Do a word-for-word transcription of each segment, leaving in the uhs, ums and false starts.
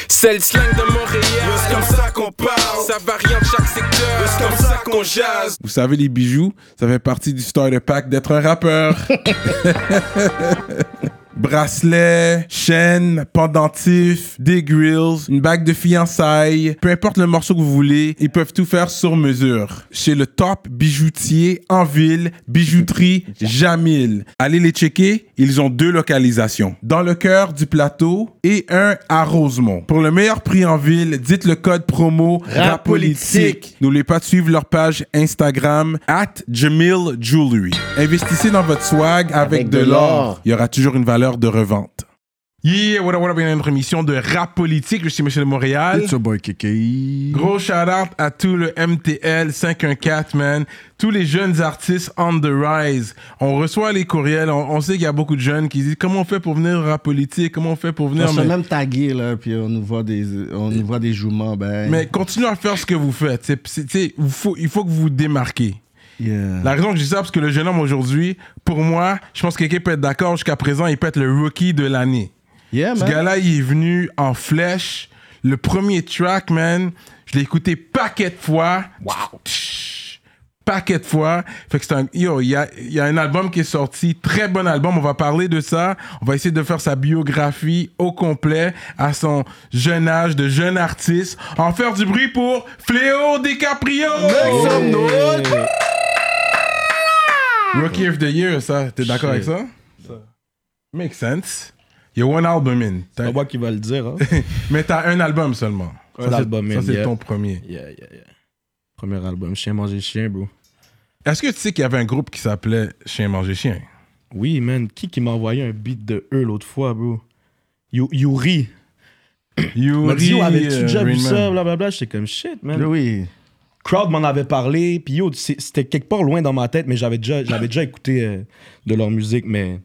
C'est le slang de Montréal. C'est comme ça qu'on parle. Ça varie en chaque secteur. C'est comme ça qu'on jase. Vous savez, les bijoux, ça fait partie du starter pack d'être un rappeur. Bracelets, chaînes, pendentifs, des grills, une bague de fiançailles, peu importe le morceau que vous voulez, ils peuvent tout faire sur mesure. Chez le top bijoutier en ville, bijouterie Jamil. Allez les checker, ils ont deux localisations. Dans le cœur du plateau et un à Rosemont. Pour le meilleur prix en ville, dites le code promo RAPOLITIQUE. N'oubliez pas de suivre leur page Instagram at Jamil Jewelry. Investissez dans votre swag avec, avec de, de l'or. Il y aura toujours une valeur de revente. Yeah, what up, what up, bienvenue à notre émission de Rap Politique. Je suis Monsieur de Montréal. It's your boy Kiki. Gros shout-out à tout le M T L cinq un quatre, man. Tous les jeunes artistes on the rise. On reçoit les courriels, on, on sait qu'il y a beaucoup de jeunes qui disent comment on fait pour venir Rap Politique, comment on fait pour venir... On se mais... fait même taguer, là, puis on nous voit des, on nous voit des jouements, ben... Mais continuez à faire ce que vous faites. C'est, c'est, c'est, il, faut, il faut que vous vous démarquez. Yeah. La raison que je dis ça, parce que le jeune homme aujourd'hui, pour moi, je pense que quelqu'un peut être d'accord, jusqu'à présent, il peut être le rookie de l'année. Yeah, Ce man. gars-là, il est venu en flèche. Le premier track, man, je l'ai écouté paquet de fois. Wow! Paquet de fois. Fait que c'est un... Yo, il y a, y a un album qui est sorti. Très bon album. On va parler de ça. On va essayer de faire sa biographie au complet à son jeune âge de jeune artiste. En faire du bruit pour Fléau DiCaprio! Make some noise! Rookie of the Year, ça. T'es d'accord avec ça? ça? Makes sense. Il y a one album in. C'est pas moi qui va le dire, hein? Mais t'as un album seulement. Un ça, album c'est, in, Ça, c'est yeah. ton premier. Yeah, yeah, yeah. Premier album, Chien manger chien, bro. Est-ce que tu sais qu'il y avait un groupe qui s'appelait Chien manger chien? Oui, man. Qui qui m'a envoyé un beat de eux l'autre fois, bro? You, Yuri. Yuri. m'a dit, yo, avais-tu déjà euh, vu Rainman. ça? Blablabla. J'étais comme shit, man. Oui. Crowd m'en avait parlé, puis yo, c'est- c'était quelque part loin dans ma tête, mais j'avais déjà, j'avais déjà écouté euh, de leur musique, mais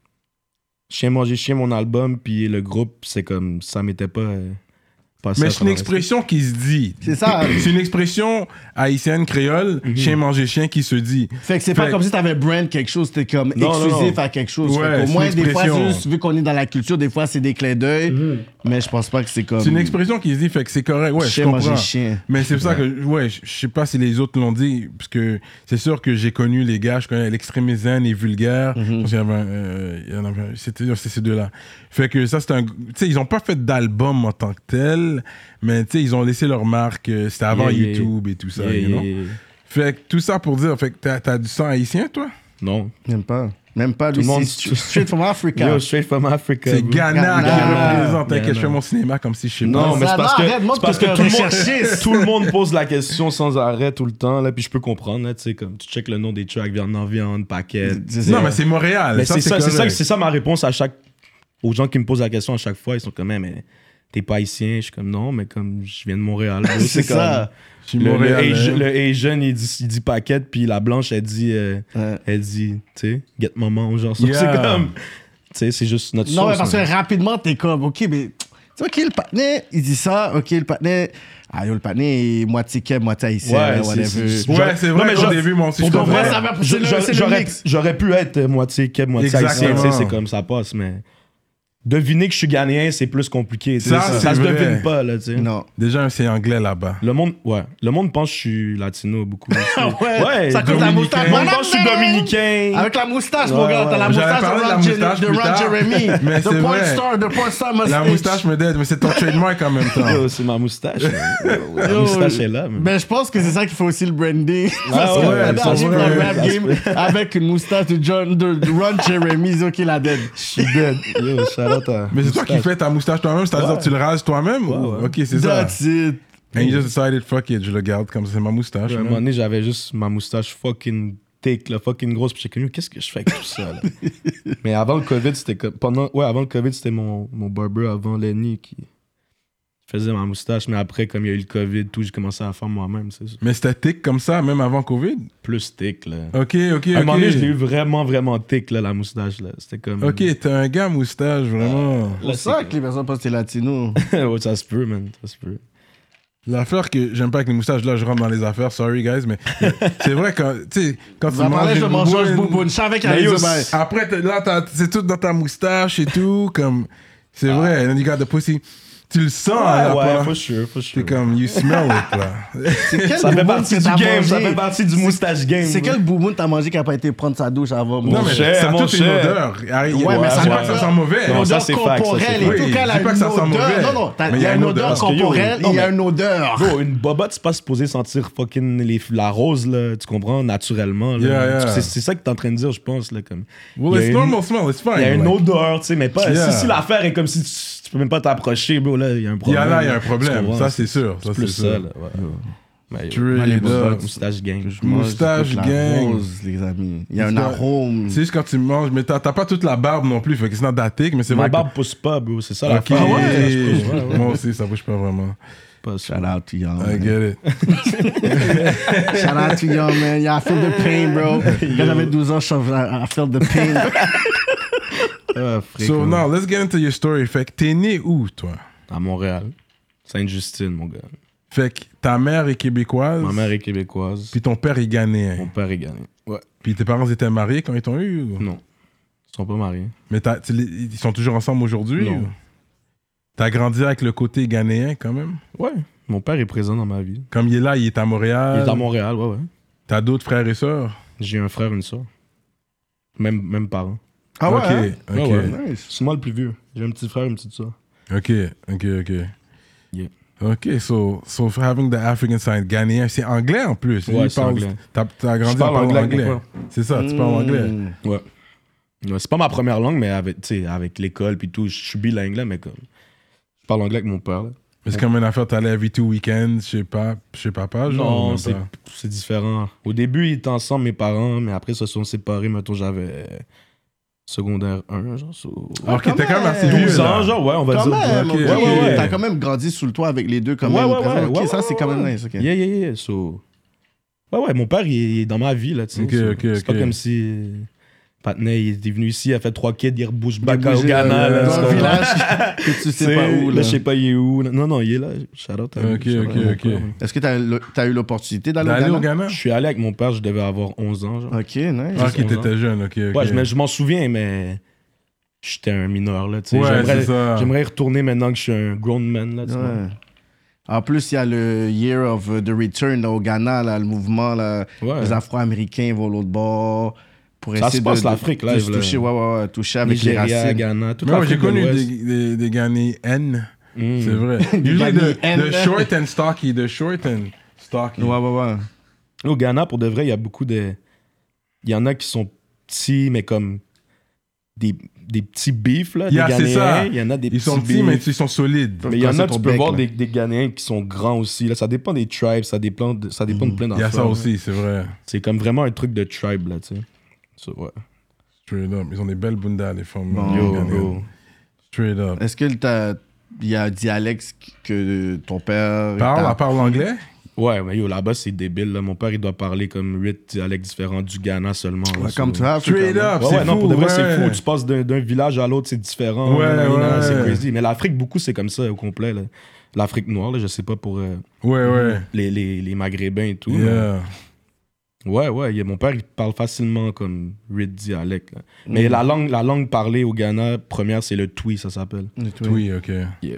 Chien manger chien, mon album, puis le groupe, c'est comme, ça m'était pas euh, passé. Mais à c'est une travers expression qui se dit. C'est ça. C'est une expression haïtienne créole, chien manger chien qui se dit. Fait que c'est Fait- pas comme si t'avais brand quelque chose, t'es comme Non, exclusif non, non. à quelque chose. Ouais, Fait qu'au c'est moins, une des fois, expression. c'est juste, vu qu'on est dans la culture, des fois, c'est des clins d'œil, mais je pense pas que c'est comme... C'est une expression qui se dit, fait que c'est correct. Ouais, Chien je comprends. manger chien. Mais c'est pour ça que, ouais, je je sais pas si les autres l'ont dit, parce que c'est sûr que j'ai connu les gars, je connais l'extrémisme et vulgaire. Je pense qu'il y avait un, euh, il y en avait un- c'était c'est ces deux-là. Fait que ça, c'est un. Tu sais, ils ont pas fait d'album en tant que tel, mais tu sais, ils ont laissé leur marque. euh, C'était avant Yeah, yeah, YouTube et tout ça, Yeah, you know? yeah, yeah. Fait que tout ça pour dire, fait que t'as, t'as du sang haïtien, toi? Non. Même pas. Même pas, Tout lui, le monde- c'est straight from Africa. Yo, straight from Africa. C'est bro. Ghana, Ghana. qui représente. T'inquiète, Ghana. je fais mon cinéma comme si je sais Non, pas. mais c'est parce Non, que, arrête, montre c'est parce que que t'es tout, le recherché. monde, tout le monde pose la question sans arrêt tout le temps, là, puis je peux comprendre, là, tu sais, comme tu check le nom des tracks, viande en viande, paquet. C'est Non, ça. mais c'est Montréal. Mais ça, c'est ça, c'est ça, correct. c'est ça ma réponse à chaque aux gens qui me posent la question à chaque fois, ils sont comme mais t'es pas haïtien, je suis comme non, mais comme je viens de Montréal. bro. C'est comme- ça. Je suis Le, le, Montréalais. Asian- le Asian, il dit, il dit paquette, puis la blanche, elle dit, euh, Ouais. elle dit, tu sais, get maman, genre, ça. Yeah. C'est comme, tu sais, c'est juste notre Non, mais sauce, parce que man. rapidement, t'es comme, OK, mais... Tu sais, OK, le patinet, il dit ça. OK, le patinet... Ah, yo, le patinet est moitié keb, moitié haïtien, Ouais, là, c'est- whatever. c'est- Ouais, c'est Non, vrai mais qu'au genre- début, moi aussi, Pour je de comprends. vrai, ça va- c'est je- le- je- c'est le j'aurais, mix. j'aurais pu être euh, moitié keb, moitié haïtien, Exactement. tu sais, c'est comme ça passe, mais deviner que je suis ghanéen, c'est plus compliqué. tu sais, Ça, Ça, c'est ça se vrai. devine pas, là, tu sais. Non. Déjà, c'est anglais là-bas. Le monde, ouais, le monde pense que je suis latino beaucoup. Ouais, ouais, ça cause la dominicain. moustache. le monde pense que je suis dominicain. Avec la moustache, Ouais, mon gars, t'as ouais. la J'allais moustache de parler de la Ron, Jer- moustache de plus Ron tard. Jeremy. Mais The c'est porn vrai. star, the porn star must La age. moustache me dead, mais c'est ton trademark en même temps. Yo, c'est ma moustache. man. La Yo, moustache est là. man. Ben, je pense que c'est ça qui fait aussi le branding. Ah Parce que ouais, maintenant, ça arrive se dans le peut. rap Ça se game avec une moustache de, John, de, de Ron Jeremy, c'est OK, la dead. Je suis dead. Yo, shout out à Mais c'est toi qui fais ta moustache toi-même, c'est-à-dire Ouais. que tu le rases toi-même? Ouais, ou- ouais. Ok, c'est ça. That's it. And you just decided, fuck it, je le garde comme ça, c'est ma moustache. À un man. moment donné, j'avais juste ma moustache fucking thick, là, fucking grosse. Puis j'étais comme, qu'est-ce que je fais avec tout ça, là? Mais avant le COVID, c'était comme. Pendant... Ouais, avant le COVID, c'était mon, mon barber avant Lenny qui faisait ma moustache. Mais après, comme il y a eu le COVID, tout, j'ai commencé à faire moi-même, c'est ça. Mais c'était thick comme ça, même avant Covid? Plus thick, là. Ok, ok, À un moment donné, je l'ai eu ok. vraiment, vraiment thick, là, la moustache, là. C'était comme. Ok, t'es un gars moustache, vraiment. C'est ça que les personnes pensent que t'es latino. Ouais, ça se peut, man. Ça se peut. L'affaire que j'aime pas avec les moustaches, là, je rentre dans les affaires, sorry guys, mais c'est vrai quand, tu sais, quand tu Ça parlait manges de une mangeuse bouboune, bouboune. Je savais qu'il y mais avait yo, du bail. après, t'as- là, t'as- c'est tout dans ta moustache et tout, comme, c'est vrai, and then you got the pussy. Tu le sens, Ouais, là, ouais, pas? for sure, for sure. C'est comme, you smell it, là. C'est quel Ça fait bouboune partie que du t'as game, ça mangé? fait partie du moustache game. C'est bro. quel bouboune t'as mangé qui a pas été prendre sa douche avant? Non, mais cher, ça a mon toute une cher. odeur. Arrête, Ouais, mais je ça dis doit- pas que ça sent mauvais. Non, ça, L'odeur c'est fact, ça, c'est corporelle et fact. tout. Oui, Quand elle je a dis pas une que ça sent odeur. mauvais. Non, non, t'as- Mais il y a une odeur Parce que, yo, corporelle non, et il y a mais- une odeur. Bro, une bobotte, c'est pas supposé sentir fucking les, la rose, là, tu comprends, naturellement. Là. Yeah, yeah. C'est, c'est ça que t'es en train de dire, je pense. Là, comme. Well, Il y a it's une- normal smell, it's fine. Il y a une like. odeur, tu sais, mais pas. Yeah. Si, si l'affaire est comme si tu, tu peux même pas t'approcher, bro, là, il y a un Il y problème. a là, il y a un Tu problème. comprends? Ça, c'est sûr. Ça, C'est plus c'est ça, sûr. là. Ouais. Mais, yo, Straight les up. bobottes. moustache gang. Je mange Moustache toute la gang. rose, les amis. Il y a un C'est- arôme. C'est juste quand tu manges, mais t'as t'as pas toute la barbe non plus, fait que c'est not that thick, mais c'est Ma vrai que... barbe pousse pas, bro, c'est ça Ok. l'affaire. Ah ouais? Ça, je pousse, ouais, ouais. Moi aussi, ça bouge pas vraiment. Pas Shout ça. out to Young. I get it. Shout out to Young, man. Yeah, I feel the pain, bro. Quand j'avais douze ans, je I felt the pain. Ah, fric, So ouais. now, let's get into your story. Fait que t'es né où, toi? À Montréal. Sainte-Justine, mon gars. Fait que ta mère est québécoise, Ma mère est québécoise. puis ton père est Mon ghanéen. père est gagné. Ouais. Puis tes parents étaient mariés quand ils t'ont eu? ou? Non. Ils sont pas mariés. Mais t'as- tu les- ils sont toujours ensemble aujourd'hui? Non. ou? T'as grandi avec le côté ghanéen quand même? Ouais. Mon père est présent dans ma vie. Comme il est là, il est à Montréal. Il est à Montréal, ouais, ouais. T'as d'autres frères et sœurs? J'ai un frère, une soeur. Même, même parents. Ah ouais? Ok, hein? ok. Ouais, ouais. Nice. C'est moi le plus vieux. J'ai un petit frère, une petite soeur. Ok, ok, ok. Yeah. Ok, so, so for having the African side, ghanéen, c'est anglais en plus. Ouais, Il c'est parle- anglais. T'as t'as grandi Je parle en parlant anglais anglais. avec mon C'est ça, tu parles anglais. Mm. Ouais. Ouais, c'est pas ma première langue, mais avec, tu sais, avec l'école puis tout, je suis bilingue là, mais comme. Je parle anglais avec mon père. Là. Mais c'est comme une affaire, t'allais every two weekends chez, pa chez papa, genre? ou Non, même c'est, pas? c'est différent. Au début, ils étaient ensemble, mes parents, mais après, ils se sont séparés. Mettons, j'avais secondaire un, genre. So... Alors qu'il quand était quand même même. assez vieux, douze ans, là. genre, ouais, on va Quand dire. même, ok, ok. ok. Ouais, ouais, T'as quand même grandi sous le toit avec les deux, quand Ouais, même. ouais, présents. ouais, Ok, ouais, ça, ouais, c'est quand même ouais. nice. ok. Yeah, yeah, yeah. So... Ouais, ouais, mon père, il est dans ma vie, là, tu sais. Ok, So, ok, c'est ok. pas comme si. Patney, il était venu ici, il a fait trois kids, il rebouche Il est back au bougé, Ghana, euh, là. dans tu un comprends? village que tu sais pas où. Là, Là. je sais pas, il est où. Non, non, il est là. Shout out à lui. Ok, Shout out ok, à mon ok. père. Est-ce que t'as le- t'as eu l'opportunité d'aller D'aller au au Ghana? Ghana? Je suis allé avec mon père, je devais avoir onze ans, genre. Ok, nice. Ah, qui onze ans. t'étais jeune, ok, ok. Ouais, je, me- je m'en souviens, mais j'étais un mineur, là, tu sais. Ouais, j'aimerais, c'est ça. j'aimerais y retourner maintenant que je suis un grown man, là, tu vois. Ouais. En plus, il y a le Year of the Return là, au Ghana, là, le mouvement, là, Ouais. les Afro-Américains vont l'autre bord pour Ça essayer se passe de, l'Afrique, de, là, de se là. toucher, ouais, ouais, ouais, toucher avec les Nigeria, racines. Ghana, toute Mais ouais, j'ai l'Afrique de connu l'Ouest. des, des, des Ghanéennes, Mm. c'est vrai. Usually the, Ghanéennes. the short and stocky, the short and stocky. Ouais, ouais, ouais. Au Ghana, pour de vrai, il y a beaucoup de... Il y en a qui sont petits, mais comme des, des petits beefs, là, Yeah, des c'est Ghanéens. ça. Il y en a des Ils petits sont petits, beefs. mais ils sont solides. Mais il y en Passer a, ton tu peux bec, voir là. des, des Ghanéens qui sont grands aussi. Là. Ça dépend des tribes, ça dépend de, ça dépend de plein Il d'affaires. y a ça là. aussi, c'est vrai. C'est comme vraiment un truc de tribe, là, tu sais. So, ouais. Straight up. Ils ont des belles bundas, les femmes. Bon. euh, Yo, ghanéennes. yo. Straight up. Est-ce que t'as- il y a un dialecte que ton père... Parle, t'a elle parle anglais? Ouais, mais yo, là-bas, c'est débile. Là. Mon père, il doit parler comme huit dialectes différents du Ghana seulement. là. Ouais, So- comme toi, Straight up, Ouais, c'est ouais, non, fou, pour de vrai, ouais. c'est fou. Tu passes d'un, d'un village à l'autre, c'est différent. Ouais, Nanana, ouais. C'est crazy. Mais l'Afrique, beaucoup, c'est comme ça au complet. Là. L'Afrique noire, là, je sais pas pour euh, Ouais, ouais. les, les, les Maghrébins et tout. mais- Yeah. Ouais, ouais. il y a- Mon père, il parle facilement comme huit dialectes. là. Mm. Mais la, langue, la langue parlée au Ghana, première, c'est le Twi, ça s'appelle. Oui, ok.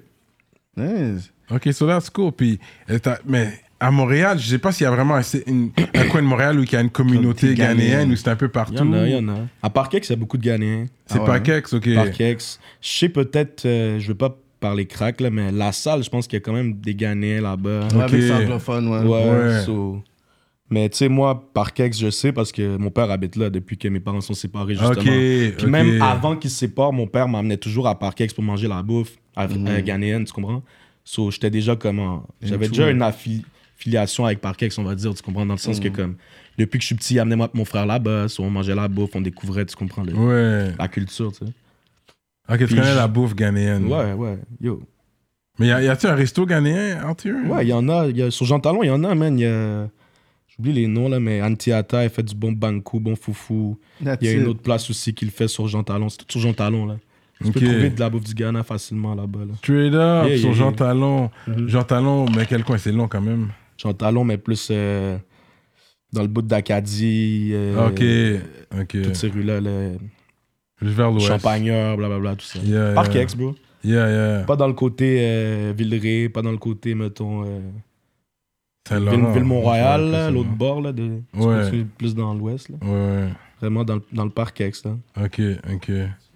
Nice. Ok, so that's cool. Puis, euh, t'as- mais à Montréal, je sais pas s'il y a vraiment un, une- un coin de Montréal où il y a une communauté Communauté ghanéenne ghanéenne. ou c'est un peu Il partout. y en a, il y en a. À Parkex, il y a beaucoup de Ghanéens. C'est Ah ouais, pas hein? Kex, ok. Parkex. Je sais peut-être, euh, je veux pas parler crack, là, mais la salle, je pense qu'il y a quand même des Ghanéens là-bas. Ouais, Ok. avec ça anglophone, ouais. Ouais, Ouais. so- Mais tu sais, moi, Parkex, je sais parce que mon père habite là depuis que mes parents sont séparés, justement. Ok, Puis ok. même avant qu'ils se séparent, mon père m'amenait toujours à Parkex pour manger la bouffe af- Mhm. euh, ghanéenne, tu comprends? So, j'étais déjà comment... J'avais tout, déjà ouais. une affi- affiliation avec Parkex, on va dire, tu comprends? Dans le sens Mhm. que comme... Depuis que je suis petit, il amenait moi et mon frère là-bas, so on mangeait la bouffe, on découvrait, tu comprends, le- Ouais. la culture, tu sais. Ok, tu Puis connais je- la bouffe ghanéenne. Ouais, ouais, yo. Mais y a- y a-tu un resto ghanéen out here? Ouais, il y en a. il Y a sur Jean Talon, il y en a, man. Il y a... J'oublie les noms, là, mais Antiata, elle fait du bon bankou, bon foufou. That's Il y a une it. autre place aussi qui le fait sur Jean Talon. C'est tout sur Jean Talon, là. Tu Ok. peux trouver de la bouffe du Ghana facilement là-bas, là. Straight up, Yeah, sur yeah, Jean yeah. Talon. Mhm. Jean Talon, mais quel coin? C'est long quand même. Jean Talon, mais plus euh, dans le bout d'Acadie. euh, Ok, ok. Toutes ces rues-là, là. Vers l'ouest. Champagneur, blablabla, tout ça. Yeah, yeah. Parkex, bro. Yeah, yeah. Pas dans le côté euh, Villeray, pas dans le côté, mettons, euh, Saint-Laurent. Ville, Ville-Mont-Royal, Ouais, là, c'est l'autre ça. bord, là, de, tu Ouais. continues plus dans l'ouest. Là. Ouais, Vraiment dans le, dans le parc ex. Là. ok, ok.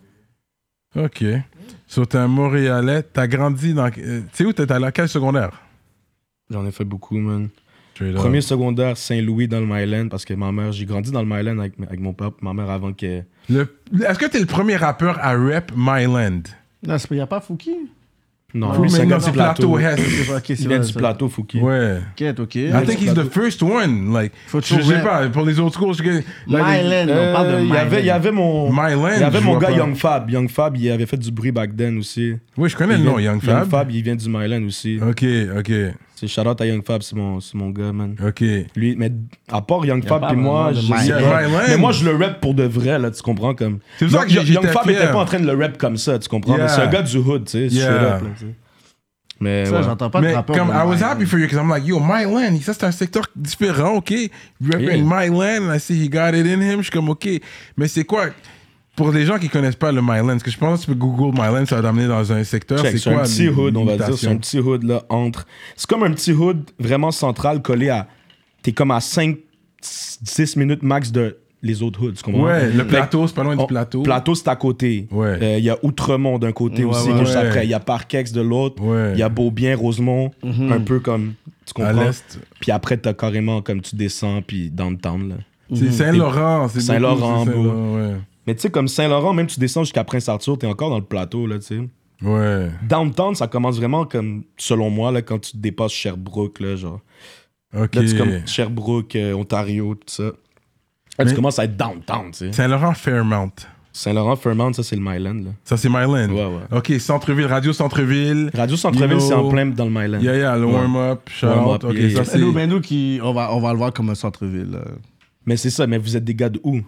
Ok. So, t'es un Montréalais, t'as grandi dans. euh, Tu sais où t'es allé à quel secondaire? J'en ai fait beaucoup, man. Straight up. Premier secondaire, Saint-Louis dans le Myland, parce que ma mère, j'ai grandi dans le Myland avec, avec mon père, ma mère avant que. Le- Est-ce que t'es le premier rappeur à rap Myland? Non, il n'y a pas Fouki. Non, Oui, lui, mais c'est un non, gars c'est du plateau. Plateau Hess. Ok, c'est Il vient vrai, du ça. plateau, Fouki. Ouais. Ok, ok. I think he's the first one. Like, Faut je toujours sais rap. pas, pour les autres schools, je like, Myland, Euh, on parle de il y Myland. avait, il y avait mon. Myland, Il y avait je mon vois gars pas. Young Fab. Young Fab, il avait fait du bruit back then aussi. Oui, je connais Il le nom, vient- Young Fab. Young Fab, il vient du Myland aussi. Ok, ok, C'est shout out à Young Fab, c'est mon, c'est mon gars, man. ok. Lui, mais à part Young a Fab pas et moi, vraiment de je sais Myland. pas. Myland. Mais moi, je le rap pour de vrai, là, tu comprends comme. C'est pour ça que Young, j'étais Young Fab fier. était pas en train de le rap comme ça, tu comprends. Yeah. Mais c'est un gars du hood, tu sais, Yeah. straight up, là, tu sais. Mais Ça, ouais. j'entends pas de Mais rappeur. comme de I was Myland. happy for you because I'm like, yo, Myland, ça c'est un secteur différent, ok? Rapping Yeah. Myland, I see he got it in him, je suis comme, ok. Mais c'est quoi, pour les gens qui connaissent pas le Myland, parce que je pense que tu peux Google Myland, ça va t'amener dans un secteur, Check, c'est c'est quoi un petit hood, on va dire. C'est l'imitation? un petit hood, là, entre. C'est comme un petit hood vraiment central collé à. T'es comme à cinq dix minutes max de les autres hoods, tu comprends? Ouais, le Fait plateau, c'est pas loin On- du plateau. Plateau, c'est à côté. Ouais. Euh, Il y a Outremont d'un côté Ouais, aussi, ouais, qui est juste ouais. après. Il y a Parkex de l'autre. Ouais. Il y a Beaubien, Rosemont, un peu comme. Tu À comprends? l'est. Puis après, t'as carrément comme tu descends, puis downtown, là. C'est Saint-Laurent. c'est Saint-Laurent, beaucoup, c'est bro. Saint-Laurent, ouais. Mais tu sais, comme Saint-Laurent, même tu descends jusqu'à Prince-Arthur, t'es encore dans le plateau, là, tu sais. Ouais. Downtown, ça commence vraiment comme, selon moi, là, quand tu dépasses Sherbrooke, là, genre. Ok. Là, tu comme Sherbrooke, euh, Ontario, tout ça. Là, Mais- tu commences à être downtown, tu sais. Saint-Laurent, Fairmount. Saint-Laurent, Fairmount, ça, c'est le Myland, là. Ça, c'est Myland. Ouais, ouais. Ok, Centre-Ville, Radio Centre-Ville. Radio Centre-Ville, You c'est en know- plein dans le Myland. Yeah, yeah, le Ouais. warm-up, shout Warm-up, out. Ok, yeah, ça yeah. c'est. Nous, mais nous qui, on va, on va le voir comme un centre-ville. euh. Mais c'est ça, mais vous êtes des gars de où?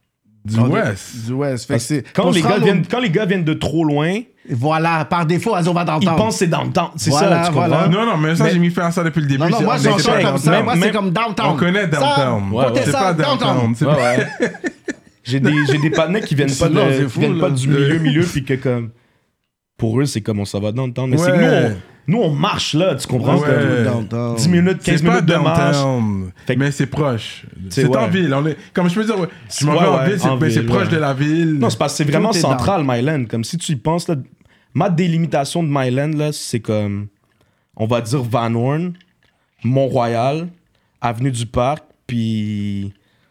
Du On est- West. Du West. Fait que c'est- Quand pour les, se gars rendre viennent, au- quand les gars viennent de trop loin, Voilà, par défaut, on va dans le ils temps. pensent que c'est downtown. C'est Voilà, ça, tu comprends? voilà. Non, non, mais ça, Mais- j'ai mis faire ça depuis le début. Non, non, C'est- moi, on j'ai était encore pas comme ça. downtown. Moi, c'est même- comme downtown. On connaît downtown. Ça, Ouais, ouais. C'est ça, pas downtown. downtown. c'est Ouais, pas- ouais. J'ai des, j'ai des partenaires qui viennent pas, C'est long, de, c'est qui fou, viennent pas là. du milieu, milieu, puis que comme. Pour eux, c'est comme on s'en va downtown. Mais c'est que nous Ouais. on, nous, on marche là, tu comprends? Ouais. Comme Downtown. dix minutes, quinze C'est pas minutes de marche. downtown, Fait que- mais c'est proche. C'est- C'est en ouais. ville. On est, comme je peux dire, ouais, je m'en Ouais, vais en ouais, ville, c'est en ben, c'est ville, proche ouais. de la ville. Non, c'est parce que c'est vraiment Tout est central, Myland. Comme si tu y penses, là, ma délimitation de Myland, là, c'est comme, on va dire Van Horn, Mont-Royal, Avenue du Parc, puis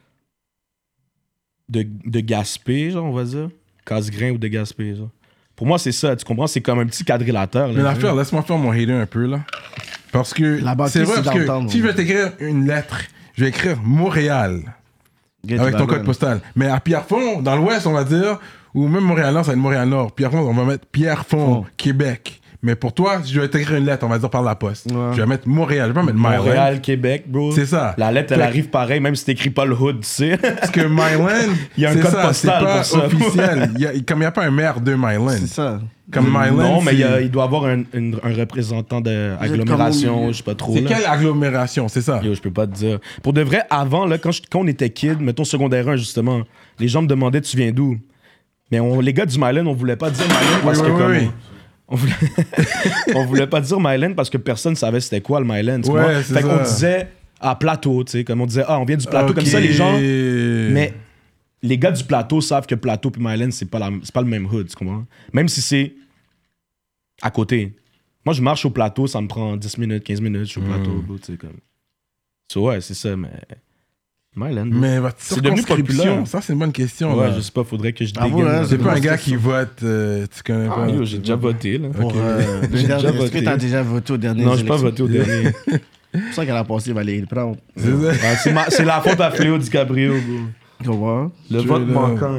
de, de Gaspé, genre, on va dire. Casgrain ou de Gaspé, genre. Pour moi, c'est ça, tu comprends? C'est comme un petit quadrilatère. Là, Mais l'affaire, laisse-moi faire mon hater un peu, là. Parce que La banquise, c'est vrai, c'est parce que downtown, si je ouais. vais t'écrire une lettre, je vais écrire Montréal Get avec to ton la code gun. postal. Mais à Pierrefonds, dans l'ouest, on va dire, ou même Montréal-Nord, ça va être Montréal-Nord. Pierrefonds, on va mettre Pierrefonds, Oh. Québec. Mais pour toi, si je vais t'écrire une lettre, on va dire par la poste. Ouais. Je vais mettre Montréal, je vais pas mettre Myland. Montréal, Québec, bro. C'est ça. La lettre, elle Fait- arrive pareil, même si t'écris pas le hood, tu sais. Parce que Myland, Il y a un c'est code ça, postal c'est pas pour ça. officiel. Il y a, comme il n'y a pas un maire de Myland. C'est ça. Comme Myland, non, mais il, y a- c'est- il doit avoir un, une- un représentant d'agglomération, je sais pas trop. c'est là. quelle agglomération, c'est ça? Yo, je peux pas te dire. Pour de vrai, avant, là, quand, je- quand on était kid, mettons secondaire un, justement, les gens me demandaient tu viens d'où? Mais on, les gars du Myland, on voulait pas dire Myland parce Oui, que oui, comme oui. On, on voulait, on voulait pas dire Myland parce que personne savait c'était quoi le Myland. tu Ouais, comprends? c'est Fait qu'on ça. disait à plateau, tu sais, comme on disait ah on vient du plateau Ok. comme ça les gens. Mais les gars du plateau savent que plateau puis Myland c'est pas la, c'est pas le même hood, tu comprends? Même si c'est à côté. Moi je marche au plateau, ça me prend dix minutes, quinze minutes, je suis au plateau, Mm. bro, tu sais comme. So, ouais, c'est ça mais Myland. bro. Mais votre C'est devenu circonscription, populaire. ça c'est une bonne question. Ouais, là. je sais pas, faudrait que je Bravo, dégaine. hein, dans C'est le- pas un gars qui vote, euh, tu connais Ah, pas. yo, j'ai déjà voté là. Pour, Ok. euh, le J'ai dernier- déjà Est-ce que voté. t'as déjà voté au dernier Non, j'ai pas voté au dernier. C'est pour ça qu'elle a pensé, il va aller le prendre. C'est ça. Ah, c'est, ma- c'est la faute à Fléau DiCaprio, bro. Comment? Le Tu vote es là. manquant.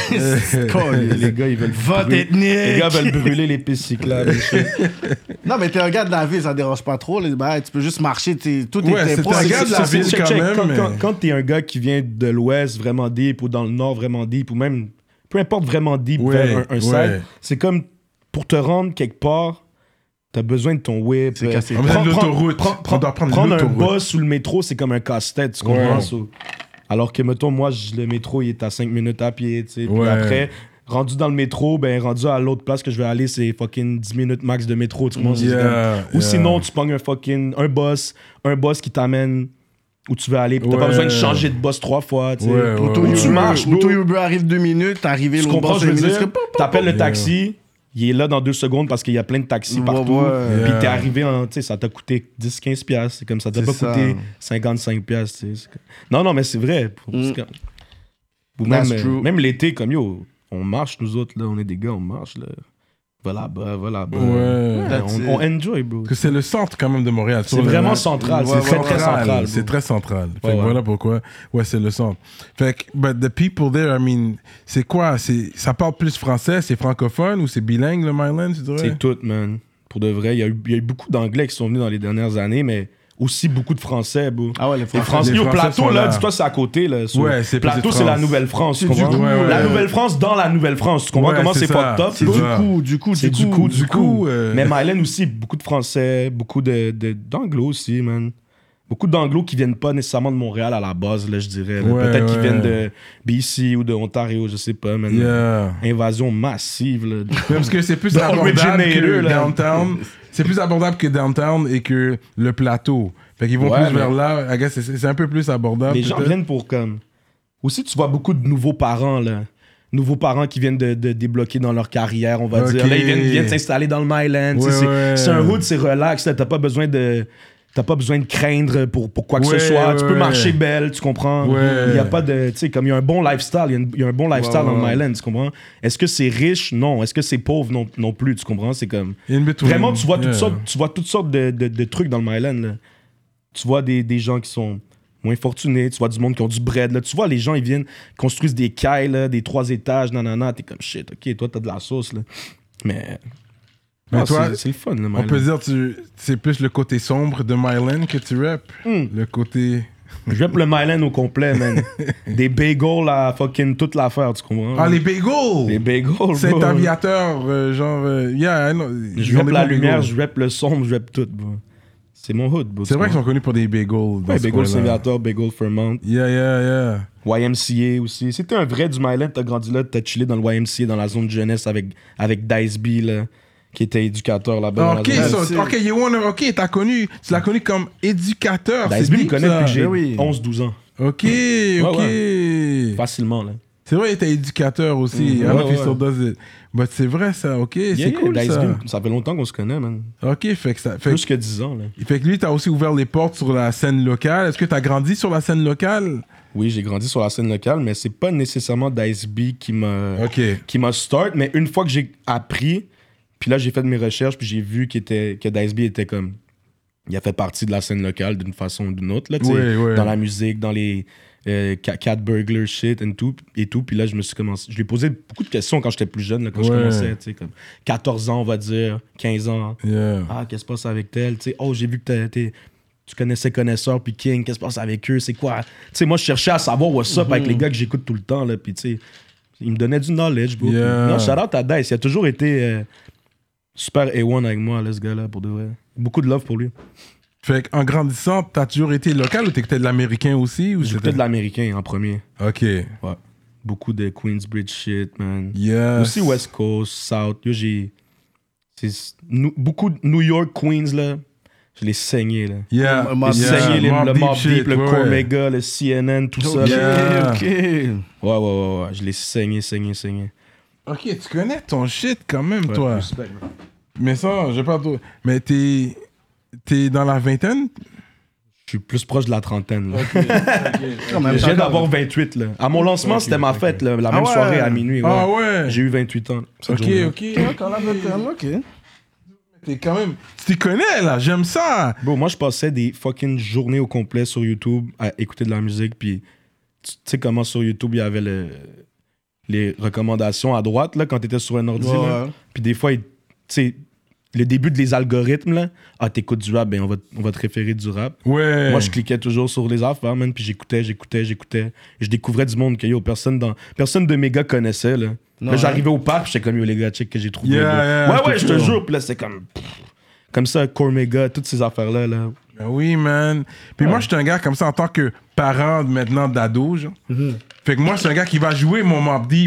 est- les gars, ils veulent Vote brûler- ethnique! Les gars veulent brûler les pistes cyclables. et shit. Non, mais t'es un gars de la ville, ça dérange pas trop. Les... Ben, tu peux juste marcher, t'es- tout Ouais, est c'est pro. un C'est- gars de la C'est- ville check, quand check. même, Quand, mais- quand- quand t'es un gars qui vient de l'ouest vraiment deep ou dans le nord vraiment deep ou même peu importe vraiment deep Ouais, vers un, un side, ouais. c'est comme pour te rendre quelque part, t'as besoin de ton whip. C'est euh, cassé. On va prends- de prends- l'autoroute. prends- On doit prendre Prendre un l'autoroute. bus ou le métro, c'est comme un casse-tête, tu comprends? Ouais. So, alors que, mettons, moi, je- le métro, il est à cinq minutes à pied, tu sais. Puis Ouais. après, rendu dans le métro, ben rendu à l'autre place que je vais aller, c'est fucking dix minutes max de métro, tu comprends? Yeah, Ou yeah. sinon, tu pognes un fucking, un boss, un boss qui t'amène où tu veux aller, puis t'as Ouais. pas besoin de changer de boss trois fois, tu sais. Ouais, ouais, Auto ouais, Ou tu ouais. marches, bro. Auto Uber arrive deux minutes, t'es arrivé Tu l'autre comprends bord ce que je cinq veux minutes. dire? c'est pas- T'appelles le Yeah. taxi, il est là dans deux secondes parce qu'il y a plein de taxis Ouais, partout. ouais. Puis Yeah. t'es arrivé en, tu sais, ça t'a coûté dix quinze piastres. C'est comme ça t'a C'est pas ça. coûté cinquante-cinq piastres, tu sais. C'est comme- Non, non, mais c'est vrai. Mm. C'est comme- Ou même, That's true. euh, même l'été, comme yo, on marche, nous autres, là, on est des gars, on marche, là. Voilà, bah, voilà, bah. Ouais. Ben, on, on enjoy, bro. Parce que c'est le centre quand même de Montréal. C'est Sur le- vraiment central, C'est c'est très, très central. central. C'est bro. très central. Fait Ouais, que ouais. voilà pourquoi. Ouais, c'est le centre. Fait que, but the people there, I mean, c'est quoi? C'est, ça parle plus français, c'est francophone ou c'est bilingue, le Myland, tu dirais? C'est tout, man. Pour de vrai, il y, a eu- il y a eu beaucoup d'anglais qui sont venus dans les dernières années, mais aussi beaucoup de français, bro. Ah ouais, les Les Français. Français, Les au Français plateau, sont là, là. dis-toi, c'est à côté. Là, sur- Ouais, c'est plateau, Petite c'est la France. Nouvelle-France. Tu C'est du comprends? coup, ouais, ouais. La Nouvelle-France dans la Nouvelle-France. Tu comprends Ouais, comment c'est c'est ça. fucked up? C'est bro? Du ça. coup, du coup, C'est du du coup. coup, du coup. euh, Mais Mylène aussi, beaucoup de Français, beaucoup de, de, d'anglo aussi, man. Beaucoup d'anglo qui viennent pas nécessairement de Montréal à la base, là, je dirais. là. Ouais, Peut-être qu'ils ouais. viennent de B C ou de Ontario, je sais pas, man. Yeah. Invasion massive, là. Mais parce que c'est plus The abordable que originator, là. downtown. C'est plus abordable que downtown et que le plateau. Fait qu'ils vont Ouais, plus mais- vers là. I guess c'est, c'est un peu plus abordable. Les gens peut-être. viennent pour comme. Aussi, tu vois beaucoup de nouveaux parents, là. Nouveaux parents qui viennent de, de débloquer dans leur carrière, on va Ok. dire. Là, ils viennent, ils viennent s'installer dans le Myland. tu sais, Ouais, c'est, ouais. c'est un hood, c'est relax. là. T'as pas besoin de. T'as pas besoin de craindre pour, pour quoi que Ouais, ce soit. ouais, tu peux ouais. marcher belle, tu comprends? Ouais. Il y a pas de. Tu sais, comme il y a un bon lifestyle. Il y a, une- il y a un bon lifestyle Ouais, dans ouais. le Myland, tu comprends? Est-ce que c'est riche? Non. Est-ce que c'est pauvre? Non, non plus, tu comprends? C'est comme. In between. Vraiment, tu vois, toutes Yeah. sortes, tu vois toutes sortes de, de, de trucs dans le Myland. Là. Tu vois des, des gens qui sont moins fortunés, tu vois du monde qui ont du bread. Là. Tu vois, les gens, ils viennent, construisent des cailles, là, des trois étages, nanana. T'es comme shit, ok, toi, t'as de la sauce. Là. Mais. Mais Ah, toi, c'est, c'est le fun, le On Myland. peut dire que c'est plus le côté sombre de Myland que tu rap. Hmm. Le côté. Je rappe le Myland au complet, man. Des bagels à fucking toute l'affaire, tu comprends? Ah, les bagels! Les bagels, C'est bro. un aviateur, euh, genre. euh, yeah, I know. Je Ils ont rappe des la bons lumière, bagels. je rappe le sombre, je rappe tout, bro. C'est mon hood, bro. C'est tu vrai qu'ils sont comprends? connus pour des bagels. dans Ouais, ce bagels coin-là. Saint-Viateur, bagels Fairmont. Yeah, yeah, yeah. Y M C A aussi. C'était un vrai du Myland. T'as grandi là, t'as chillé dans le Y M C A, dans la zone de jeunesse avec, avec Dice B, là, qui était éducateur là-bas. dans Ok, la zone. so- c'est- ok, you wanna, ok, t'as connu, tu l'as connu comme éducateur. Dice c'est B, il deep, connaît ça. depuis que j'ai Ben oui. onze douze ans. Ok, ok. Facilement, là. C'est vrai, il était éducateur aussi. Mhm. I don't know if Ouais, he still ouais. does it. But c'est vrai ça, ok, c'est Yeah, yeah, cool Dice ça. B, ça fait longtemps qu'on se connaît, man. Ok, fait que ça. Fait, Plus que dix ans, là. fait que lui, t'as aussi ouvert les portes sur la scène locale. Est-ce que t'as grandi sur la scène locale? Oui, j'ai grandi sur la scène locale, mais c'est pas nécessairement Dice B qui m'a Ok. qui m'a start, mais une fois que j'ai appris, puis là j'ai fait mes recherches, puis j'ai vu qu'il était, que Dice B était comme, il a fait partie de la scène locale d'une façon ou d'une autre, là, tu sais, Ouais, ouais. dans la musique, dans les euh, ca- cat burglar shit and tout, et tout, puis là je me suis commencé, je lui ai posé beaucoup de questions quand j'étais plus jeune, là, quand je Ouais. commençais, tu sais, comme quatorze ans on va dire, quinze ans, Yeah. ah qu'est-ce qui se passe avec tel, tu sais, oh j'ai vu que t'as- t'es tu connaissais Connaisseur puis King, qu'est-ce qui se passe avec eux, c'est quoi? Tu sais, moi, je cherchais à savoir what's up avec les gars que j'écoute tout le temps, là, puis tu sais, ils me donnaient du knowledge, bro. Yeah. Puis, non, shout out à Dice, il a toujours été euh, super A un avec moi, là, ce gars-là, pour de vrai. Beaucoup de love pour lui. Fait qu'en grandissant, t'as toujours été local ou t'écoutais de l'américain aussi? Ou J'écoutais c'était- de l'américain en premier. Ok. Ouais. Beaucoup de Queensbridge shit, man. Yes. Aussi West Coast, South. Yo, j'ai. c'est- nou- beaucoup de New York, Queens, là. Je l'ai saigné, là. Yeah. Mob J'ai yeah. saigné les- Mobb le Deep Mobb shit, Deep, le ouais, ouais. Cormega, le C N N, tout ça. Ok, Yeah. ok. Ouais, ouais, ouais, ouais. Je l'ai saigné, saigné, saigné. Ok, tu connais ton shit quand même, Ouais, toi. respect, man. Mais ça, je parle toi. Mais t'es. T'es dans la vingtaine? Je suis plus proche de la trentaine, là. Quand même, Je viens t'as- d'avoir vingt-huit, là. À mon lancement, c'était ma fête, là, la Ah même ouais. soirée à minuit. Ouais. Ah ouais? J'ai eu vingt-huit ans. cette Ok, journée-là. ok. Quand la vingtaine, ok. T'es quand même. Tu t'y connais là, j'aime ça. Bro, moi, je passais des fucking journées au complet sur YouTube à écouter de la musique. Puis, tu tu sais comment sur YouTube, il y avait le- les recommandations à droite, là, quand t'étais sur un ordi. Ouais, là. ouais. Puis, des fois, il- tu sais, le début des algorithmes, là, ah, t'écoutes du rap, ben, on va, on va te référer du rap. Ouais. Moi, je cliquais toujours sur les affaires, man, puis j'écoutais, j'écoutais, j'écoutais. Et je découvrais du monde que, yo, personne, dans, personne de mes gars connaissait, là. Non, là, hein? j'arrivais au parc, puis j'étais comme, yo, les gars, check que j'ai trouvé. Yeah, bro. yeah, ouais, je te ouais, je te jure. jure. Puis là, c'est comme... pff, comme ça, Cormega, toutes ces affaires-là, là. Ben oui, man. Puis Ouais. moi, je suis un gars comme ça en tant que parent maintenant d'ado, genre. Mm-hmm. Fait que moi, c'est un gars qui va jouer mon Mobb Deep.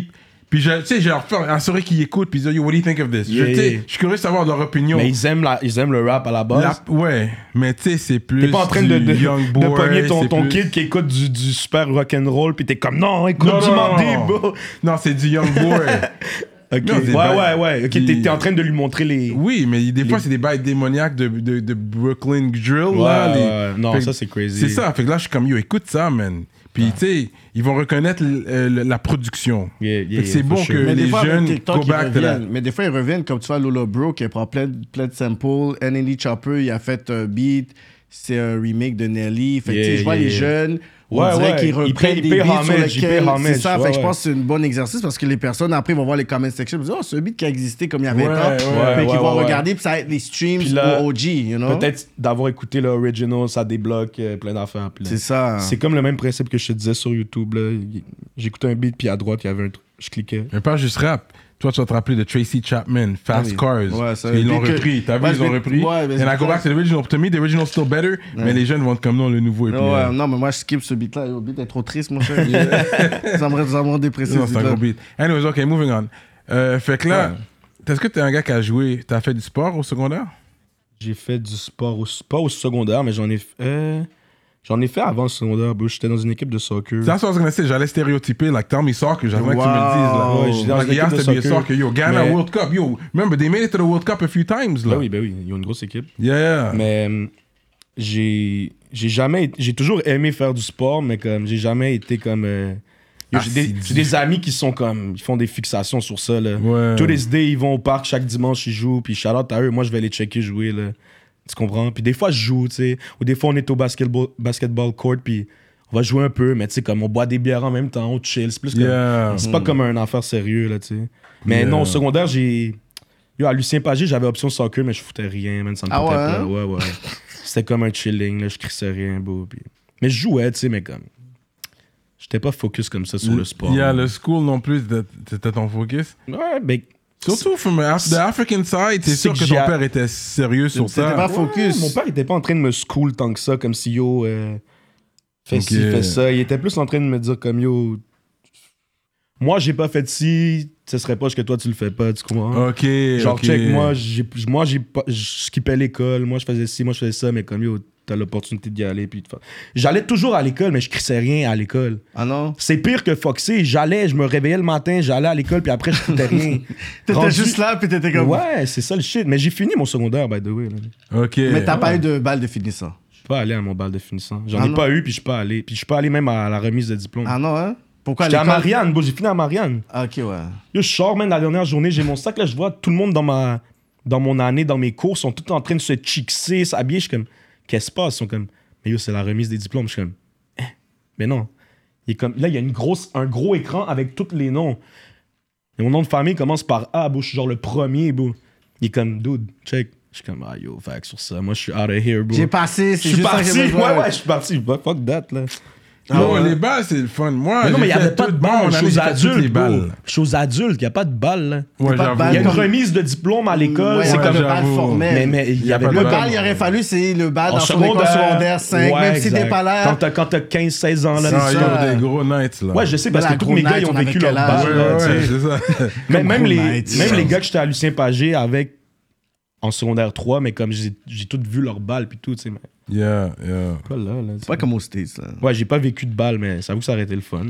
Puis, je- tu sais, j'ai leur fait assurer qu'ils écoutent, puis ils disent, yo, what do you think of this? Yeah, je, tu sais, yeah. je suis curieux de savoir leur opinion. Mais ils aiment, la, ils aiment le rap à la base. La- ouais, mais tu sais, c'est plus. T'es pas en train de, de, du young boy, de pogner ton, c'est ton plus- kid qui écoute du, du super rock'n'roll, pis t'es comme non, écoute Non, du non, Mandy, non. bro. Non, c'est du young boy. Ok, Non, c'est ouais, bad. ouais, ouais. Ok, Puis- t'es, t'es en train de lui montrer les. Oui, mais des fois, Les- c'est des bails démoniaques de, de, de Brooklyn Drill. Ouais, là, les- ouais. Non, Fait ça que c'est crazy. C'est ça. Fait que là, je suis comme, yo, écoute ça, man. Puis, tu sais, ils vont reconnaître l- euh, la production. Yeah, yeah, Fait que yeah, c'est for bon sure. que Mais des les fois, jeunes avec TikTok, go ils back to that. reviennent. Mais des fois, ils reviennent, comme tu vois, Lola Bro, qui prend plein, de- plein de samples. N L E Chopper, il a fait un beat. C'est un remake de Nelly. Fait que, Yeah, tu sais, je vois yeah, les yeah. jeunes. On Ouais, dirait ouais. qu'ils Ils reprennent paient- ils des paient beats sur homage, ils lesquels... paient homage, C'est ça. ouais, fait que je ouais. pense que c'est un bon exercice parce que les personnes, après, vont voir les comment sections. Ils vont dire, oh, c'est un beat qui a existé comme il y avait Ouais, temps. ouais, Puis ouais, qu'ils vont ouais, regarder, puis ça va être les streams Puis là, au O G, you know? Peut-être d'avoir écouté l'original, ça débloque euh, plein d'affaires. Puis là, C'est ça. C'est comme le même principe que je te disais sur YouTube. Là. J'écoutais un beat, puis à droite, il y avait un truc. Je cliquais. Mais pas juste rap. Toi, tu vas te rappeler de Tracy Chapman, Fast Ah oui. Cars. Ouais, ça- ils l'ont que- repris. T'as vu, Ouais, ils l'ont mais- repris. ouais, mais And I c'est go back to the original. To me, the original is still better. Mais les jeunes vont être comme non, le nouveau est plus. Ouais, euh, non, mais moi, je skip ce beat-là. Le beat est trop triste, mon cher. ça me rend, ça me rend dépressif. Non, ce c'est un beat-là. gros beat. Anyways, ok, moving on. Euh, fait que là, est-ce que t'es un gars qui a joué, t'as fait du sport au secondaire? J'ai fait du sport, au, pas au secondaire, mais j'en ai fait. euh, J'en ai fait avant le secondaire, bro. J'étais dans une équipe de soccer. C'est ça, ce que je connaissais. J'allais stéréotyper, like, tell me soccer. J'aimerais que tu me le dises, là. Ouais, j'étais dans Like, une he has équipe to de be a soccer. soccer. Yo, Ghana Mais- World Cup. Yo, remember, they made it to the World Cup a few times, là. Ben oui, ben oui, ils ont une grosse équipe. Yeah. Mais hum, j'ai j'ai jamais été- j'ai toujours aimé faire du sport, mais comme j'ai jamais été comme euh, yo, Ah, j'ai des, c'est j'ai des amis qui sont comme ils font des fixations sur ça là. Ouais. Tous les days ils vont au parc chaque dimanche ils jouent puis shout out à eux, moi je vais les checker jouer là. Tu comprends? Puis des fois je joue, tu sais, ou des fois on est au basketball basketball court puis on va jouer un peu, mais tu sais comme on boit des bières en même temps, on chill, c'est plus comme Yeah. c'est pas comme un affaire sérieux là, tu sais. Mais Yeah. non, au secondaire, j'ai yo à Lucien Pagé, j'avais option soccer mais je foutais rien, man, ça me Ah tentait ouais, pas. hein? Ouais ouais. C'était comme un chilling, là, je crissais rien, beau. Puis... Mais je jouais, tu sais, mais comme. J'étais pas focus comme ça sur le sport. Yeah, là. le school non plus, that- c'était ton focus. Ouais, ben. Surtout from Af- the African side, c'est c'est sûr que que j'ai ton a- père était sérieux sur C'était ça. pas Ouais, focus. mon père était pas en train de me school tant que ça, comme si yo. Euh, fais ci, Ok. fais ça. Il était plus en train de me dire comme yo. Moi, j'ai pas fait ci, ce serait pas que toi, tu le fais pas, tu comprends? Ok, Genre, ok. check, moi, j'ai, moi, j'ai pas, je skippais l'école, moi, je faisais ci, moi, je faisais ça, mais comme yo, t'as l'opportunité d'y aller. Puis de faire- J'allais toujours à l'école, mais je crissais rien à l'école. Ah non? C'est pire que Foxy. J'allais, je me réveillais le matin, j'allais à l'école, puis après, je foutais rien. T'étais Rendu- juste là, puis t'étais comme... Ouais, c'est ça le shit. Mais j'ai fini mon secondaire, by the way. là. Ok. Mais t'as pas eu de balle de finissant. Je suis pas allé à mon bal de finissant. J'en Ah ai non? pas eu, puis je suis pas allé. Puis je suis pas allé même à la remise de diplôme. Ah non, hein? Pourquoi à J'étais à l'école? Marianne, bro. J'ai fini à Marianne. Ah, ok, ouais. Yo, je sors, même la dernière journée, j'ai mon sac, là, je vois tout le monde dans ma dans mon année, dans mes cours, sont tous en train de se chixer, s'habiller. Je suis comme, qu'est-ce qui se passe? Ils sont comme, mais yo, c'est la remise des diplômes. Je suis comme, eh, mais non. Il est comme, là, il y a une grosse, un gros écran avec tous les noms. Et mon nom de famille commence par A, bro. Je suis genre le premier, bro. Il est comme, dude, check. Je suis comme, ah yo, fac sur ça. Moi, je suis out of here, bro. J'ai passé, Je c'est suis juste ça que parti. j'ai besoin. Ouais, ouais, je suis parti. Fuck that, là. Non, Ah ouais. les balles, c'est le fun. Moi, Mais non, j'ai mais il n'y fait avait pas tout de bon, balles. mon Je année, suis aux j'ai fait toutes les adultes, bro. balles. Je suis aux adultes, il n'y a pas de balles, là. Ouais, pas de j'avoue. balles Il y a une comme- remise de diplôme à l'école. Ouais, c'est ouais, comme. le bal j'avoue. formel. Mais, mais il y y a avait pas de Le pas balle. bal, il aurait fallu, c'est le bal En dans son école secondaire cinq, ouais, même si exact. t'es pas là. Quand t'as, quand t'as quinze seize ans, là. Non, c'est yo, ça. des gros nights, là. Ouais, je sais, parce Mais que la tous mes gros gars, ils ont night, on vécu avait leur quel âge? bal, Ouais, là, ouais, tu ouais, sais. c'est ça. Mais même Gros les, night. même les gars que j'étais à Lucien Pagé avec en secondaire trois, mais comme j'ai, j'ai tout vu leur balle, puis tout, tu sais. Mais... Yeah, yeah. Pas là, là. C'est pas comme aux States, là. Ouais, j'ai pas vécu de balle, mais ça avoue que ça aurait été le fun.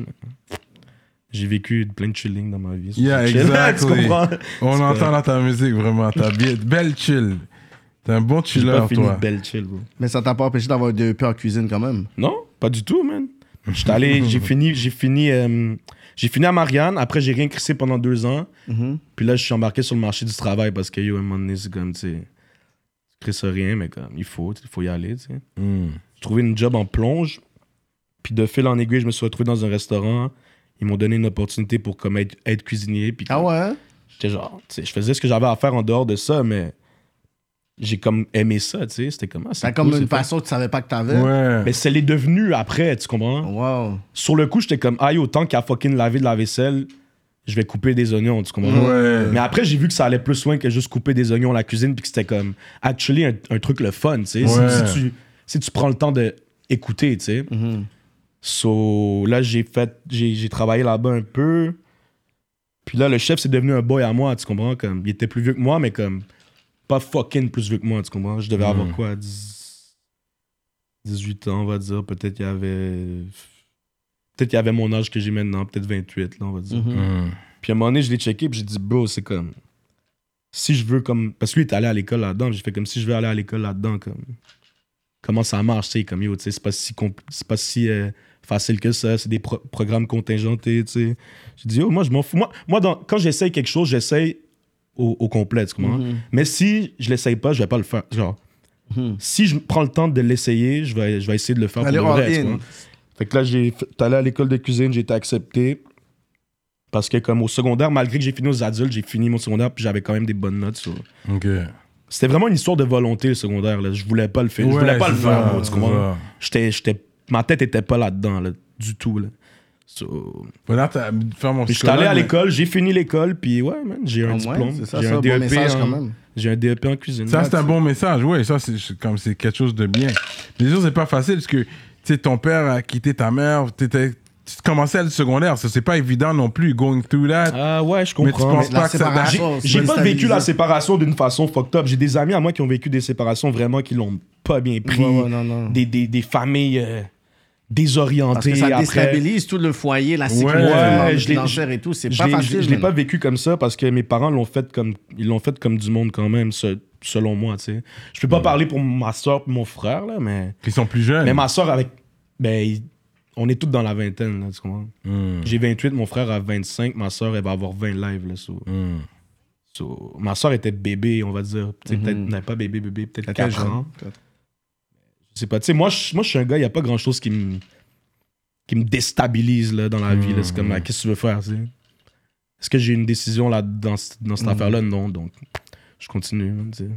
J'ai vécu plein de chilling dans ma vie. Yeah, Chill, exactly. tu comprends? On C'est entend correct. dans ta musique, vraiment. T'as bien, belle chill. T'es un bon J'ai chiller, pas fini toi. de belle chill, bro. Mais ça t'a pas empêché d'avoir deux peu en cuisine quand même. Non, pas du tout, man. J'étais allé, j'ai fini, j'ai fini, euh, j'ai fini à Marianne. Après, j'ai rien crissé pendant deux ans. Mhm. Puis là, je suis embarqué sur le marché du travail parce que, yo, à un moment donné, c'est comme, tu sais, tu crisses rien, mais comme, il faut, il faut y aller, tu sais. Mm. J'ai trouvé une job en plonge. Puis de fil en aiguille, je me suis retrouvé dans un restaurant. Ils m'ont donné une opportunité pour comme être, être cuisinier. Puis Ah ouais? j'étais genre, tu sais, je faisais ce que j'avais à faire en dehors de ça, mais j'ai comme aimé ça, tu sais. C'était comme, ah, c'est T'as cool, comme c'est une fun. passion que tu savais pas que t'avais. Ouais. Mais c'est les devenu après, tu comprends? Wow. Sur le coup, j'étais comme, aïe, autant qu'à fucking laver de la vaisselle, je vais couper des oignons, tu comprends? Ouais. Mais après, j'ai vu que ça allait plus loin que juste couper des oignons à la cuisine, puis que c'était comme, actually, un, un truc le fun, tu sais. Si- Ouais. Si, tu, si tu prends le temps d'écouter, tu sais. Mhm. So, là, j'ai fait, j'ai, j'ai travaillé là-bas un peu. Puis là, le chef, c'est devenu un boy à moi, tu comprends? Comme, il était plus vieux que moi, mais comme, pas fucking plus vieux que moi, tu comprends? Je devais Mm. avoir quoi? dix... dix-huit ans, on va dire. Peut-être qu'il y avait... Peut-être qu'il y avait mon âge que j'ai maintenant, peut-être vingt-huit, là, on va dire. Mhm. Mm. Puis à un moment donné, je l'ai checké, puis j'ai dit, bro, c'est comme... Si je veux comme... Parce que lui, il est allé à l'école là-dedans, j'ai fait comme si je veux aller à l'école là-dedans, comme... Comment ça marche, tu sais, comme yo, tu sais, c'est pas si, compl- c'est pas si euh, facile que ça, c'est des pro- programmes contingentés, tu sais. J'ai dit, oh, moi, je m'en fous. Moi, moi dans, quand j'essaye quelque chose, j'essaye au, au complet, tu comprends? Mhm. Mais si je l'essaye pas, je vais pas le faire. Genre, Mhm. si je prends le temps de l'essayer, je vais, je vais essayer de le faire Allez, pour le all vrai, tu in. comprends? Fait que là, j'ai fait- t'es allé à l'école de cuisine, j'ai été accepté. Parce que comme au secondaire, malgré que j'ai fini aux adultes, j'ai fini mon secondaire, puis j'avais quand même des bonnes notes. sur- OK. C'était vraiment une histoire de volonté, le secondaire. Là. Je voulais pas le faire. je Ouais, voulais pas le c'est faire, ça, moi, tu c'est comprends? ça. J'étais, j'étais, ma tête était pas là-dedans, là, du tout. Là. So, Voilà, t'as faire mon puis j'étais allé à psychologue, l'école, j'ai fini l'école, puis ouais, man, j'ai un Au moins, diplôme. c'est ça, j'ai ça, un un D E bon P message en, quand même. J'ai un D E P en cuisine. Ça, c'est un bon message. Oui, ça, c'est c'est comme c'est quelque chose de bien. Mais sûr, c'est pas facile parce que, tu sais, ton père a quitté ta mère, t'étais- tu commençais à le secondaire. Ça, c'est pas évident non plus, going through that. Ah ouais, je mais tu comprends. penses La pas que ça t'a- séparation, J'ai c'est pas vécu la déstabilisé. séparation d'une façon fucked up. J'ai des amis à moi qui ont vécu des séparations vraiment qui l'ont pas bien pris. Ouais, ouais, non, non. Des, des, des familles euh, Parce désorientées. que ça après. déstabilise tout le foyer, la sécurité Ouais, je l'ai- financière et tout. C'est Je pas l'ai- facile. je, je l'ai man. pas vécu comme ça parce que mes parents l'ont fait comme ils l'ont fait comme du monde quand même, se- selon moi, tu sais. Je peux pas parler pour ma soeur et mon frère là, mais Ils sont plus jeunes. mais ma soeur avec ben il- on est tous dans la vingtaine là, tu comprends? Mm. J'ai vingt-huit, mon frère a vingt-cinq, ma soeur elle va avoir vingt live là, so- Mm. so- ma soeur était bébé, on va dire, tu sais, Mhm. peut-être non, pas bébé bébé, peut-être À quel quatre jeune? ans. Je sais pas, tu sais, moi je moi, je suis un gars, il y a pas grand-chose qui me qui me déstabilise là, dans la vie là, c'est comme ah, qu'est-ce que tu veux faire, tu sais? Est-ce que j'ai une décision là dans, c- dans cette Mhm. affaire-là? Non, donc je continue. Man, tu sais.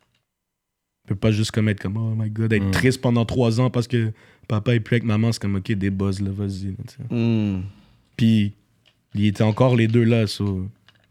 Je peux pas juste comme être comme oh my god, être Mhm. triste pendant trois ans parce que papa est plus avec maman, c'est comme ok, des buzz là, vas-y. là, tu sais. Hmm. Puis il était encore les deux là, so.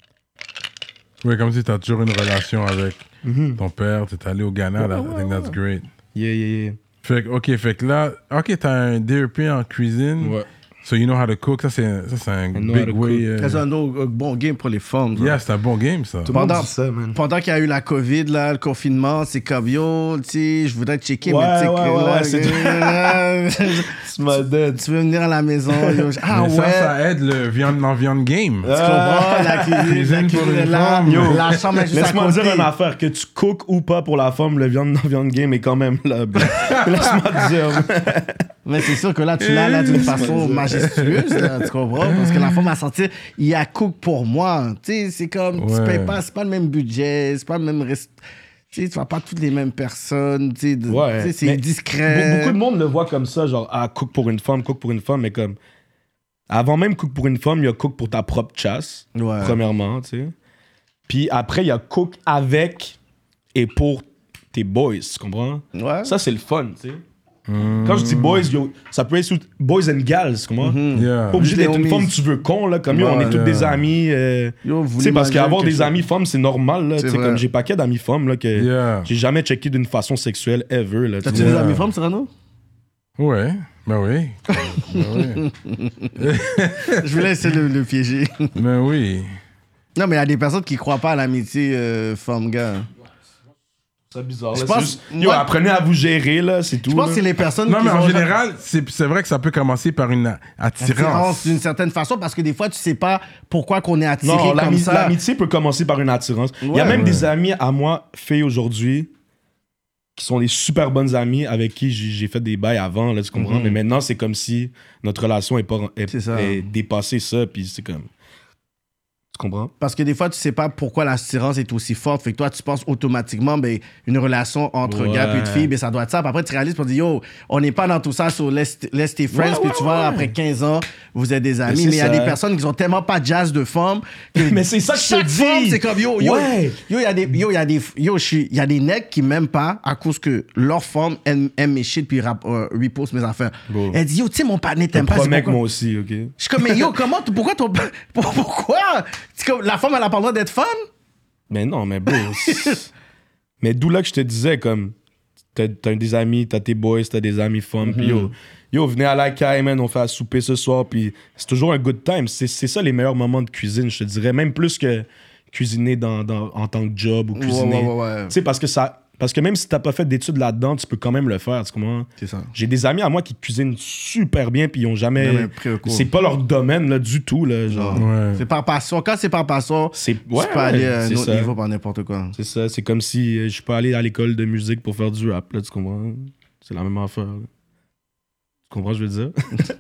Oui, comme si t'as toujours une relation avec Mhm. ton père, t'es allé au Ghana, Ouais, that- ouais, I think that's great. Yeah, yeah, yeah. Fait que, ok, fait que là, ok, t'as un D E P en cuisine, Ouais. so you know how to cook, ça c'est, ça, c'est un I know how big to way. cook. euh, C'est un autre- un bon game pour les femmes. ça. yeah, c'est un bon game, ça. Tout le monde Pendant- dit ça, man. Pendant qu'il y a eu la COVID, là, le confinement, c'est comme yo, tu sais, je voudrais te checker, Ouais, mais tu sais ouais, que ouais, là, ouais, c'est- euh, Tu m'as dead. tu veux venir à la maison, yo. Ah Mais ouais. ça, ça aide le viande non viande game. Tu comprends? La cuisine, Cuisine la pour cuisine une est là. femme. Yo. La chambre est juste à Laisse-moi côté. dire une affaire, que tu cookes ou pas pour la femme, le viande non viande game est quand même là. bro. Laisse-moi te dire. Mais c'est sûr que là, tu l'as là d'une façon majestueuse, là, tu comprends? Parce que la femme a senti, il y a cook pour moi. Tu sais, c'est comme, tu Ouais. payes pas, c'est pas le même budget, c'est pas le même rest... Tu sais, tu vas pas toutes les mêmes personnes, tu sais, de- Ouais, tu sais, c'est mais discret. Be- Beaucoup de monde le voit comme ça, genre, ah, cook pour une femme, cook pour une femme, mais comme. Avant même cook pour une femme, il y a cook pour ta propre chasse, Ouais. premièrement, tu sais. Puis après, il y a cook avec et pour tes boys, tu comprends? Ouais. Ça, c'est le fun, tu sais. Quand je dis boys, yo, ça peut être sous- boys and gals, tu comprends? Yeah. Pas obligé Les d'être une homies. femme, tu veux con, là, comme yo, on Ouais, est tous yeah. des amis. euh, Yo, vous tu sais, parce l'imaginez qu'avoir quelque des chose. amis femmes, c'est normal, là. C'est Tu sais, vrai. comme j'ai paquet d'amis femmes, là, que Yeah. j'ai jamais checké d'une façon sexuelle ever, là. tu T'as-tu sais. des Yeah. amis femmes, Cyrano? Ouais, ben oui. ben oui. Je voulais essayer de le, le piéger. Ben oui. Non, mais il y a des personnes qui croient pas à l'amitié euh, femme-gars. C'est bizarre. Je là, pense- c'est juste- Yo, moi- apprenez à vous gérer, là, c'est tout. Je pense là. que c'est les personnes Non, qui mais en ont général, c'est c'est vrai que ça peut commencer par une a- attirance. attirance d'une certaine façon parce que des fois, tu sais pas pourquoi qu'on est attiré Non, comme l'ami- ça. l'amitié peut commencer par une attirance. Il y a Ouais. même Ouais. des amis à moi, filles aujourd'hui, qui sont des super bonnes amies avec qui j'ai j'ai fait des bails avant, là, tu comprends? Mhm. Mais maintenant, c'est comme si notre relation est, pas, est, C'est ça. est dépassée ça, puis c'est comme... Tu comprends? Parce que des fois, tu sais pas pourquoi l'attirance est aussi forte. Fait que toi, tu penses automatiquement, ben, une relation entre Ouais. gars et de filles, ben, ça doit être ça. Puis après, tu réalises pour dire, yo, on n'est pas dans tout ça, so laisse, laisse tes friends. Ouais, puis ouais, tu vois, ouais. après quinze ans, vous êtes des amis. c'est Mais il y a ça. des personnes qui ont tellement pas de jazz de femmes. que Mais c'est ça que je te chaque dis. femme, c'est comme, yo, yo, Ouais. yo, il y a des, yo, il y a des, yo, je suis, il y a des necks qui m'aiment pas à cause que leur femme aime, aime mes shit puis rap, euh, repost mes affaires. Bon. Elle dit, yo, tu sais, mon panier Je t'aime pas. c'est promets que pourquoi- moi aussi, OK? Je suis comme, mais yo, comment, t- pourquoi ton, pourquoi? C'est comme, la femme, elle a pas le droit d'être fan? Mais non, mais bro... c'est- mais d'où là que je te disais, comme... t'as, t'as des amis, t'as tes boys, t'as des amis femmes, mm-hmm. puis yo, yo, venez à la caille, man, on fait à souper ce soir, puis c'est toujours un good time. C'est, c'est ça les meilleurs moments de cuisine, je te dirais, même plus que cuisiner dans, dans, en tant que job ou cuisiner. Ouais, ouais, ouais, ouais. Tu sais, parce que ça... Parce que même si t'as pas fait d'études là-dedans, tu peux quand même le faire, tu comprends? C'est ça. J'ai des amis à moi qui cuisinent super bien, puis ils ont jamais... C'est pas leur domaine, là, du tout, là, genre... Ouais. C'est par passion. Quand c'est par passion, c'est... Ouais, tu peux ouais, aller à un autre ça. niveau par n'importe quoi. C'est ça, c'est comme si euh, je peux aller à l'école de musique pour faire du rap, là, tu comprends? C'est la même affaire, là. Tu comprends ce que je veux dire?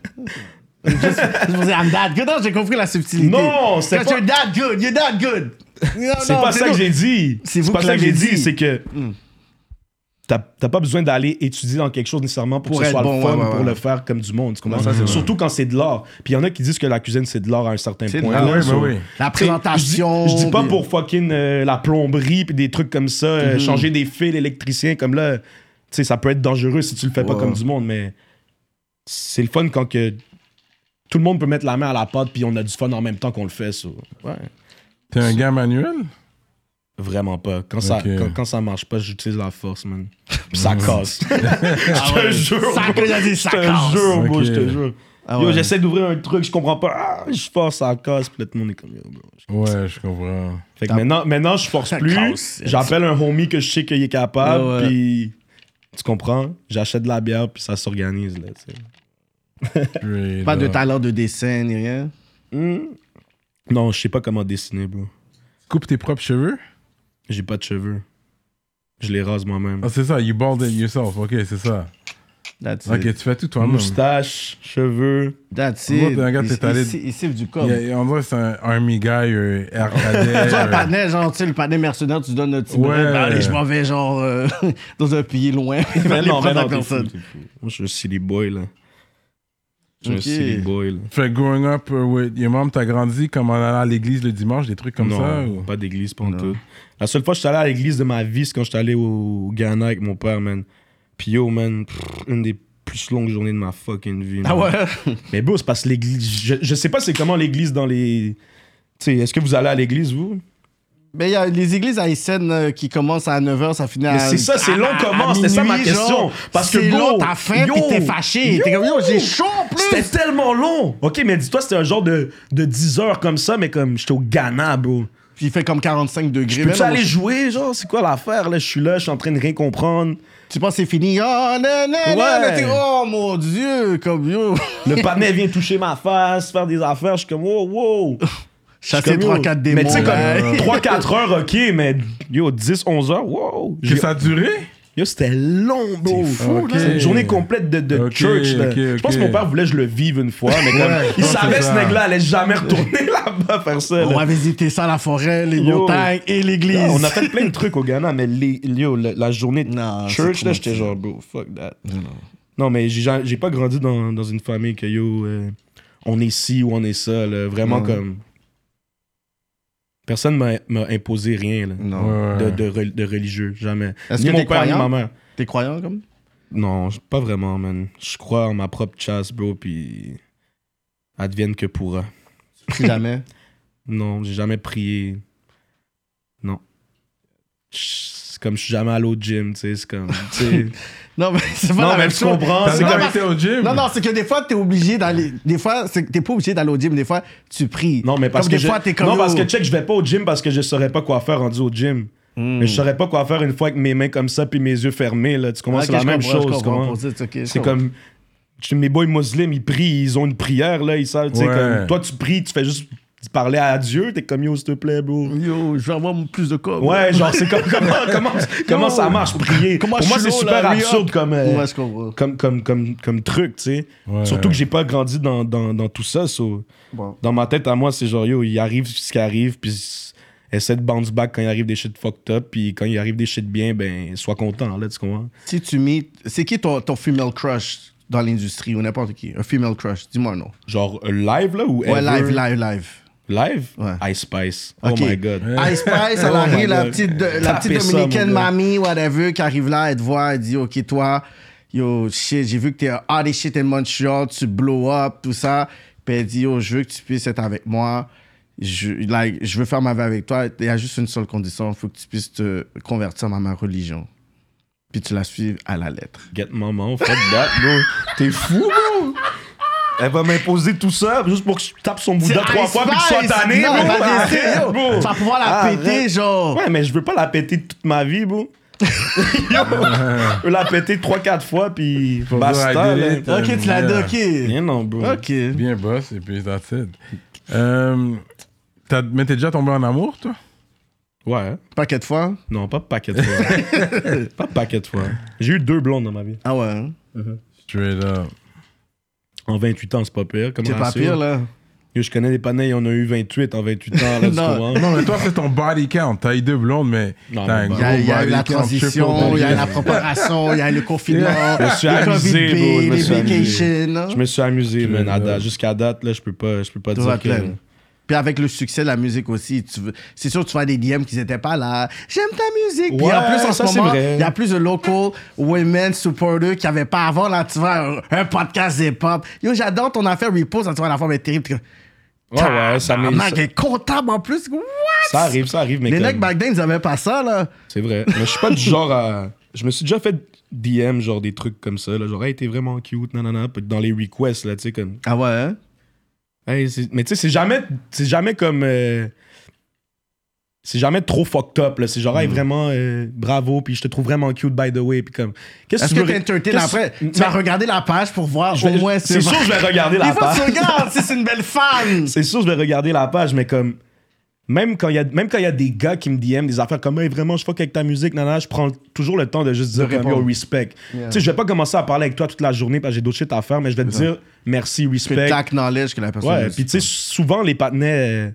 Just, I'm that good. Non, j'ai compris la subtilité. Non, c'est pas... You're that good, you're that good. Non, c'est non, pas c'est ça nous. que j'ai dit. C'est, vous c'est pas qui ça que j'ai l'avez dit, dit. c'est que... Mm. T'as, t'as pas besoin d'aller étudier dans quelque chose nécessairement pour, Pour que ce être soit bon, le fun, ouais, ouais, pour ouais. le faire comme du monde. Tu comprends? Ouais, ça, c'est Surtout quand c'est de l'art. Puis il y en a qui disent que la cuisine, c'est de l'art à un certain C'est de point. l'art. là, Ah oui, so- bah oui. La présentation. Je dis, je dis pas puis- pour fucking euh, la plomberie puis des trucs comme ça, euh, Mhm. changer des fils, l'électricien, comme là, tu sais, ça peut être dangereux si tu le fais pas Ouais. comme du monde, mais c'est le fun quand que tout le monde peut mettre la main à la pâte puis on a du fun en même temps qu'on le fait. So. Ouais. T'es un gars manuel? Vraiment pas. Quand, ça, Ok. quand, quand ça marche pas, j'utilise la force, man. Puis ça Mhm. casse. Ah Je te ouais. jure. Ça, bro. il a dit, ça Je te casse. jure, bro, Ok. je te jure. Ah Yo, ouais. j'essaie d'ouvrir un truc, je comprends pas. Ah, je force, ça casse. Puis là, tout le monde est comme yo, bro. Ouais, je comprends. Fait que T'as- maintenant, maintenant, je force Ça plus. casse. J'appelle un homie que je sais qu'il est capable. Ouais, ouais. Puis, tu comprends? J'achète de la bière, puis ça s'organise, là, tu sais. Straight Pas de up. talent de dessin ni rien. Hmm. Non, je sais pas comment dessiner, bro. Coupe tes propres cheveux? J'ai pas de cheveux. Je les rase moi-même. Ah, c'est ça, you bald it yourself. Ok, c'est ça. That's Ok, it. tu fais tout toi-même. Moustache, cheveux. That's Moi, it. t'es un gars, Il- t'es allé- il si- Il siffle du corps. Il y a- on dirait que c'est un army guy, euh, air cadet. Tu vois, le euh, panais, genre, tu sais, le panais mercenaire, tu donnes un petit Ouais. brevet, ben, allez, je m'en vais, genre, euh, dans un pays loin. Mais Aller non, mais prendre la non, t'es fou, personne. t'es fou. Moi, je suis un silly boy, là. Je suis Ok. un silly boy, là. Fait que growing up uh, with your mom, t'as grandi comme en allant à l'église le dimanche, des trucs comme non, ça? Ou... pas d'église, pas en Non. tout. La seule fois que je suis allé à l'église de ma vie, c'est quand je suis allé au Ghana avec mon père, man. Puis yo, man, pff, une des plus longues journées de ma fucking vie. Ah man. ouais? Mais bro, c'est parce que l'église... Je, je sais pas c'est comment l'église dans les... Tu sais, est-ce que vous allez à l'église, vous? Mais il y a les églises haïtiennes euh, qui commencent à neuf heures, ça finit à. Mais c'est ça, c'est à- long à- comment? à C'était ça ma minuit, question. genre. Parce que c'est bro, long, t'as faim, yo, pis t'es fâché. T'es comme, yo, j'ai chaud en plus. C'était tellement long. Ok, mais dis-toi, c'était un genre de, de dix heures comme ça, mais comme j'étais au Ghana, bro. Puis il fait comme quarante-cinq degrés. Peux-tu Mais non, aller moi, jouer, genre? C'est quoi l'affaire, là? Je suis là, je suis en train de rien comprendre. Tu penses que c'est fini? Oh, non, non, Ouais. non. T'es, oh, mon Dieu, comme yo. Le panais vient toucher ma face, faire des affaires. Je suis comme, wow, wow. Chasser trois quatre démons. Mais tu sais, là. comme trois quatre heures, ok, mais yo, dix onze heures, wow. Que J'ai- ça a duré? Yo, c'était long, bro. C'est fou, C'est là. une journée complète de, de Ok, church, là. ok, Je pense ok. que mon père voulait que je le vive une fois, mais comme, Ouais, je il pense savait que ce ça- nègre-là allait jamais retourner là-bas faire ça. On là. va visiter ça, la forêt, les Yo. montagnes et l'église. Yeah, on a fait plein de trucs au Ghana, mais les, yo, la, la journée de Non, church, c'est là, trop j'étais petit. genre, bro, fuck that. Non, mais j'ai, ja- j'ai pas grandi dans, dans une famille que, yo, euh, on est ci ou on est ça, là. Vraiment Ouais. comme... Personne m'a, m'a imposé rien, là. Non. Ouais. De, de, re- de religieux, jamais. Est-ce Ni que mon t'es père, ni croyant? ma mère. T'es croyant, comme? Non, j- pas vraiment, man. Je crois en ma propre chasse, bro, puis advienne que pourra. Si jamais. Non, j'ai jamais prié. Non. Je- C'est comme je suis jamais allé au gym, tu sais, c'est comme... tu sais. Non, mais c'est pas Non, la mais même tu chose. comprends, T'as c'est jamais comme- été au gym? Non, non, c'est que des fois, t'es obligé d'aller. Des fois, c'est que t'es pas obligé d'aller au gym. Des fois, tu pries. Non, mais parce comme que des je... fois, t'es comme. Non, parce yo. que check, je vais pas au gym parce que je saurais pas quoi faire rendu au gym. Hmm. Mais je saurais pas quoi faire une fois avec mes mains comme ça puis mes yeux fermés, là. Tu comprends? Ok, c'est la je même comprends, je chose, comprends, comment? pour ça, c'est ok, je C'est comprends. comme... tu- Mes boys musulmans, ils prient, ils ont une prière, là, ils savent, tu sais, Ouais. comme... Toi, tu pries, tu fais juste parler à Dieu, t'es comme, yo, s'il te plaît, bro. Yo, je vais avoir plus de corps. Ouais, genre, c'est comme, comment, comment, comment ça marche, prier? Comment Pour moi, je c'est suis super là, absurde comme, euh, Ouais, je comprends. comme, comme, comme, comme truc, tu sais. Ouais. Surtout que j'ai pas grandi dans, dans, dans tout ça, so, Bon. dans ma tête, à moi, c'est genre, yo, il arrive ce qui arrive, puis s- essaie de bounce back quand il arrive des shit fucked up, puis quand il arrive des shit bien, ben, sois content, là, tu comprends? Si tu meets. C'est qui ton, ton female crush dans l'industrie ou n'importe qui? Un female crush, dis-moi un nom. Genre, euh, live, là, ou Ouais, ever? live, live, live. Live? Ouais. Ice Spice. Ok. Oh my God. Ice Spice, elle Oh arrive, my la God. petite, de- la petite Tapez ça, dominicaine mon gars. mamie, whatever, qui arrive là, elle te voit, elle dit, OK, toi, yo, shit, j'ai vu que t'es hot as shit in Montreal, tu blow up, tout ça. Puis elle dit, yo, je veux que tu puisses être avec moi. Je, like, je veux faire ma vie avec toi. Il y a juste une seule condition, il faut que tu puisses te convertir à ma religion. Puis tu la suis à la lettre. Get maman, fuck that, bro. T'es fou, bro. Elle va m'imposer tout ça juste pour que je tape son bouddha trois fois puis que je sois tanné, Non, bro. elle va Arrête, laisser, yo. bro. Tu vas pouvoir la Arrête. péter, genre. Ouais, mais je veux pas la péter toute ma vie, bro. Yo, je veux la péter trois quatre fois puis Faut basta, dire, I là. did it. Ok, tu l'as dit, ok. Rien non, bro. Ok. Bien boss, et puis that's it. Euh, t'as- mais t'es déjà tombé en amour, toi? Ouais. Paquet de fois. Non, pas paquet de fois. Pas paquet de fois. J'ai eu deux blondes dans ma vie. Ah ouais. Hein? Straight up. En vingt-huit ans, c'est pas pire. Comme C'est pas ratio. pire, là. Yo, je connais des panais, on a eu vingt-huit en vingt-huit ans, là, tu Non. comprends? Non, mais toi, c'est ton body count. T'as eu deux blondes, mais Non, t'as un mais gros Il y a, il y a body la count, transition, triple il y a body la count. préparation, il y a le confinement, Je me suis le amusé, COVID bro, je me les suis amusé. vacations. Je me suis amusé, man. à là. date. Jusqu'à date, là, je peux pas, je peux pas Tout dire va que... plein. Puis avec le succès de la musique aussi, tu veux- c'est sûr que tu vas des D M qui n'étaient pas là. J'aime ta musique. Puis Ouais, en plus, en ça, ce c'est moment, vrai. il y a plus de local women supporters qu'il n'y avait pas avant. Là, tu vois, un, un podcast hip-hop. Yo, j'adore ton affaire Repose. Tu vois, la forme est terrible. Tu- Ouais, ouais, ça m'est... Tabarnak, ça- elle est comptable en plus. What? Ça arrive, ça arrive, mais Les comme- mecs back then, ils n'avaient pas ça, là. C'est vrai. Mais je suis pas du genre à... Je me suis déjà fait D M, genre des trucs comme ça, là. Genre, hey, t'es vraiment cute, nanana. Puis dans les requests, là, tu sais, comme... Ah ouais, hein? Hey, c'est- mais tu sais, c'est jamais, c'est jamais comme. euh, c'est jamais trop fucked up, là. C'est genre, Mm. hey, vraiment, euh, bravo, puis je te trouve vraiment cute, by the way. Puis comme. Qu'est-ce Est-ce tu que veux- tu entertain qu'est-ce- après? Tu Mais- vas regarder la page pour voir je vais- au moins... C'est sûr, je vais regarder la Des fois, page. tu regardes si c'est une belle fan. C'est sûr, je vais regarder la page, mais comme. Même quand il y a, même quand il y a des gars qui me D M des affaires comme, hey, vraiment, je fuck avec ta musique, nanana, je prends toujours le temps de juste dire, comme, répondre. yo, respect. Yeah. Tu sais, je vais pas commencer à parler avec toi toute la journée parce que j'ai d'autres shit à faire, mais je vais te dire, merci, Que respect. tu acknowledge que la personne... Ouais, est- puis tu sais, souvent les partenaires euh,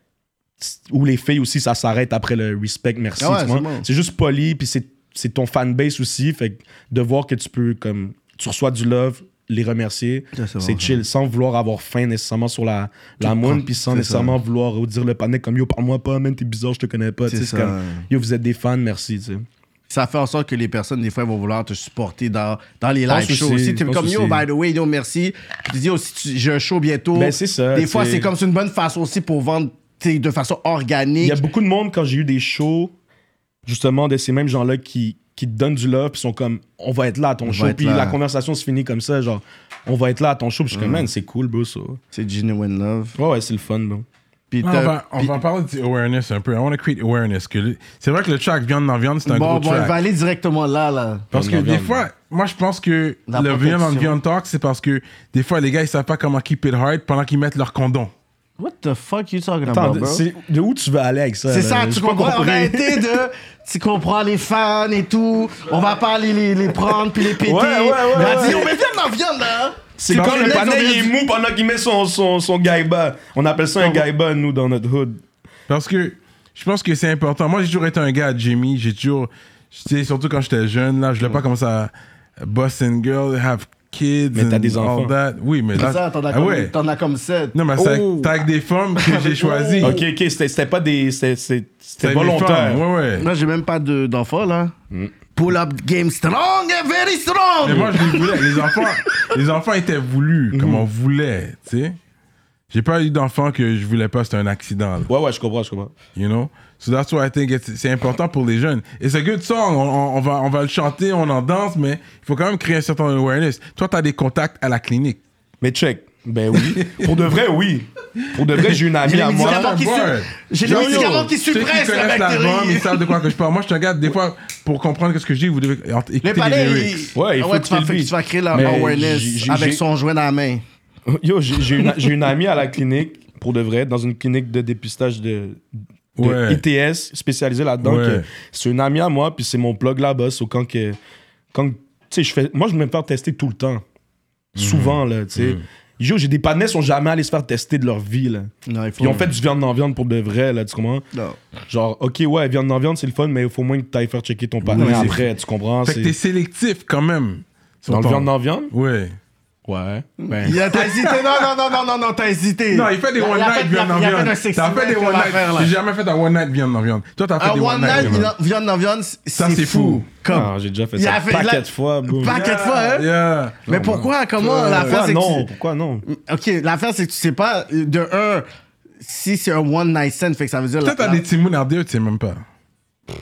ou les filles aussi, ça s'arrête après le respect, merci. Ah ouais, tu vois. c'est bon. C'est juste poli, puis c'est, c'est ton fanbase aussi. Fait que de voir que tu peux, comme, tu reçois du love, les remercier, Ça, c'est c'est bon, chill, sans vouloir avoir faim nécessairement sur la, la moune, puis sans c'est nécessairement vouloir dire le panneau comme yo, parle-moi pas, man, t'es bizarre, je te connais pas. Tu sais, C'est c'est ça. comme yo, vous êtes des fans, merci. Tu sais. Ça fait en sorte que les personnes, des fois, vont vouloir te supporter dans, dans les pense live shows aussi, aussi. je Tu es pense comme, yo, aussi. by the way, yo, merci. Puis tu dis, oh, si tu- j'ai un show bientôt. Ben, c'est ça, Des fois, tu sais. c'est comme, c'est une bonne façon aussi pour vendre tu sais, de façon organique. Il y a beaucoup de monde, quand j'ai eu des shows, justement, de ces mêmes gens-là qui, qui te donnent du love, puis sont comme, on va être là à ton On show, va être puis là. la conversation se finit comme ça, genre, on va être là à ton show, puis je suis comme, man, c'est cool, bro, ça. C'est genuine love. Ouais, ouais, c'est le fun, bro. Puis Non, t'as- on va, on puis- va parler d'awareness un peu. I want to create awareness. Que le- c'est vrai que le track Viande dans Viande, c'est un Bon, gros bon, track. il va aller directement là, là. Parce que Viande dans des Viande. fois, moi je pense que La le Viande dans protection. Viande Talk, c'est parce que des fois les gars ils savent pas comment keep it hard pendant qu'ils mettent leur condom. What the fuck you talking Attends, about, bro? c'est- de où tu veux aller avec ça? C'est là? ça, J'ai tu pas comprends? On compris. va arrêter de... Tu comprends les fans et tout. On va pas les, les, les prendre puis les péter. Ouais, ouais, ouais, Il va ouais. dire, oh, mais viens dans viande, là. C'est Parce quand que le les panel mecs ont il est dit- mou pendant qu'il met son, son, son gaiba. On appelle ça un gaiba, nous, dans notre hood. Parce que je pense que c'est important. Moi j'ai toujours été un gars à Jimmy. J'ai toujours, tu sais, surtout quand j'étais jeune, là, je voulais pas commencer à boss and girl, have kids. Mais t'as and des all enfants. that. Oui, mais là. C'est ça, t'en as, ah comme, ouais. t'en as comme sept. Non, mais c'est Oh. avec- c'est avec des femmes que j'ai choisies. Ok, ok, c'était c'était pas des. C'était c'était- C'est c'était avec des volontaire. femmes, Ouais, ouais. Moi, j'ai même pas de- d'enfants, là. Mm. Pull up game strong and very strong. Mais moi, je les voulais. Les enfants, les enfants étaient voulus, comme on voulait, tu sais. J'ai pas eu d'enfants que je voulais pas, c'était un accident, là, Ouais, ouais, je comprends, je comprends. you know. So that's why I think it's- c'est important pour les jeunes. Et c'est un good song, on, on- on va, on va le chanter, on en danse, mais il faut quand même créer un certain awareness. Toi, t'as des contacts à la clinique. Mais check. Ben oui. Pour de vrai, oui. Pour de vrai, j'ai une amie J'ai à les moi. médicaments qui Word. su- J'ai les Genre, yo, médicaments qui ceux suppressent qui la connaissent l'album, bactérie. ils savent de quoi que je parle. Moi, je te regarde, des fois, pour comprendre ce que je dis, vous devez écouter Les les palais, lyrics. il- Ouais, il Ah faut ouais, que tu vas, tu le fait que vis. tu vas créer leur Mais awareness j'ai- j'ai- avec j'ai- son joint dans la main. Yo, j'ai j'ai une, j'ai une amie à la clinique, pour de vrai, dans une clinique de dépistage de, de Ouais. I T S spécialisée là-dedans. Ouais. que C'est une amie à moi, puis c'est mon plug là-bas. So quand que, quand, tu sais, je fais, moi, je me fais faire tester tout le temps. Souvent, là, tu sais. Yo, j'ai des panais qui sont jamais allés se faire tester de leur vie, là. Non, il faut... Ils ont fait du viande dans viande pour de vrai, là, tu comprends? Non. Genre, ok, ouais, viande dans viande, c'est le fun, mais il faut au moins que tu ailles faire checker ton panais Ouais, c'est- après, tu comprends? Fait que C'est- t'es sélectif quand même. sur Dans le ton- viande dans viande? Ouais. Ouais. Ben, Il a- T'as hésité? Non, non, non, non, non, non, t'as hésité. Non, il fait des Il a- one il a night fait- viande il a- dans il a fait viande. un sexy T'as fait des man one comme affaire, night. là. J'ai jamais fait un one night viande dans viande. Toi, t'as fait Un des one one night night, viande. viande- viande dans viande, Ça, c'est c'est fou. fou. Comme... non, j'ai déjà fait Il ça a fait- paquet il a- de fois, bro. Paquet de fois, hein? Yeah. Mais pourquoi? Comment? L'affaire, Pourquoi c'est que non? tu- Pourquoi non? OK, l'affaire, c'est que tu sais pas, de un, si c'est un one night stand, fait que ça veut dire... Peut-être la- t'as des Timon R D E, tu sais même pas.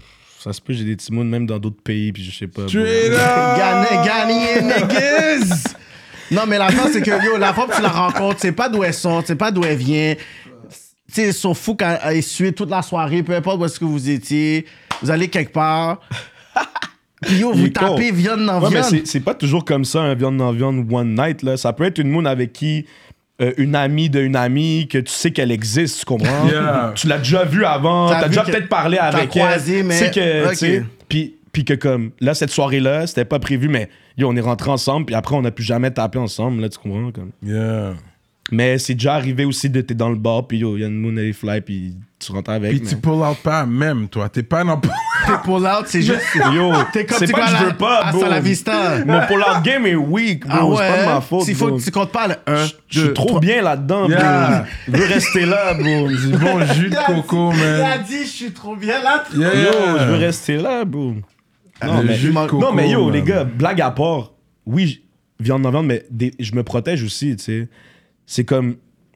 Ça se peut, j'ai des timons même dans d'autres pays, puis je sais pas. Straight up! Gagné, gagné, niggas! Non, mais la fin, c'est que, yo, la fois que tu la rencontres, tu sais pas d'où elles sont, tu sais pas d'où elles viennent. Tu sais, ils sont fous quand elles suivent toute la soirée, peu importe où est-ce que vous étiez. Vous allez quelque part. Puis yo, Il vous est con. tapez viande dans Ouais, mais viande. c'est, c'est pas toujours comme ça, un viande dans viande one night, là. Ça peut être une moune avec qui... euh, une amie d'une amie, que tu sais qu'elle existe, tu comprends? Yeah. Tu l'as déjà vue avant, T'as t'as, vu déjà que- peut-être parlé t'as avec croisé, elle. mais- Tu sais que... Ok. tu sais, Puis, puis que comme... Là, cette soirée-là, c'était pas prévu, mais yo, on est rentrés ensemble, puis après, on n'a plus jamais tapé ensemble, là, tu comprends? Comme... Yeah. Mais c'est déjà arrivé aussi de t'es dans le bar, puis yo, il y a une moon, elle est fly, puis tu rentres avec. Puis mais... tu pull out pas même, toi. T'es pas dans... T'es pull out, c'est juste. Yo, T'es comme c'est tu pas vas que à je la- veux pas, Hasta bro. la vista. Mon pull-out game est weak, bro. Ah ouais? C'est pas de ma faute, S'il faut bro. que tu comptes pas le un, Je suis trop bien là-dedans, Yeah. bro. Je veux rester là, bro. Du bon jus de coco, Il a man. dit, je suis trop bien là. Yeah. Yo, je veux rester là, bro. Non, Le mais, jus de coco, non, mais yo, man. les gars, blague à part, oui, j- viande dans viande, mais des- je me protège aussi, tu sais. C'est comme...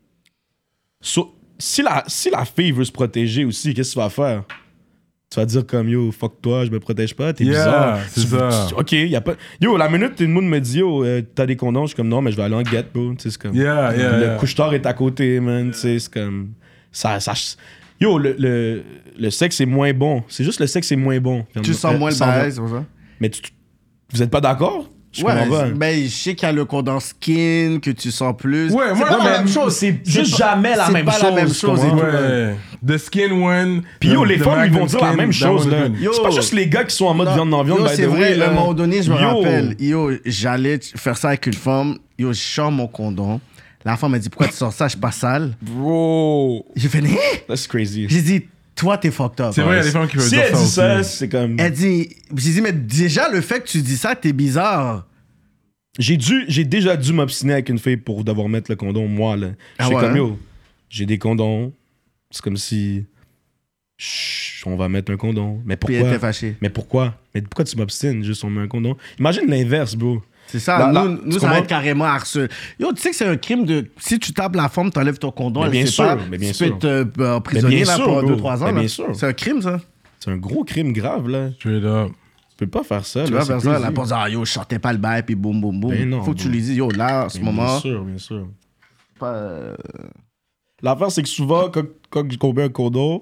So- si, la, si la fille veut se protéger aussi, qu'est-ce que tu vas faire? Tu vas dire comme, yo, fuck toi, je me protège pas, t'es Yeah, bizarre. c'est Tu- ça. tu- ok, y a pas... Yo, la minute une moune me dit, yo, euh, t'as des condoms, je suis comme, non, mais je vais aller en get, bro. Tu sais, c'est comme... Yeah, yeah, le yeah. couche-tard est à côté, man. Tu sais, c'est comme... Ça, ça, yo, le, le, le sexe est moins bon. C'est juste le sexe est moins bon. Tu sens Euh, moins le sans- bail, c'est pour ça? Mais tu, vous êtes pas d'accord? Je Ouais, comprends pas. ben, je sais qu'il y a le condom skin, que tu sens plus. Ouais, moi, c'est pas mais la même chose. c'est C'est juste pas- jamais la c'est même pas la chose, même tu chose et comprends? tout. Ouais. The skin one. Puis yo, the- les the femmes, ils vont Magnum dire la skin, même that chose, one là. good. Yo. C'est pas juste les gars qui sont en mode viande dans viande, Yo, by c'est the vrai, way, à là. un moment donné, je me Yo. rappelle, yo, j'allais faire ça avec une femme, yo, je sors mon condom. La femme m'a dit, pourquoi tu sors ça, je suis pas sale. Bro, J'ai fait, né? that's crazy. J'ai dit, toi, t'es fucked up. C'est vrai, il y a des femmes qui veulent Si dire elle ça dit ça, aussi. c'est comme... Elle dit, j'ai dit, mais déjà, le fait que tu dis ça, t'es bizarre. J'ai dû, j'ai déjà dû m'obstiner avec une fille pour devoir mettre le condom, moi, là. Ah J'étais ouais, comme, hein? yo, j'ai des condoms. C'est comme si... Chut, on va mettre un condom. Mais Puis elle pourquoi? était fâchée. Mais pourquoi? Mais pourquoi tu m'obstines? Juste on met un condom. Imagine l'inverse, bro. C'est ça, La- la- nous, nous tu ça va comprends? être carrément harcelé. Yo, tu sais que c'est un crime de... Si tu tapes la femme, t'enlèves ton condom, Mais elle bien sait sûr, pas, mais bien tu sûr. peux être euh, emprisonné Mais bien là, sûr, pour bro. deux trois ans. Mais là. bien sûr. C'est un crime, ça. C'est un gros crime grave, là. Straight up. Tu peux pas faire ça, Tu là. vas c'est faire ça, la crazy. pose, ah yo, je sortais pas le bail, puis boum, boum, boum. Ben non, Faut que tu bro. lui dises, yo, là, en ce Mais moment, Bien sûr, bien sûr. pas, euh, L'affaire, c'est que souvent, quand, quand je combats un condom,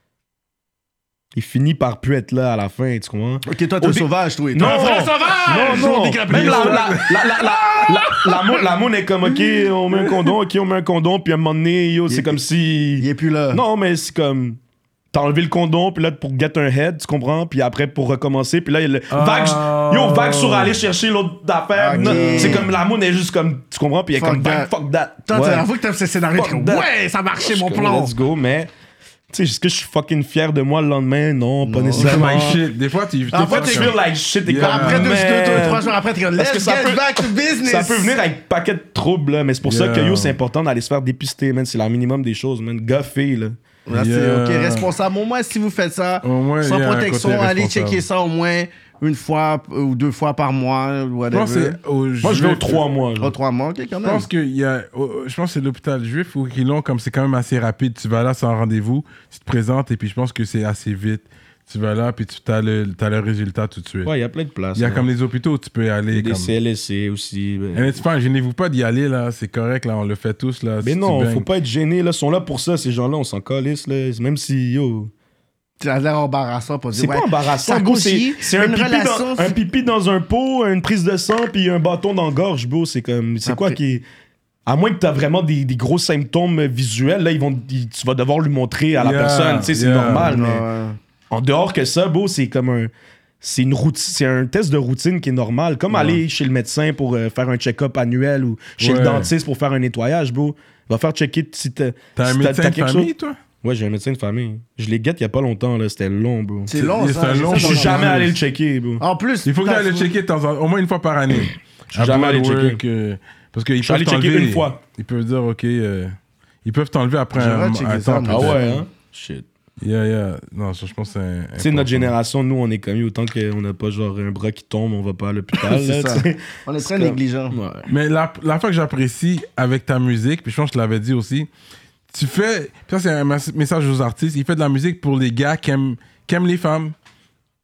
il finit par plus être là à la fin, tu comprends? Ok, toi, t'es Au un dé- sauvage, toi. Non, T'es un vrai sauvage! Non, non. On dit que la Même la, police- la, la, la, la, la, la, moune- la moune est comme, OK, on met un condom, OK, on met un condom, puis à un moment donné, yo, c'est est- comme si... Il est plus là. Non, mais c'est comme... T'as enlevé le condom, puis là, pour get un head, tu comprends? Puis après, pour recommencer, puis là, il y a le... Oh. Vague, yo, vague sur aller chercher l'autre affaire. Ok. Non, c'est comme, la moune est juste comme, tu comprends? Puis il est Fuck comme, vague, that. fuck that. Toi, Ouais. t'avoues que t'aimes ce scénario. Fuck tu dis, that. ouais, ça marchait, Je mon suis comme, plan. Let's go, mais... Tu sais, est-ce que je suis fucking fier de moi le lendemain? Non, pas You feel nécessairement. like shit. Des fois, tu. En des fait, fois, tu Tu feel like shit, t'es Yeah. comme... Après deux, man. deux, deux, trois jours après, t'es comme, Parce let's que ça get peut- back to business. Ça peut venir avec paquet de troubles, là, mais c'est pour ça que Yeah. yo, c'est important d'aller se faire dépister, man. C'est le minimum des choses, man. Gaffer, là. Là, c'est Yeah. ok, responsable. Au moins, si vous faites ça, Au moins, sans il y a un protection, côté allez responsable. checker ça au moins une fois euh, ou deux fois par mois, Je whatever. pense que c'est au Moi, je vais aux juif- trois mois. Oh, genre. trois mois, ok, quand Je même. pense qu'il y a. oh, Je pense que c'est l'hôpital juif où ils l'ont comme c'est quand même assez rapide. Tu vas là sans rendez-vous, tu te présentes et puis je pense que c'est assez vite. Tu vas là puis tu as le, t'as le résultat tout de suite. Ouais, il y a plein de places. Il y a man. comme les hôpitaux où tu peux y Il y aller. a des Comme... C L S C aussi. ben. And it's fine, gênez-vous pas d'y aller là, c'est correct là, on le fait tous là. Mais si non, tu baignes. faut pas être gêné, là. Ils sont là pour ça, ces gens-là. On s'en calisse, là. Même si, yo. Tu as l'air embarrassant pour dire, C'est ouais, pas embarrassant, ça bro. gauche, C'est c'est un, une pipi relation, dans- un c'est- pipi dans un pot, une prise de sang, puis un bâton dans la gorge, bro. C'est comme. C'est quoi Après- qui est. À moins que t'as vraiment des, des gros symptômes visuels, là, ils vont, ils- tu vas devoir lui montrer à la Yeah, personne. Tu sais, c'est yeah. normal, mais. Ouais. En dehors que ça, bro, c'est comme un. C'est une routine, c'est un test de routine qui est normal. Comme Ouais. aller chez le médecin pour euh, faire un check-up annuel ou chez Ouais. le dentiste pour faire un nettoyage, bro. Va faire checker si t'as. T'as un si médecin de quelque famille chose. toi? Ouais, j'ai un médecin de famille. Je l'ai guette il y a pas longtemps, là. C'était long, bro. C'est long, C'est ça. un j'ai long ça Je dans suis le- jamais allé le checker, bro. En plus, Il faut que tu putain, ailles le faut- checker de temps en- au moins une fois par année. Je suis jamais allé checker. Que... Parce qu'ils Je suis peuvent allé checker t'enlever. une fois. Ils peuvent dire, ok, euh, ils peuvent t'enlever après J'aurais un, checké un ça, temps. moi. Ah peut-être. ouais, hein? Shit. Yeah, yeah. Non, ça, je pense que c'est. Tu sais, notre génération, nous, on est comme autant qu'on n'a pas genre un bras qui tombe, on va pas à l'hôpital. C'est là, ça. tu sais. On est très comme- négligent. Ouais. Mais la, la fois que j'apprécie avec ta musique, puis je pense que je l'avais dit aussi, tu fais. Puis ça, c'est un mas- message aux artistes. Il fait de la musique pour les gars qui aiment, qui aiment les femmes.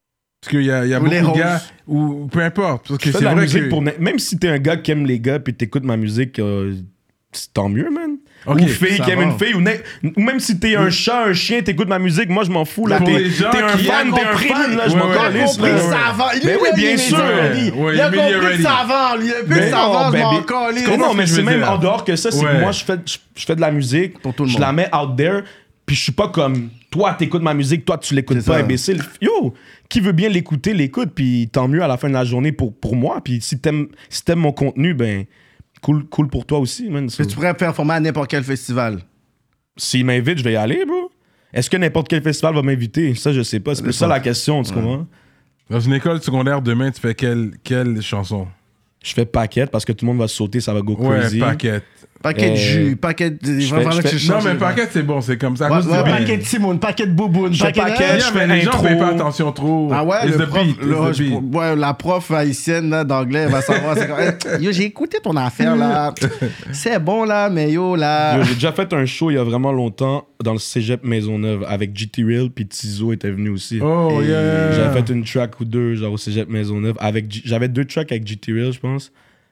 Parce qu'il y a, il y a Ou les beaucoup de roses. gars, ou peu importe. Parce que Je fais c'est de la vrai musique que... pour... Même si t'es un gars qui aime les gars puis t'écoutes ma musique, euh, c'est tant mieux, man. Ok, ou fille ça qui aime va. une fille, ou, ne- ou même si t'es un chat, un chien, t'écoutes ma musique, moi je m'en fous. Là, Pour t'es, les gens t'es un qui- fan, Il a t'es un compris. fan, là, je Ouais, m'en ouais, Il a calisse. compris là. que ça avant. Lui, Ben oui, il bien est sûr. ready. Ouais, Il a il est compris ready. que ça avant. Lui, il a plus que Mais ça non, avant, je baby. m'en calisse. Mais non, ce mais que je c'est veux même dire? en dehors que ça, c'est Ouais. que moi, je fais, je, je fais de la musique, Pour tout le je monde. la mets out there, puis je suis pas comme toi, t'écoutes ma musique, toi, tu l'écoutes C'est pas, ça. imbécile. Yo, qui veut bien l'écouter, l'écoute, puis tant mieux à la fin de la journée pour, pour moi. Puis si t'aimes, si t'aimes mon contenu, ben, cool, cool pour toi aussi, man. So, Mais tu pourrais performer à n'importe quel festival. S'il m'invite, je vais y aller, bro. Est-ce que n'importe quel festival va m'inviter? Ça, je sais pas. C'est plus ça la question, tu comprends? Dans une école secondaire, demain, tu fais quelle, quelle chanson? Je fais paquette parce que tout le monde va sauter, ça va go Ouais, crazy. paquette. Paquet de Euh, jus, paquet de. Il va fais- falloir je que fais- tu Non, changes mais les- paquette, c'est bon, c'est comme ça. à Ouais, cause ouais, du beat. paquet de Simone, paquet de Bouboune, Je fais paquet de. paquet, Yeah, je mais fais les gens intro. payent pas attention trop. Ah ouais, It's le the prof, beat, le- it's the beat. ouais, la prof haïtienne là, d'anglais, elle va savoir. C'est comme, hey, yo, j'ai écouté ton affaire là. C'est bon là, mais yo là. Yo, j'ai déjà fait un show il y a vraiment longtemps dans le cégep Maisonneuve avec G T Real, puis Tizo était venu aussi. Oh, Et yeah. J'avais fait une track ou deux genre au cégep Maisonneuve. Avec G- J'avais deux tracks avec G T Real, je pense.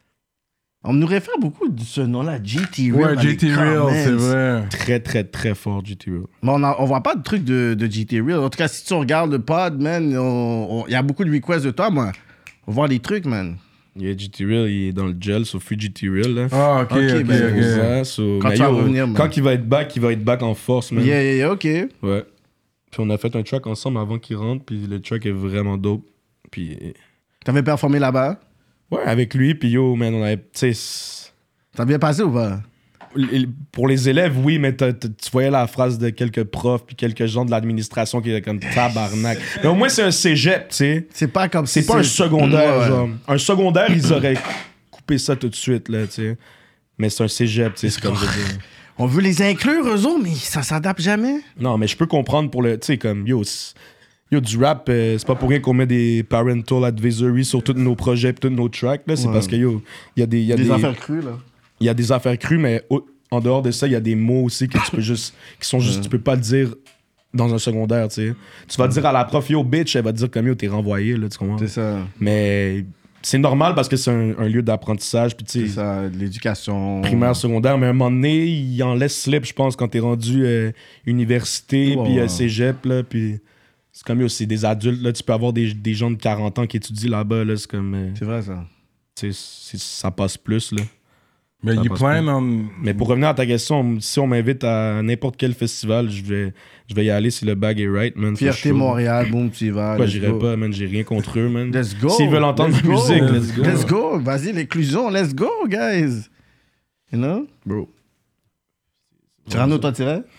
On nous réfère beaucoup de ce nom-là, G T Real. Ouais, dans G les T Real, comments. c'est vrai. Très, très, très fort, G T Real. Mais on, a- on voit pas de trucs de, de G T Real. En tout cas, si tu regardes le pod, man, il y a beaucoup de requests de toi, moi. On voit les trucs, man. Il y a G T Real, il est dans le gel, sur Free G T Real. Là. Ah, ok, Ok, ok, ben, ok. C'est ça, so- Quand mais tu vas yo, revenir, man. quand il va être back, il va être back en force, man. Yeah, yeah, yeah, ok. Ouais. Puis on a fait un track ensemble avant qu'il rentre, puis le track est vraiment dope. Puis T'avais performé là-bas? ouais, avec lui, puis yo, man, on avait, tu sais, Ça a bien passé ou pas? l- pour les élèves, oui, mais t'as- t'as- tu voyais la phrase de quelques profs, puis quelques gens de l'administration qui étaient comme tabarnak. Mais au moins, c'est un cégep, tu sais. C'est pas comme C'est si pas un secondaire, Ouais, ouais. genre. Un secondaire, ils auraient coupé ça tout de suite, là, tu sais. Mais c'est un cégep, tu sais, c'est comme je dis. On veut les inclure, eux autres, mais ça s'adapte jamais. Non, mais je peux comprendre pour le. Tu sais, comme, yo, c'est- yo, du rap, euh, c'est pas pour rien qu'on met des parental advisory sur tous nos projets, tous nos tracks, là. C'est Ouais. parce que, yo, il y a des. y a Des des affaires crues, là. Il y a des affaires crues, mais au- en dehors de ça, il y a des mots aussi que tu peux juste. qui sont juste. Tu peux pas le dire dans un secondaire, tu sais. Tu vas dire à la prof, yo, bitch, elle va te dire comme yo, t'es renvoyé, là, tu comprends? C'est ça. Mais c'est normal parce que c'est un, un lieu d'apprentissage, puis tu C'est sais. ça, de l'éducation. Primaire, secondaire, mais à un moment donné, il en laisse slip, je pense, quand t'es rendu euh, université, Ouais, puis euh, ouais. cégep, là, puis c'est comme, yo, c'est des adultes, là, tu peux avoir des, des gens de quarante ans qui étudient là-bas, là, c'est comme, euh, C'est vrai, ça. tu sais, c'est- ça passe plus, là. Mais Ça you passe plan on... Mais pour revenir à ta question, si on m'invite à n'importe quel festival, je vais, je vais y aller si le bag est right, man. for Fierté sure. Montréal, boum, tu y vas. Pourquoi let's j'irai go. pas, man? J'ai rien contre eux, man. Let's go. S'ils veulent entendre Let's de go. musique, let's go. Let's go. Vas-y, l'inclusion, let's go, guys. You know? Bro. Cyrano, toi, tu irais?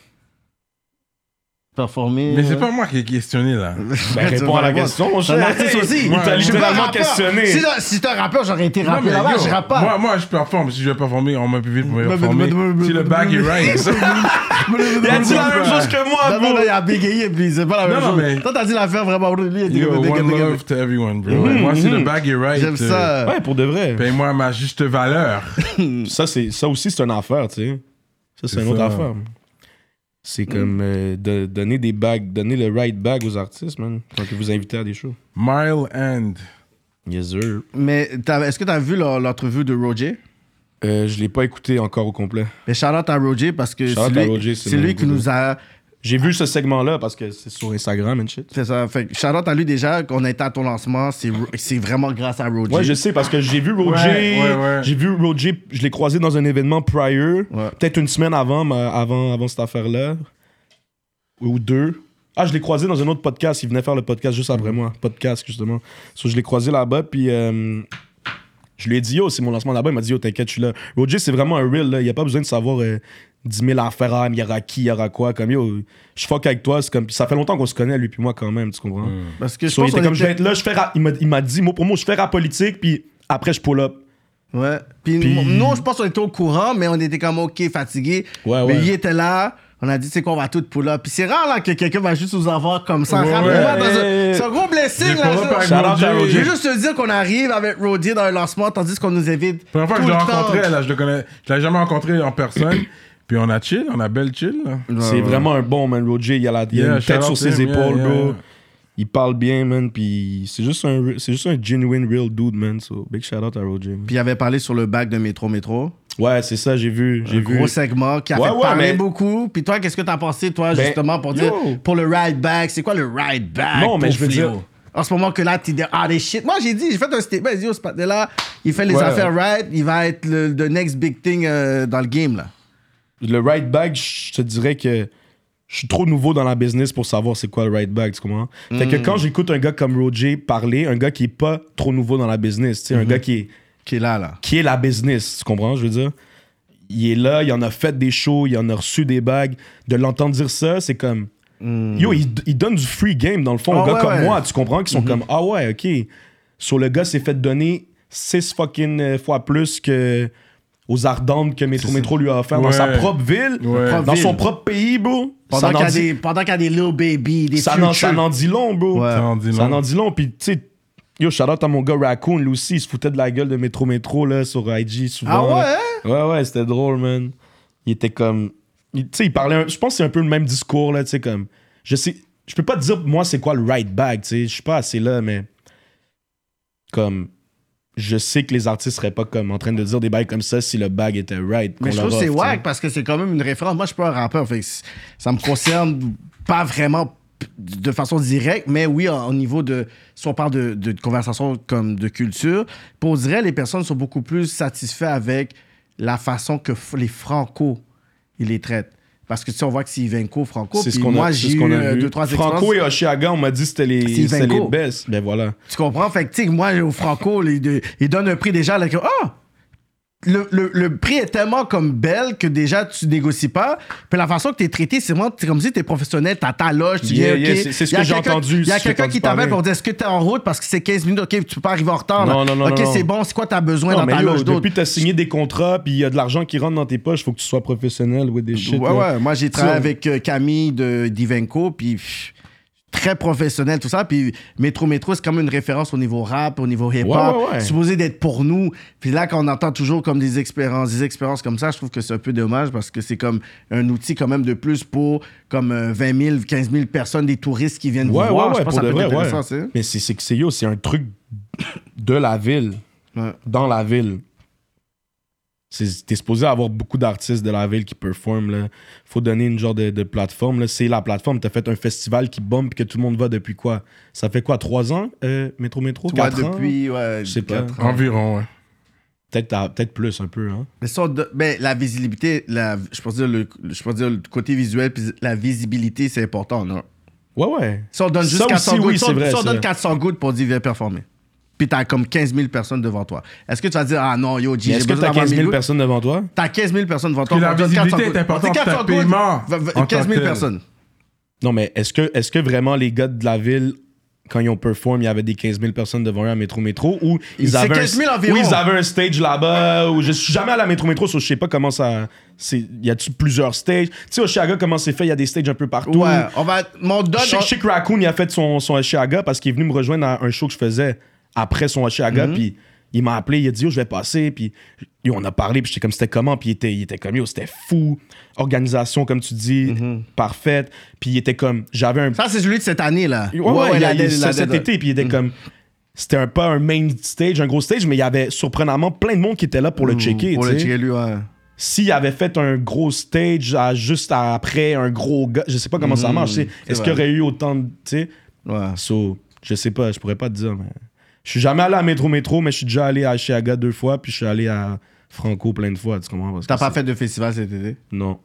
Performer. Mais c'est pas moi qui ai questionné, là. Ben, réponds à la question, mon C'est un cher. artiste aussi. Il Moi, t'a je suis pas littéralement rappeur. questionné. Si, là, si t'es un rappeur, j'aurais été rappé là-bas, yo, je rappe pas. Moi, moi, je performe. Si je vais performer, on m'a plus vite pour me Mais- performer. mais- mais- mais- Si le mais- bag est right. Il a dit la même chose que moi, Non, non, bro. non, il a bégayé, puis c'est pas la même Non, non, chose. mais- Toi, t'as dit l'affaire vraiment. Lui, il a dit Yo, que- one que- que- love to everyone, bro. Moi, si le bag est right, J'aime euh, ça. Ouais, pour de vrai. paye-moi ma juste valeur. Ça, c'est, ça aussi, c'est une affaire, tu sais. Ça, c'est C'est une autre ça. affaire. C'est comme euh, de donner des bags, donner le right bag aux artistes, man, quand ils vous invitez à des shows. Mile End. Yes, sir. Mais t'as- est-ce que t'as vu leur- l'entrevue de Roger? Euh, je l'ai pas écouté encore au complet. Mais shout-out à Roger parce que Shout c'est out à lui, Roger, c'est c'est mon lui qui gars. nous a. J'ai vu ce segment-là parce que c'est sur Instagram and shit. C'est ça. Fait que shout out à lui déjà, qu'on a été à ton lancement. C'est Ro- c'est vraiment grâce à Roger. Ouais, je sais parce que j'ai vu Roger. Ouais, ouais, ouais. J'ai vu Roger, je l'ai croisé dans un événement prior, Ouais. peut-être une semaine avant, mais avant, avant cette affaire-là. Ou deux. Ah, je l'ai croisé dans un autre podcast. Il venait faire le podcast juste après moi. Podcast, justement. So, je l'ai croisé là-bas, puis euh, je lui ai dit, yo, c'est mon lancement là-bas. Il m'a dit, yo, t'inquiète, je suis là. Roger, c'est vraiment un real, là. Il n'y a pas besoin de savoir euh, dix mille affaires. Ah, mais il y aura qui, il y aura quoi. Comme, yo, je fuck avec toi. C'est comme, ça fait longtemps qu'on se connaît, lui, puis moi, quand même, tu comprends? Parce que je So, il pense était qu'on comme, je vais était- être là, je fais rap- il m'a- il m'a dit, mot pour mot, je fais rap politique, puis après, je pull up. Ouais. Puis, Puis- nous, je pense qu'on était au courant, mais on était comme OK, fatigués. Ouais, mais ouais. il était là. On a dit, c'est quoi, on va tout pull up. Puis c'est rare là, que quelqu'un va juste nous avoir comme ça. Ouais, rapidement, ouais. dans un- C'est un gros blessing. J'ai Là, pull up ça. avec Shout out à Roger. Roger. Je veux juste te dire qu'on arrive avec Roger dans un lancement, tandis qu'on nous évite. La première fois que tout je l'ai le temps. rencontré, là, je le connais. Je l'ai jamais rencontré en personne. Puis on a chill, on a belle chill. Là. C'est ouais. vraiment un bon man, Roger. Il a, la, il a Yeah, une tête shout sur out ses to him, épaules, yeah, bro. yeah. Il parle bien, man, puis c'est juste un, c'est juste un genuine real dude, man. So, big shout out à Roger. Man. Puis il avait parlé sur le bac de Métro Métro. Ouais, c'est ça, j'ai vu. J'ai un vu. gros segment qui a Ouais, fait ouais, parler mais- beaucoup. Puis toi, qu'est-ce que t'as pensé, toi, Ben, justement, pour dire, yo. pour le ride back, c'est quoi le ride back? Non, mais pour je veux Fléau? dire- En ce moment que là, tu dis, ah, des shit. Moi, j'ai dit, j'ai fait un statement, j'ai dit, oh, ce patin-là, il fait les Ouais. affaires right, il va être le the next big thing euh, dans le game, là. Le right back, je te dirais que je suis trop nouveau dans la business pour savoir c'est quoi le right back, tu comprends? Fait que quand j'écoute un gars comme Roger parler, un gars qui est pas trop nouveau dans la business, tu sais, un gars qui est, Qui est là, là. qui est la business, tu comprends, je veux dire? Il est là, il en a fait des shows, il en a reçu des bagues. De l'entendre dire ça, c'est comme... Yo, il, il donne du free game, dans le fond, aux Ah gars ouais, comme ouais. moi, tu comprends, qui sont comme, ah ouais, OK. Sur le gars s'est fait donner six fucking euh, fois plus que aux Ardentes que Métro Métro lui a offert dans Ouais. sa propre ville, Ouais. dans Propre son ville. propre pays, bro. Pendant Ça qu'il y, n'en a dit- des- pendant qu'il y a des Lil Baby, des ça n'en- Future. ça n'en dit long, bro. Ouais. Ça en dit Ça long. n'en dit long. Puis, tu sais, yo, shout out à mon gars Raccoon, lui aussi, il se foutait de la gueule de Métro Métro là, sur I G souvent. Ah ouais, là. hein? Ouais, ouais, c'était drôle, man. Il était comme. il- Tu sais, il parlait. un- Je pense que c'est un peu le même discours, là, tu sais, comme. Je sais. Je peux pas te dire, moi, c'est quoi le right bag, tu sais. Je suis pas assez là, mais. Comme. Je sais que les artistes seraient pas comme en train de dire des bails comme ça si le bag était right. Mais qu'on je trouve leur que c'est offre, tu sais. wack parce que c'est quand même une référence. Moi, je suis pas un rappeur, fait que c- ça me concerne pas vraiment p- de façon directe, mais oui, au niveau de. Si on parle de, de conversation comme de culture, puis on dirait les personnes sont beaucoup plus satisfaites avec la façon que f- les Franco, ils les traitent. Parce que tu sais, on voit que c'est Ivenco, Franco, C'est ce puis qu'on moi, a, c'est j'ai ce eu qu'on a euh, vu. deux, trois Franco expériences. et Oshiaga, on m'a dit que c'était les, C'est c'était les Ivenco. best. Ben voilà. Tu comprends? Fait que, tu sais, moi, au Franco, les deux- ils donnent un prix déjà, là, que, ah! Le, le, le prix est tellement comme belle que déjà tu négocies pas. Puis la façon que tu es traité, c'est vraiment c'est comme si tu es professionnel, tu as ta loge, tu Yeah, viens, yeah, ok. c'est- c'est ce Il y a que j'ai quelqu'un- entendu, Il y a c'est ce que quelqu'un j'ai qui entendu t'appelle parler. pour dire est-ce que tu es en route parce que c'est quinze minutes, ok, tu peux pas arriver en retard. là. Non, non, non, ok, non, non. c'est bon, c'est quoi tu as besoin Non, dans mais ta yo, loge d'autre? depuis que t'as signé des contrats, puis il y a de l'argent qui rentre dans tes poches, faut que tu sois professionnel with des shit. Ouais, là. ouais. Moi, j'ai travaillé Ça- avec euh, Camille de d'Ivenco, puis pff, très professionnel, tout ça. Puis Métro Métro, c'est comme une référence au niveau rap, au niveau hip-hop. Ouais, ouais, ouais. Supposé d'être pour nous. Puis là, quand on entend toujours comme des expériences, des expériences comme ça, je trouve que c'est un peu dommage parce que c'est comme un outil quand même de plus pour comme euh, vingt mille, quinze mille personnes, des touristes qui viennent Ouais, vous voir. ouais, je ouais, pense pour que ça de peut être vrai, intéressant, ouais. c'est- Mais c'est c'est que c'est yo, c'est un truc de la ville, Ouais. dans la ville. C'est- T'es supposé avoir beaucoup d'artistes de la ville qui performent. Là. Faut donner une genre de, de plateforme. Là. C'est la plateforme. T'as fait un festival qui bombe et que tout le monde va depuis quoi? Ça fait quoi, trois ans, euh, Métro Métro? Tu vois, Quatre ans? depuis, ouais, Je sais pas. quatre ans. Environ, ouais. Peut-être à- peut-être plus un peu. Hein? Mais, ça, de- ben, la visibilité, la, je pense dire le, je pense dire le côté visuel, puis la visibilité, c'est important, non? Ouais, ouais. Si on donne juste Ça quatre cents aussi, gouttes, oui, si on- c'est vrai, si on c'est donne vrai. quatre cents gouttes pour dire viens performer, puis t'as comme quinze mille personnes devant toi, est-ce que tu vas dire ah non, yo, G, Mais j'ai est-ce que besoin t'as d'avoir quinze mille mille gouttes? personnes devant toi? T'as quinze mille personnes devant toi. Puis la on donne visibilité quatre cents est gouttes. importante On dit pour quatre cents ta gouttes, paiement va- va- en quinze tant mille que tel. personnes. Non, mais est-ce que, est-ce que vraiment les gars de la ville, quand ils ont perform, il y avait des quinze mille personnes devant eux à Métro Métro ou ils C'est avaient, quinze mille un, environ. ou ils avaient un stage là-bas ou je suis jamais allé à Métro Métro, so je sais pas comment ça. c'est- Y a-tu plusieurs stages? Tu sais, Oshiaga, comment c'est fait? Il y a des stages un peu partout. Ouais, on va. Mon donne. Je sais que Chic Raccoon, il a fait son, son Oshiaga parce qu'il est venu me rejoindre à un show que je faisais après son Oshiaga, Mhm. puis il m'a appelé, il a dit, yo, je vais passer, puis yo, on a parlé, puis j'étais comme, c'était comment, puis il était, il était comme, yo, c'était fou, organisation, comme tu dis, parfaite, puis il était comme, j'avais un... Ça, c'est celui de cette année, là. Ouais, ouais, il a- la- il- ça, la- cet la- été, puis il était comme... C'était un, pas un main stage, un gros stage, mais il y avait surprenamment plein de monde qui était là pour le checker, Pour tu le sais. checker, lui, ouais. S'il avait fait un gros stage à- juste après un gros gars, je sais pas comment ça Mhm, marche, tu sais. c'est Est-ce qu'il y vrai. aurait eu autant de... Tu sais, Ouais. so, je sais pas, je pourrais pas te dire, mais... Je suis jamais allé à Métro Métro, mais je suis déjà allé à Oshiaga deux fois, puis je suis allé à Franco plein de fois, tu comprends? Parce T'as que pas c'est- fait de festival cet été? Non.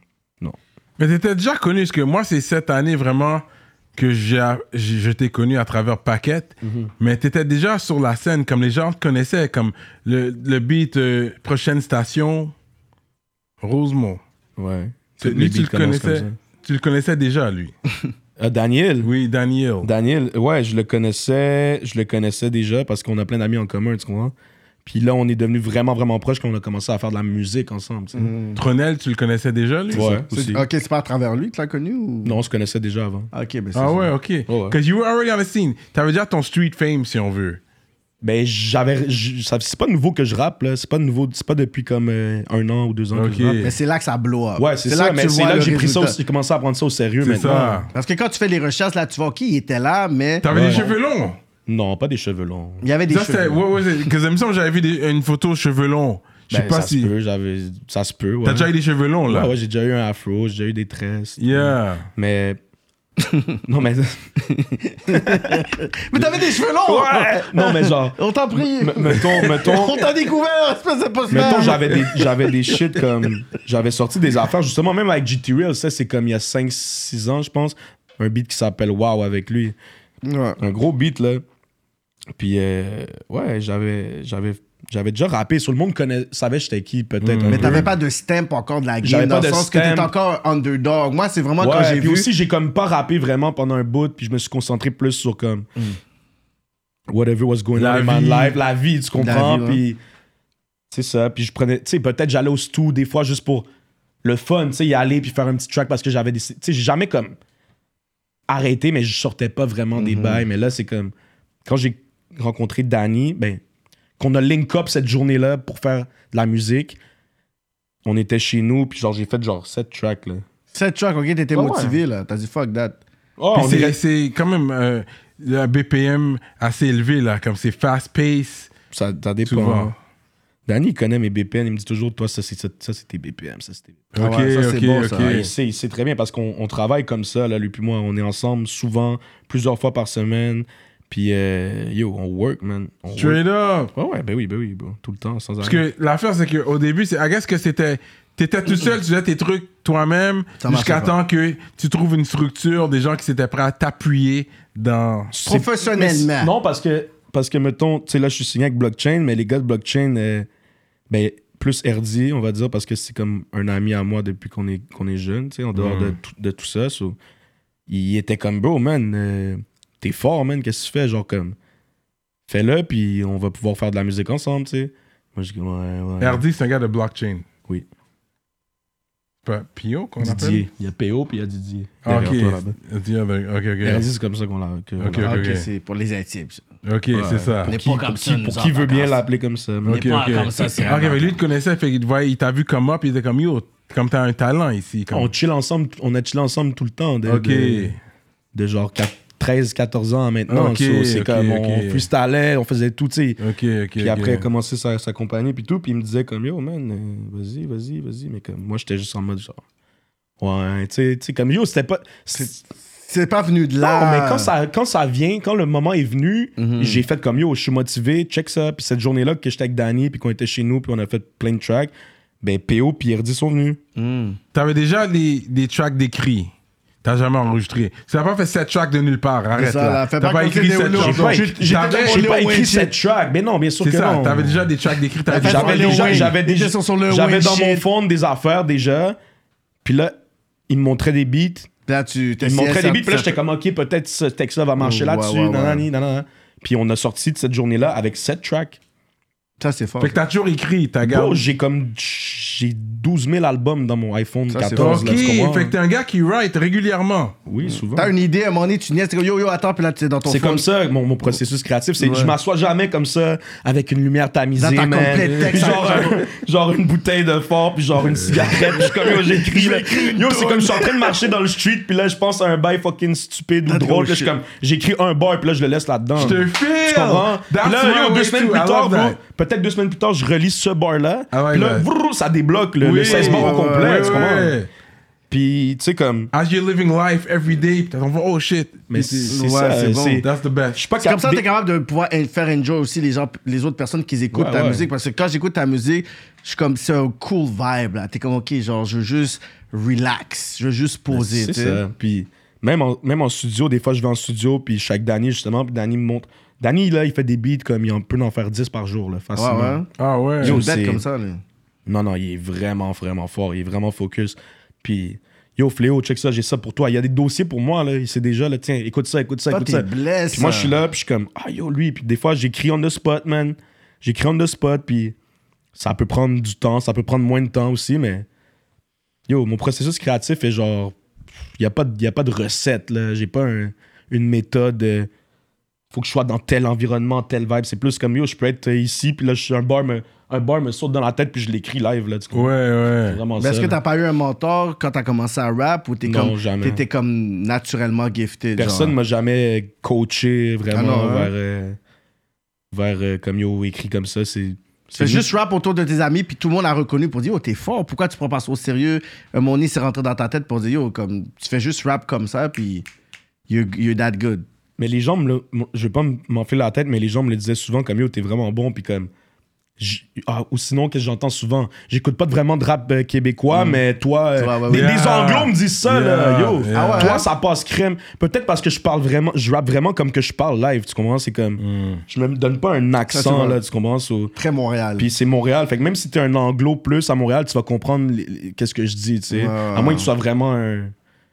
Mais t'étais déjà connu, parce que moi, c'est cette année vraiment que j'ai, j'ai- je t'ai connu à travers Paquette. Mais t'étais déjà sur la scène, comme les gens te connaissaient, comme le, le beat euh, Prochaine Station, Rosemont. Ouais. Tu- Tous lui, les tu le beats commencent comme connaissais, tu le connaissais déjà, lui. ça. Euh, Daniel? Oui, Daniel. Daniel, ouais, je le connaissais, je le connaissais déjà parce qu'on a plein d'amis en commun, tu comprends? Puis là, on est devenus vraiment, vraiment proches quand on a commencé à faire de la musique ensemble, tu sais. Tronel, tu le connaissais déjà, lui? Ouais, C'est- aussi. Ok, c'est pas à travers lui que tu l'as connu ou? Non, on se connaissait déjà avant. Ok, ben c'est Ah ça. ouais, ok. ouais. Because you were already on the scene. T'avais déjà ton street fame, si on veut. Ben, j'avais. j'- ça- C'est pas nouveau que je rappe, là. C'est pas nouveau. C'est pas depuis comme euh, un an ou deux ans Ok. que je rappe. Mais c'est là que ça blow up. Ouais, c'est ça. Mais tu c'est vois là que le j'ai pris ça. résultat. au- J'ai commencé à prendre ça au sérieux C'est maintenant. ça. Parce que quand tu fais les recherches, là, tu vois, OK, il était là, mais T'avais Ouais. des cheveux longs. Non, pas des cheveux longs. il y avait des Ça, c'était. cheveux. Ouais, ouais, c'est- que ça me semble que j'avais vu des- une photo cheveux longs. Je sais Ben, pas ça si. se peut, j'avais. Ça se peut, ouais. T'as déjà eu des cheveux longs, là. Ouais, ouais, j'ai déjà eu un afro, j'ai déjà eu des tresses. Yeah. Mais. non, mais. Mais t'avais des cheveux longs! Ouais! Non, mais genre. On t'a pris! m- Mettons, mettons. On t'a découvert, espèce de post Mettons, j'avais des, j'avais des shit comme. J'avais sorti des affaires, justement, même avec G T Real, ça, c'est comme il y a cinq six ans, je pense. Un beat qui s'appelle Wow avec lui. Ouais. Un gros beat, là. Puis, euh, ouais, j'avais, j'avais, j'avais déjà rappé. Sur le monde connaît, savait j'étais qui, peut-être. un Mais peu. t'avais pas de stamp encore de la game, J'avais dans pas le de sens que t'es stamp. encore underdog. Moi, c'est vraiment Ouais, quand j'ai puis vu... aussi, j'ai comme pas rappé vraiment pendant un bout, puis je me suis concentré plus sur comme. Whatever was going La on in my vie. life, la vie, tu comprends? vie, ouais. Puis. C'est ça. Puis je prenais. Tu sais, peut-être j'allais au stu des fois juste pour le fun, tu sais, y aller puis faire un petit track parce que j'avais des. Tu sais, j'ai jamais comme arrêté, mais je sortais pas vraiment des bails. Mais là, c'est comme. Quand j'ai rencontré Danny, ben, qu'on a link up cette journée-là pour faire de la musique, on était chez nous, puis genre, j'ai fait genre sept tracks, là. Cette track, OK, t'étais Ouais, motivé, là. T'as dit fuck that. Oh, Puis on c'est- dirait- c'est quand même euh, un B P M assez élevé, là. Comme c'est fast pace. Ça, ça dépend. Souvent. Danny, il connaît mes B P M, il me dit toujours, toi, ça, c'est, ça, ça, c'est tes B P M, ça, c'est tes B P M. Ok, ouais, ça, c'est ok, bon, ok. ça. Ouais, il, sait, il sait très bien parce qu'on on travaille comme ça, là, lui puis moi. On est ensemble souvent, plusieurs fois par semaine. Puis, euh, yo, on work, man. On work. Straight up. Ouais, ouais, ben oui, ben oui, bro. Tout le temps, sans Parce arrêt. que l'affaire, c'est qu'au début, c'est, I guess que c'était. T'étais tout seul, tu faisais tes trucs toi-même, Ça jusqu'à marchait pas. temps que tu trouves une structure, des gens qui s'étaient prêts à t'appuyer dans. C'est- Professionnellement. mais c'est- Non, parce que, parce que mettons, tu sais, là, je suis signé avec Blockchain, mais les gars de Blockchain, euh, ben, plus R D, on va dire, parce que c'est comme un ami à moi depuis qu'on est, qu'on est jeune, tu sais, en dehors de, tout, de tout ça. So, il était comme, bro, man, euh, t'es fort, man, qu'est-ce que tu fais? Genre, comme, fais-le, puis on va pouvoir faire de la musique ensemble, tu sais. Moi, je dis, ouais, ouais. R D, c'est un gars de blockchain. Oui. Pas Pio qu'on appelle? Didier. Il y a P O, puis il y a Didier. Ah, ok. Derrière toi, là-bas. The other- Ok, R ok. D, c'est comme ça qu'on l'a. que- Ok, voilà. Ah, ok. OK, c'est pour les intimes, ça. Ok, c'est ça. On n'est Qui- pas pour comme qui, ça, pour nous qui autres, veut bien vacances. l'appeler comme ça. mais- Ok, pas ok. comme ça, c'est Ok, vraiment- mais lui, il te connaissait, fait qu'il te voyait, il t'a vu come up, il était comme yo, comme t'as un talent ici. Comme... On chill ensemble, on a chillé ensemble tout le temps. De, Ok. de, de genre quatre- treize quatorze ans maintenant. Ok, So, c'est ok, comme ok. on freestylait, on faisait tout, tu sais. Ok, ok. Puis après, il a commencé sa, sa compagnie, puis tout. Puis il me disait comme yo, man, euh, vas-y, vas-y, vas-y. Mais comme moi, j'étais juste en mode genre. Ouais, tu sais, tu sais, comme yo, c'était pas. c'est- C'est pas venu de là. Non, mais quand ça, quand ça vient, quand le moment est venu, Mhm. j'ai fait comme yo, je suis motivé, check ça. Puis cette journée-là que j'étais avec Danny, puis qu'on était chez nous, puis on a fait plein de tracks, ben P O puis R D sont venus. Hmm. T'avais déjà des, des tracks d'écrits. T'as jamais enregistré. Tu n'as pas fait sept tracks de nulle part. Arrête ça, là. là. Fais T'as pas pas comme écrit c'était sept Léo. tracks. J'ai pas, J'ai- j'ai- j'ai t'avais- fait j'ai Lil pas Wayne écrit shit. cette track. Mais non, bien sûr C'est que ça. non. T'avais déjà des tracks d'écrits. T'avais T'as déjà- fait J'avais Lil déjà, Wayne. j'avais Il était déjà, sur son Lil j'avais Wayne dans mon shit. phone des affaires déjà. Puis là, il me montrait des beats. Là, tu Il me montrait des beats. Puis là, j'étais comme, OK, peut-être ce texte-là va marcher Ouais, là-dessus. ouais, ouais. nanani, nanana. Puis on a sorti de cette journée-là avec sept tracks. Ça, c'est fort. Fait que t'as toujours écrit. T'as Bro, gardé. j'ai comme j'ai douze mille albums dans mon iPhone Ça, c'est quatorze. Ok, Là, tu comprends? fait que t'es un gars qui write régulièrement. Oui, souvent. T'as une idée, à un moment donné, tu niaises, t'es comme yo, yo, attends, puis là, tu es dans ton C'est phone. comme ça, mon, mon processus créatif. C'est, Ouais. Je m'assois jamais comme ça, avec une lumière tamisée, Dans ta man. complète Puis texte. genre, un- genre une bouteille de fort, puis genre une cigarette. Puis je suis comme, yo, j'écris. là. Yo, c'est comme je suis en train de marcher dans le street, puis là, je pense à un bail fucking stupide ou That's drôle. cool Puis là, je suis shit. comme, j'écris un bar, puis là, je le laisse là-dedans. Je te Tu file! comprends? Puis That's là, my yo, deux way semaines too. plus I tard, love bro, that. peut-être deux semaines plus tard, je relis ce bar-là. Ah ouais, puis là, ouais. vrrr, ça débloque le, Oui, le seize bars au ouais, complet, ouais, tu comprends? ouais. Puis, tu sais, comme. As you're living life every day, t'as ton oh shit. Mais Puis c'est, c'est- c'est ouais, ça, c'est bon. c'est. That's the Je best. suis pas C'est comme ça que capable- t'es capable de pouvoir en- faire enjoy aussi les gens, les autres personnes qui écoutent Ouais, ta ouais. musique. Parce que quand j'écoute ta musique, je suis comme, c'est un cool vibe, là. T'es comme, OK, genre, je veux juste relax. Je veux juste poser, C'est tu sais. ça. Puis même en, même en studio, des fois, je vais en studio, puis je suis avec Danny, justement, puis Danny me montre. Danny, là, il fait des beats comme il peut en faire dix par jour, là, Ouais, facilement. ouais. Ah ouais. Yo, Une bête c'est- comme ça, là. Non, non, il est vraiment, vraiment fort. Il est vraiment focus. Puis, yo, Fléau, check ça, j'ai ça pour toi. Il y a des dossiers pour moi, là. Il sait déjà, là, tiens, écoute ça, écoute ça, Toi, écoute t'es ça. blessé. Puis moi, je suis là, puis je suis comme, ah, yo, lui. Puis des fois, j'écris on the spot, man. J'écris on the spot, puis ça peut prendre du temps, ça peut prendre moins de temps aussi, mais yo, mon processus créatif est genre, il n'y a, pas de- y a pas de recette, là. J'ai pas un- une méthode. euh, faut que je sois dans tel environnement, tel vibe. C'est plus comme yo, je peux être ici, puis là, je suis un bar, me, un bar me saute dans la tête, puis je l'écris live. Là, tu Ouais, ouais. C'est vraiment Mais ça. est-ce que là. t'as pas eu un mentor quand t'as commencé à rap ou t'es Non, comme, jamais. t'étais comme naturellement gifted? Personne genre? m'a jamais coaché vraiment Ah non, hein? vers, euh, vers euh, comme yo, écrit comme ça. C'est. Tu fais juste rap autour de tes amis, puis tout le monde a reconnu pour dire, oh, t'es fort, pourquoi tu prends pas ça au sérieux? Un moment donné, c'est rentré dans ta tête pour dire, yo, comme, tu fais juste rap comme ça, puis you're, you're that good. Mais les gens, me le, je vais pas m'enfiler la tête, mais les gens me le disaient souvent comme yo, t'es vraiment bon, puis comme. j- Ah, ou sinon, qu'est-ce que j'entends souvent? J'écoute pas vraiment de rap euh, québécois, mais toi. euh, Toi, ouais, des, ouais. des Yeah. anglos me disent ça, là, Yeah. yo. Yeah. Ah ouais, Toi, hein? ça passe crème. Peut-être parce que je parle vraiment. Je rappe vraiment comme que je parle live, tu comprends? C'est comme. Mm. Je me donne pas un Ça, accent, c'est là, vrai. tu comprends? So- Très Montréal. Puis c'est Montréal. Fait que même si t'es un anglo plus à Montréal, tu vas comprendre les- les- qu'est-ce que je dis, tu sais. Ouais. À moins que tu sois vraiment un,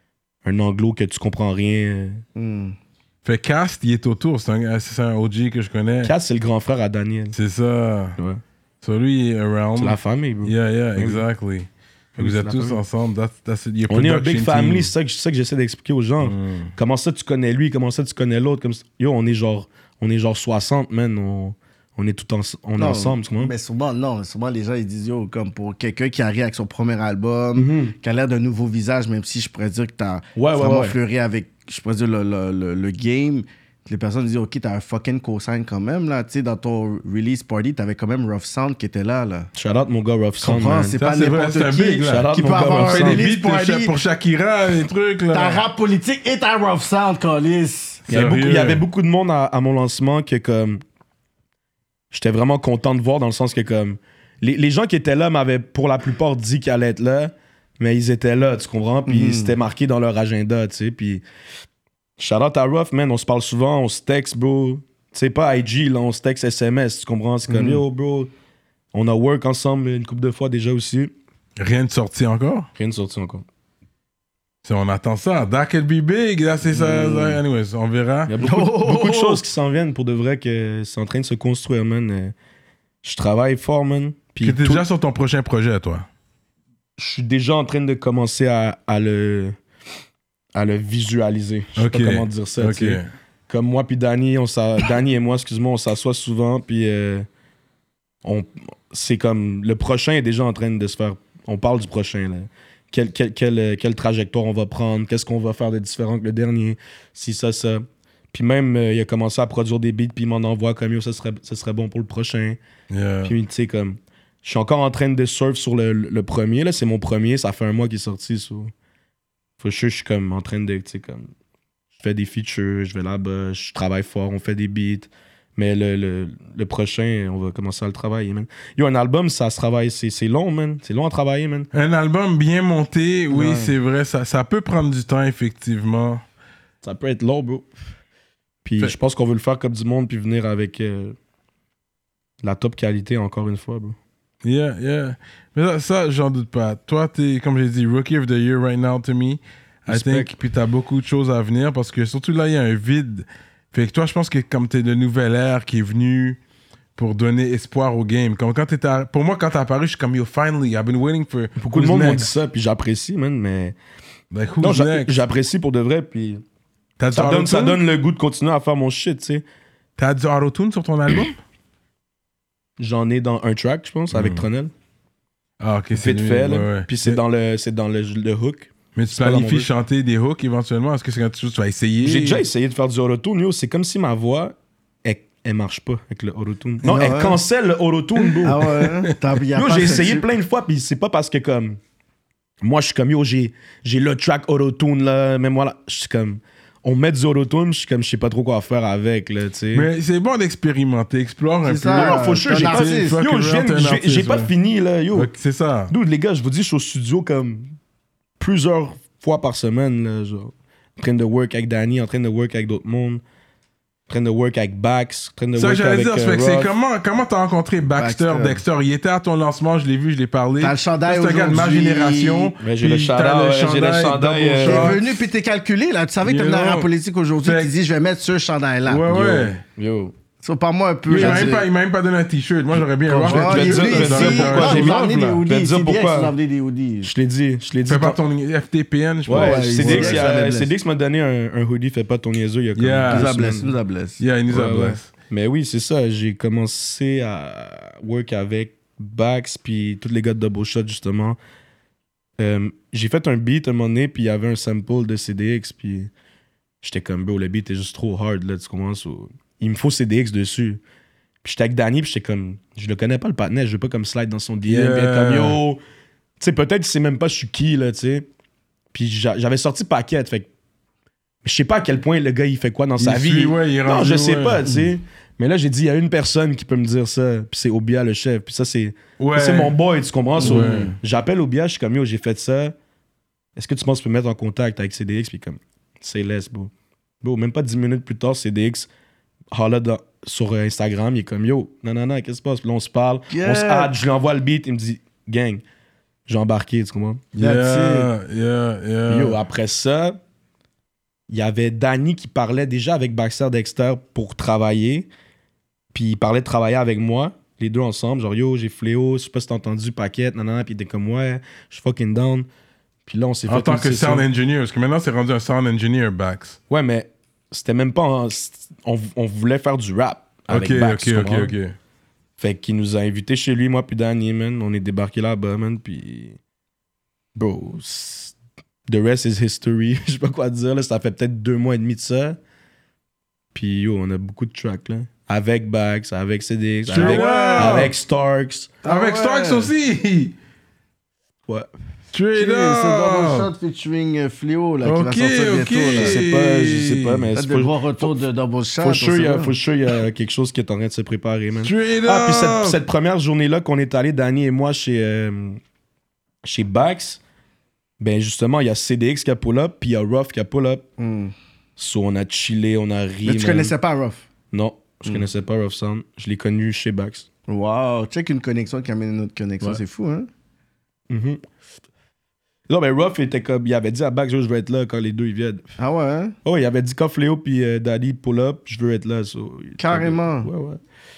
un anglo que tu comprends rien. Hmm. Fait Cast, il est autour. C'est un, c'est un O G que je connais. Cass, c'est le grand frère à Daniel. C'est ça. Ouais. So lui, il est around. C'est la famille, bro. Yeah, yeah, Oui. exactly. Fait que Oui, vous c'est êtes la tous famille. ensemble. That's, that's it. Your On est un big production family, team. c'est ça que, c'est ça que j'essaie d'expliquer aux gens. Mm. Comment ça tu connais lui, comment ça tu connais l'autre. Comme ça- Yo, on est genre, on est genre soixante, man. On, on est tout en, on est Non, ensemble, tu comprends? Mais souvent, non. Souvent, les gens, ils disent, yo, comme pour quelqu'un qui arrive avec son premier album, Mhm. qui a l'air d'un nouveau visage, même si je pourrais dire que t'as Ouais, ouais, vraiment ouais. fleuri avec, je pourrais dire, le, le, le, le game. Les personnes disent, OK, t'as un fucking cosign quand même, là. Tu sais, dans ton release party, t'avais quand même Rough Sound qui était là, là. Shout out mon gars Rough Sound, Comprends, man. c'est Ça, pas c'est vrai, n'importe c'est un qui big, là. Shout out qui mon peut gars avoir Rough On un fait Sound. des release beats de Sha- party. pour Shakira, des trucs, là. T'as rap politique et t'as Rough Sound, Calis. Il y, avait Sérieux? beaucoup, il y avait beaucoup de monde à, à mon lancement que comme j'étais vraiment content de voir dans le sens que comme les, les gens qui étaient là m'avaient pour la plupart dit qu'ils allaient être là, mais ils étaient là, tu comprends? Puis Mhm. c'était marqué dans leur agenda, tu sais. Puis shout out à Ruff, man, on se parle souvent, on se texte, bro. Tu sais, pas I G, là, on se texte S M S, tu comprends? C'est comme Mhm. yo, bro. On a work ensemble une couple de fois déjà aussi. Rien de sorti encore. Rien de sorti encore. Si on attend ça, that could be big. Là, c'est ça. Mm. ça. Anyways, on verra. Il y a beaucoup, beaucoup de choses qui s'en viennent pour de vrai que c'est en train de se construire, man. Euh, Je travaille fort, man. Puis Que t'es tout- déjà sur ton prochain projet, toi. je suis déjà en train de commencer à, à le à le visualiser. Je sais Ok. pas comment dire ça. Ok. tu sais. Comme moi puis Danny, on s'a- Danny et moi, excuse-moi, on s'assoit souvent puis euh, on c'est comme le prochain est déjà en train de se faire. On parle du prochain là. Quelle, quelle, quelle, quelle trajectoire on va prendre, qu'est-ce qu'on va faire de différent que le dernier, si ça, ça. Puis même, euh, il a commencé à produire des beats, puis il m'en envoie comme yo, ça serait, ça serait bon pour le prochain. Yeah. Puis, tu sais, comme, je suis encore en train de surf sur le, le premier, là, c'est mon premier, ça fait un mois qu'il est sorti, so. Faut que je suis comme en train de, tu sais, comme, je fais des features, je vais là-bas, je travaille fort, on fait des beats. Mais le, le, le prochain, on va commencer à le travailler, man. Yo, un album, ça se travaille, c'est c'est long, man. C'est long à travailler, man. Un album bien monté, oui, Ouais. c'est vrai. Ça, ça peut prendre du temps, effectivement. Ça peut être long, bro. Puis Fait- je pense qu'on veut le faire comme du monde, puis venir avec euh, la top qualité, encore une fois, bro. Yeah, yeah. Mais ça, ça, j'en doute pas. Toi, t'es, comme j'ai dit, Rookie of the Year right now to me. I Respect. think. Puis t'as beaucoup de choses à venir parce que surtout là, il y a un vide. Fait que toi, je pense que comme t'es de nouvelle ère qui est venu pour donner espoir au game. Comme quand t'étais à- pour moi, quand t'es apparu, je suis comme, yo, finally, I've been waiting for. Beaucoup de who's monde m'ont dit next? ça, puis j'apprécie, man, mais... Like, who's Non, j'a- next? j'apprécie pour de vrai, puis T'as du ça donne, ça auto-tune? donne le goût de continuer à faire mon shit, tu sais. T'as du auto-tune sur ton album? J'en ai dans un track, je pense, avec Mm. Tronel. Ah, ok, c'est Vite lui, fait, là. ouais, ouais. Puis c'est Mais- dans le, c'est dans le, le hook. Mais tu c'est pas dans mon planifies truc. chanter des hooks éventuellement? Est-ce que c'est quelque chose que tu vas essayer? J'ai déjà essayé de faire du autotune, yo. C'est comme si ma voix, elle, elle marche pas avec le autotune. Non, Non, elle ouais. cancelle le autotune, bro. Ah ouais? T'as- y a Yo, pas j'ai fait essayé dessus. plein de fois, puis c'est pas parce que comme. Moi, je suis comme yo, j'ai, j'ai le track autotune là, même moi là. Je suis comme. On met du autotune, je suis comme, je sais pas trop quoi faire avec, là, tu sais. Mais c'est bon d'expérimenter, explore un peu. C'est ça. Non, non, faut que T'es j'ai un pas. artiste. Fuck Yo, je viens around, de- t'es un j'ai, artiste, j'ai pas ouais. fini, là, yo. Ok, c'est ça. Dude, les gars, je vous dis, je suis au studio comme plusieurs fois par semaine, là, genre. En train de work avec Danny, en train de work avec d'autres mondes, en train de work avec Bax, en train de Ça, work j'allais avec dire, euh, ça fait que c'est Ruff. comment comment t'as rencontré Baxter, Baxter. Dexter? Il était à ton lancement, je l'ai vu, je l'ai parlé. T'as le chandail C'est un gars de ma aujourd'hui. génération. Mais j'ai puis le t'as chandail, ouais, j'ai le chandail chandail, double euh, T'es shot. venu puis t'es calculé, là. Tu savais que You t'es venu à know. la politique aujourd'hui. Fait- Tu dis, je vais mettre ce chandail-là. Ouais, ouais. Yo, So, parle-moi un peu. Il là, m'a même de- pas- il m'a même pas donné un t-shirt. Moi, j'aurais bien Comme- avoir Ah, je vais il te dire- est je vais te ici, dire pourquoi ah, j'ai vous mis- emmenez des je vais hoodies, te dire C D X, pourquoi. vous emmenez des hoodies. Je l'ai dit, je l'ai dit. Fais pas quand- ton F T P N, je pense. Ouais, Ouais, C D X, ouais, il y ça a- me blesse. C D X m'a donné un, un hoodie, fais pas ton niaiseux, il y a comme Yeah. deux Nous a semaines. blessé, nous a blessé. Yeah, il nous a Ouais, ouais. blessé. Mais oui, c'est ça. J'ai commencé à work avec Bax puis tous les gars de Double Shot, justement. Euh, j'ai fait un beat un moment donné, puis il y avait un sample de C D X, puis j'étais comme, bro, le beat est juste trop hard, là, tu commences. Au... Il me faut C D X dessus. Puis j'étais avec Danny, puis j'étais comme, je le connais pas le partenaire, je veux pas comme slide dans son D M, Yeah. puis être comme, yo, tu sais, peut-être qu'il sait même pas je suis qui, là, tu sais. Puis j'a- j'avais sorti Paquette, fait que je sais pas à quel point le gars, il fait quoi dans sa Il vie. suit, ouais, il est non, rendu, je sais ouais. pas, tu sais. Mais là, j'ai dit, il y a une personne qui peut me dire ça, puis c'est Obia, le chef. Puis ça, c'est Ouais. c'est mon boy, tu comprends? So, Ouais. j'appelle Obia, je suis comme, yo, j'ai fait ça. Est-ce que tu penses que tu peux me mettre en contact avec C D X? Puis comme, c'est less, bro. Bro, même pas dix minutes plus tard, C D X holla dans- sur Instagram, il est comme, yo, non, non, non, qu'est-ce qui se passe? Puis là, on se parle, Yeah. on se hâte, je lui envoie le beat, il me dit, gang, j'ai embarqué, tu comprends? Yeah, That's yeah, yeah. Puis yo, après ça, il y avait Danny qui parlait déjà avec Baxter Dexter pour travailler. Puis il parlait de travailler avec moi, les deux ensemble. Genre, yo, j'ai Fléau, je sais pas si t'as entendu Paquette, nanana. Puis il était comme, ouais, je suis fucking down. Puis là, on s'est fait En tant une que session. sound engineer, parce que maintenant, c'est rendu un sound engineer, Bax. Ouais, mais c'était même pas. en- On, on voulait faire du rap avec Ok, Bax. ok, tu ok, comprends? ok. Fait qu'il nous a invités chez lui, moi puis Danny, man. On est débarqué là-bas, man. Puis. Bro, c'est- the rest is history. Je sais pas quoi dire, là. Ça fait peut-être deux mois et demi de ça. Puis yo, on a beaucoup de tracks, là. Avec Bax, avec C D X, Straight avec, up. avec Starks. Avec ouais. Starks aussi! Ouais. Straight C'est Double up! Shot featuring euh, Fléau là, qui Ok, va sortir ok. bientôt. Je Là. sais pas, je sais pas, mais Peut-être c'est de faut, gros retour de Double Shot. faut on sure, sait il y a- pas. faut sure, il y a quelque chose qui est en train de se préparer, man. Straight Ah, puis cette, up! cette première journée-là qu'on est allé, Danny et moi, chez, euh, chez Bax, ben justement, il y a C D X qui a pull-up, puis il y a Ruff qui a pull-up. Hmm. So, on a chillé, on a ri. Mais tu man. connaissais pas Ruff? Non, je connaissais pas Ruff Sound. Je l'ai connu chez Bax. Wow, check une connexion qui amène une autre connexion, Ouais. c'est fou, hein? Mhm. Non, mais Ruff était comme. Il avait dit à Bax, je veux être là quand les deux ils viennent. Ah ouais, hein? Oh, il avait dit quand Fléau puis euh, Daddy pull-up, je veux être là. So, il était Carrément. comme- Ouais, ouais.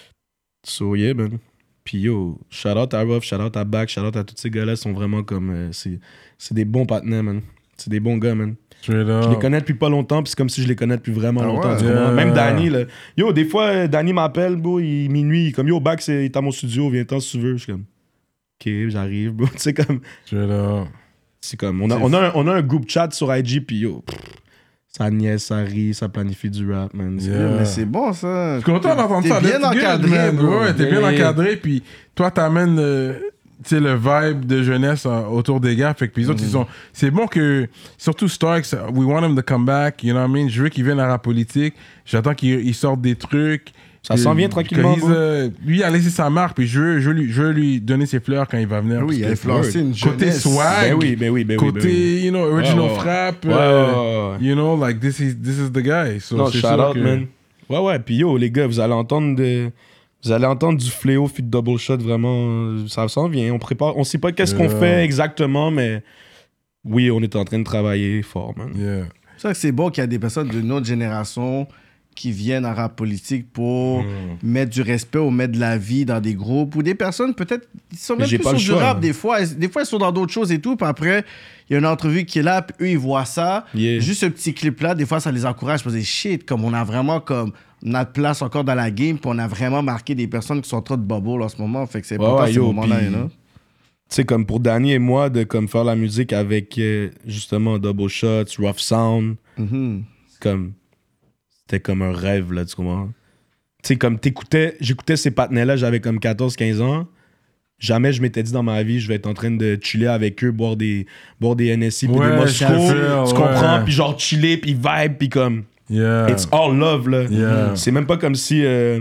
So, yeah, man. Puis yo, shout out à Ruff, shout out à Bax, shout out à tous ces gars-là. Ils sont vraiment comme. euh, c'est, c'est des bons partenaires, man. C'est des bons gars, man. Straight up. Je les connais depuis pas longtemps, puis c'est comme si je les connais depuis vraiment Ah longtemps. ouais? tu comprends? Yeah. Même Danny, là. Yo, des fois, euh, Danny m'appelle, bro, il minuit, il est comme yo, Bax, il est à mon studio, viens-t'en si tu veux. Je suis comme, ok, j'arrive, bro. Tu sais, comme, Straight up. c'est comme, on a, on a, un, on a un groupe chat sur I G, puis yo, pff, ça niaise, ça rit, ça planifie du rap, man. C'est- Yeah. Mais c'est bon, ça. Je suis content d'entendre T'es ça. bien That's good, encadré, man. bro. Ouais, t'es bien Yeah, yeah. encadré. Puis toi, t'amènes le, tu sais, le vibe de jeunesse euh, autour des gars. Fait que puis les autres, Mm-hmm. ils sont. C'est bon que, surtout Starks, we want him to come back. You know what I mean? Je veux qu'il vienne à la politique. J'attends qu'il il sorte des trucs. Ça s'en vient Que- tranquillement, que he's, bro. euh, lui, il a laissé sa marque. Puis je veux, je veux, lui, je veux lui donner ses fleurs quand il va venir. Oui, il a parce que- influencé une Côté jeunesse. swag. Ben oui, ben oui, ben oui. Côté, ben oui. you know, original Ouais, ouais, ouais. frappe. Ouais, euh, ouais, ouais, ouais. You know, like, this is, this is the guy. So, Non, c'est shout sûr out, que- man. Ouais, ouais. Puis yo, les gars, vous allez entendre de... Vous allez entendre du Fléau fit double shot, vraiment. Ça s'en vient. On prépare. On sait pas qu'est-ce qu'on Yeah. fait exactement, mais oui, on est en train de travailler fort, man. Yeah. C'est ça que c'est bon qu'il y a des personnes de notre génération qui viennent en rap politique pour Mm. mettre du respect ou mettre de la vie dans des groupes ou des personnes peut-être ils sont Mais même j'ai plus pas sur le du choix, rap hein. des fois Ils- des fois ils sont dans d'autres choses et tout puis après il y a une entrevue qui est là puis eux ils voient ça Yeah. juste ce petit clip là des fois ça les encourage parce que shit comme on a vraiment comme notre place encore dans la game puis on a vraiment marqué des personnes qui sont trop de bubble en ce moment fait que c'est Ouais, important ouais, ces yo, moments-là puis- you know? Tu sais, comme pour Danny et moi, de comme faire la musique avec euh, justement Double Shots, Rough Sound, Mhm. comme c'était comme un rêve, là, tu comprends? Tu sais, comme t'écoutais, j'écoutais ces partenaires-là, j'avais comme quatorze quinze ans. Jamais je m'étais dit dans ma vie, je vais être en train de chiller avec eux, boire des, boire des N S I puis Ouais, des Moscow. je Tu te fais, comprends? ouais. Puis genre chiller, puis vibe, puis comme. Yeah. It's all love, là. Yeah. C'est même pas comme si. euh,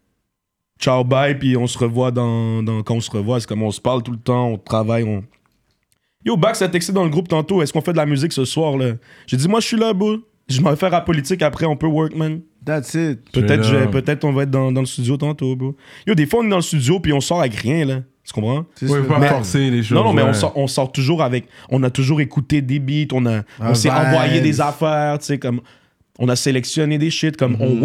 ciao, bye, puis on se revoit dans, dans. Quand on se revoit, c'est comme on se parle tout le temps, on travaille, on. Yo, Bax a texté dans le groupe tantôt, est-ce qu'on fait de la musique ce soir, là? J'ai dit, moi, je suis là, bro. Je m'en vais faire la politique après, on peut work, man. That's it Peut-être Straight je- up. peut-être on va être dans, dans le studio tantôt, bro. Yo, des fois, on est dans le studio, puis on sort avec rien, là. Tu comprends? C'est Ouais, ça. pas Mais- forcer les choses. Non, non, mais ouais. on, sort, on sort toujours avec. On a toujours écouté des beats, on, a, on Un s'est vibe. envoyé des affaires, tu sais, comme. On a sélectionné des shit, comme on work.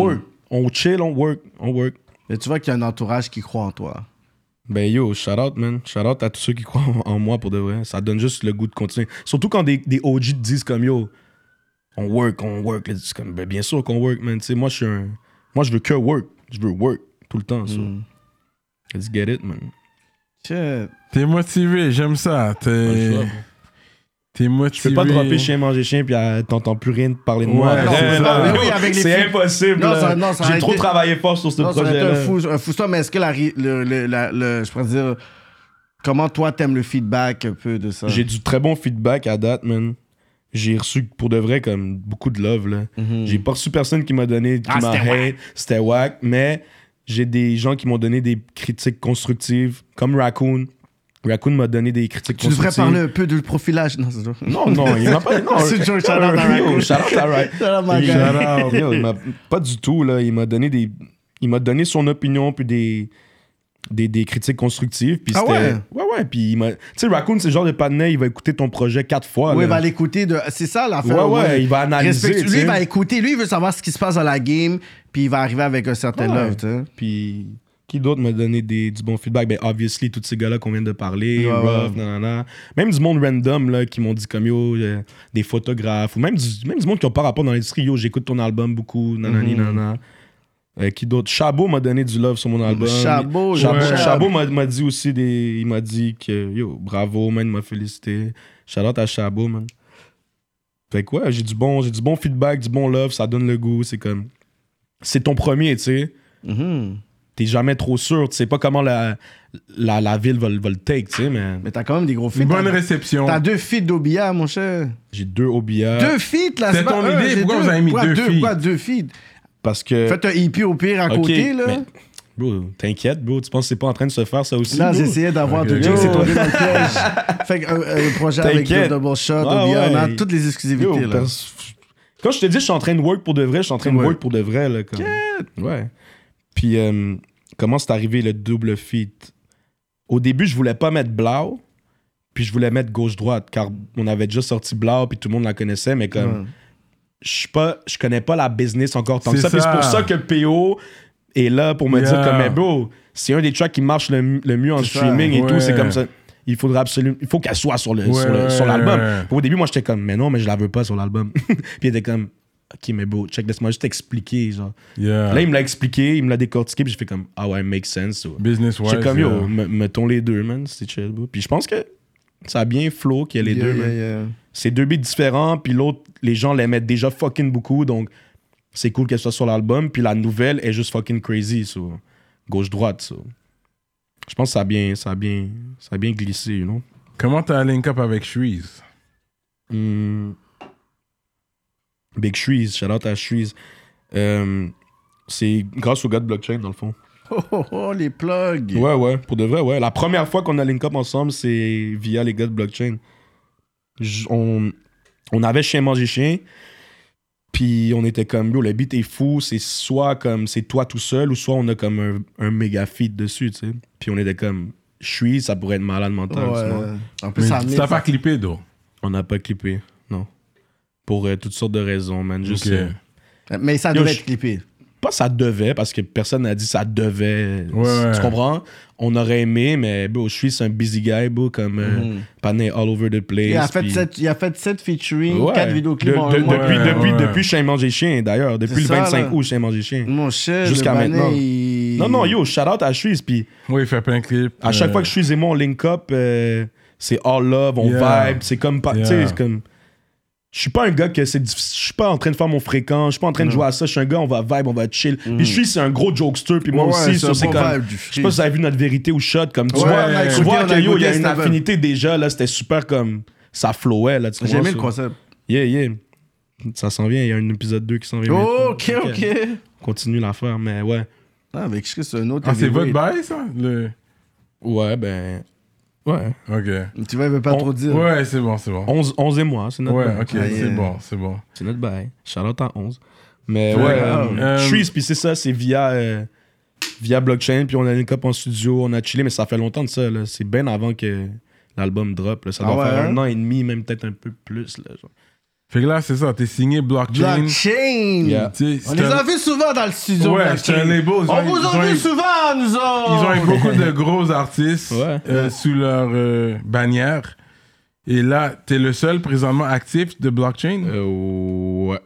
on chill, on work, on work. Mais tu vois qu'il y a un entourage qui croit en toi. Ben yo, shout out, man. Shout out à tous ceux qui croient en, en moi pour de vrai. Ça donne juste le goût de continuer. Surtout quand des, des O G te disent comme yo, on work, on work. C'est comme, ben bien sûr qu'on work, man. T'sais, moi, je suis un. Moi, je veux que work. Je veux work tout le temps. So. Mm. Let's get it, man. Shit. T'es motivé, j'aime ça. T'es, t'es motivé. Je peux pas dropper chien manger chien puis euh, t'entends plus rien de parler de moi. Ouais, Non, c'est non, ça. non, Mais oui, avec les c'est filles. impossible. Non, là. ça- non, ça J'ai aurait trop été- travaillé fort sur ce Non, ça aurait été projet-là. un fou, un fou ça, mais est-ce que la, ri- le, le, la- le- je pourrais dire, comment toi t'aimes le feedback un peu de ça? J'ai du très bon feedback à date, man. J'ai reçu pour de vrai comme beaucoup de love, là. Mhm. J'ai pas reçu personne qui m'a donné, qui Ah, m'a c'était hate, c'était whack, mais j'ai des gens qui m'ont donné des critiques constructives, comme Raccoon. Raccoon m'a donné des critiques Tu devrais constructives. parler un peu du profilage. Non, c'est vrai. Non, non, il m'a pas. Non, C'est une joke, shout out à Yo, Raccoon. shout out à Ra- Shout out, my Yo, guy. Yo, il m'a pas du tout, là. Il m'a donné des. Il m'a donné son opinion, puis des. Des, des critiques constructives. Puis Ah c'était- ouais? Ouais, ouais. Puis il m'a. Tu sais, Raccoon, c'est le genre de panneau, il va écouter ton projet quatre fois. Oui, là. il va l'écouter. De... C'est ça l'affaire. Ouais, ouais, il va analyser, Respecte- tu Lui, sais. il va écouter. Lui, il veut savoir ce qui se passe dans la game, puis il va arriver avec un certain Ouais. love, tu sais. Puis qui d'autre m'a donné des, du bon feedback? Ben, obviously, tous ces gars-là qu'on vient de parler, Ouais, Ruff, ouais. nanana. Même du monde random, là, qui m'ont dit comme yo, euh, des photographes, ou même du, même du monde qui n'a pas rapport dans l'industrie, yo, j'écoute ton album beaucoup, nanani, Mhm. nanana. Euh, qui d'autre? Chabot m'a donné du love sur mon album. Chabot, Chabot, ouais. Chabot m'a, m'a dit aussi des. Il m'a dit que yo, bravo, man, il m'a félicité. Shout out à Chabot, man. Fait que ouais, j'ai du bon, j'ai du bon feedback, du bon love, ça donne le goût. C'est comme. C'est ton premier, tu sais. Mhm. T'es jamais trop sûr. Tu sais pas comment la, la, la ville va, le- va le take, tu sais, mais Mais t'as quand même des gros feats. Une bonne T'as- réception. T'as deux feats d'Obia, mon cher. j'ai deux O B A. Deux feats, là. C'est pas ton un, idée, j'ai pourquoi vous avez mis Pourquoi deux feats? Pourquoi deux feats? Parce que. Faites un E P au pire à Ok, côté, là. mais, bro, t'inquiète, bro. Tu penses que c'est pas en train de se faire, ça aussi? Là, bro? j'essayais d'avoir Ok. de Jake, Yo. c'est tombé dans le piège. Fait qu'un un projet avec T'inquiète. le Double Shot, Ah, Obia, on a ouais. toutes les Yo, exclusivités, là. pers- Quand je te dis je suis en train de work pour de vrai, je suis en train de Ouais. work pour de vrai. Là, comme... Ouais. Puis, euh, comment c'est arrivé le double feat? Au début, je voulais pas mettre Blau, puis je voulais mettre gauche-droite, car on avait déjà sorti Blau, puis tout le monde la connaissait, mais comme. Ouais. Je suis pas, je connais pas la business encore tant que C'est ça. Puis c'est ça. pour ça que P O est là pour me Yeah. dire comme, mais bro, c'est un des tracks qui marche le, le mieux en C'est ça. streaming et Ouais. tout. C'est comme ça. Il faudra absolument, il faut qu'elle soit sur le, Ouais, sur le- sur ouais, l'album. ouais. Au début, moi, j'étais comme, mais non, mais je la veux pas sur l'album. Puis il était comme, ok, mais bro, check, laisse-moi juste expliquer, genre. Yeah. Là, il me l'a expliqué, il me l'a décortiqué, puis j'ai fait comme, ah ouais, make sense. So. Business-wise. J'étais comme, yeah. yo, me- mettons les deux, man, c'est chill, bro. Puis je pense que ça a bien flow qu'il y ait les Yeah, deux, yeah, man. yeah. C'est deux beats différents, puis l'autre, les gens l'aimaient déjà fucking beaucoup, donc c'est cool qu'elle soit sur l'album, puis la nouvelle est juste fucking crazy, so. Gauche-droite, so. Je pense que ça a bien, ça a bien, ça a bien glissé, you know. Comment t'as link up avec Shreeze? Hmm. Big Shreeze, shout out à Shreeze. Euh, c'est grâce au gars de blockchain, dans le fond. Oh, oh, oh, les plugs. Ouais, ouais, pour de vrai, ouais. La première fois qu'on a link up ensemble, c'est via les gars de blockchain. J- on, on avait Chien Manger Chien, puis on était comme, yo, le beat est fou, c'est soit comme, c'est toi tout seul, ou soit on a comme un, un méga feat dessus, tu sais. Puis on était comme, je suis, ça pourrait être malade mental. sinon. Ouais. En plus, Mais ça tu met- t'as pas clippé, d'eau. On n'a pas clippé, non. Pour euh, toutes sortes de raisons, man. Juste, Ok. euh, Mais ça Yo, devait je- être clippé. pas ça devait, parce que personne n'a dit ça devait. Ouais, ouais. Tu comprends? On aurait aimé, mais bro, je suis un busy guy, bro, comme euh, Mhm. pané all over the place. Il a fait puis- sept- il a fait sept featuring, Ouais. quatre vidéoclips De- en de- un mois. depuis, Ouais, depuis, ouais. depuis Chien Manger Chien, d'ailleurs. Depuis C'est le ça, vingt-cinq là. août, Chien Manger Chien. Mon cher, Jusqu'à le Banet, maintenant. il- Non, non, yo, shout out à Shreeze. Puis Oui, il fait plein de clips. à chaque euh, fois que Shreeze et moi, on link up, euh, c'est all love, on Yeah. vibe. C'est comme pas. Tu Yeah. sais, c'est comme. Je suis pas un gars que c'est difficile. Je suis pas en train de faire mon fréquent. Je suis pas en train de Non. jouer à ça. Je suis un gars, on va vibe, on va chill. Puis Shreeze, c'est un gros jokester. Puis moi Ouais, aussi, c'est ça, un c'est bon comme. vibe du Je sais pas si vous avez vu notre vérité ou shot. Comme tu Ouais, vois, on a tu écouté, vois on a que yo, il y a écouté, une c'était affinité déjà. Là, c'était super comme. Ça flowait. Là, tu J'ai aimé comprends, le ça? concept. Yeah, yeah. Ça s'en vient. Il y a un épisode deux qui s'en vient. Oh, bientôt. ok, ok. On continue l'affaire, mais ouais. Ah, avec Chris, c'est un autre. Ah, c'est votre heavyweight. bail, ça? Le... Ouais, ben. Ouais. Ok. Tu vois, il veut pas On- trop dire. Ouais, c'est bon, c'est bon. onze, onze et moi, c'est notre Ouais, bail. ok, Ah, c'est yeah. bon, c'est bon. C'est notre bail. Charlotte à onze. Mais Ouais, ouais, grave. euh, Euh, Shreeze, puis c'est ça, c'est via, euh, via blockchain, puis on a une cop en studio, on a chillé, mais ça fait longtemps de ça, là. C'est bien avant que l'album drop, là. Ça Ah doit ouais, faire hein? un an et demi, même peut-être un peu plus, là. Genre. Fait que là, c'est ça, t'es signé Blockchain. Blockchain! Yeah. Tu sais, On c'est les un- a vus souvent dans le studio. Ouais, Blockchain. c'est un label. Ils On ont- vous ils ont a eu- vus souvent, nous autres. Ils ont eu beaucoup de gros artistes Ouais. euh, sous leur euh, bannière. Et là, t'es le seul présentement actif de Blockchain. Euh, ouais.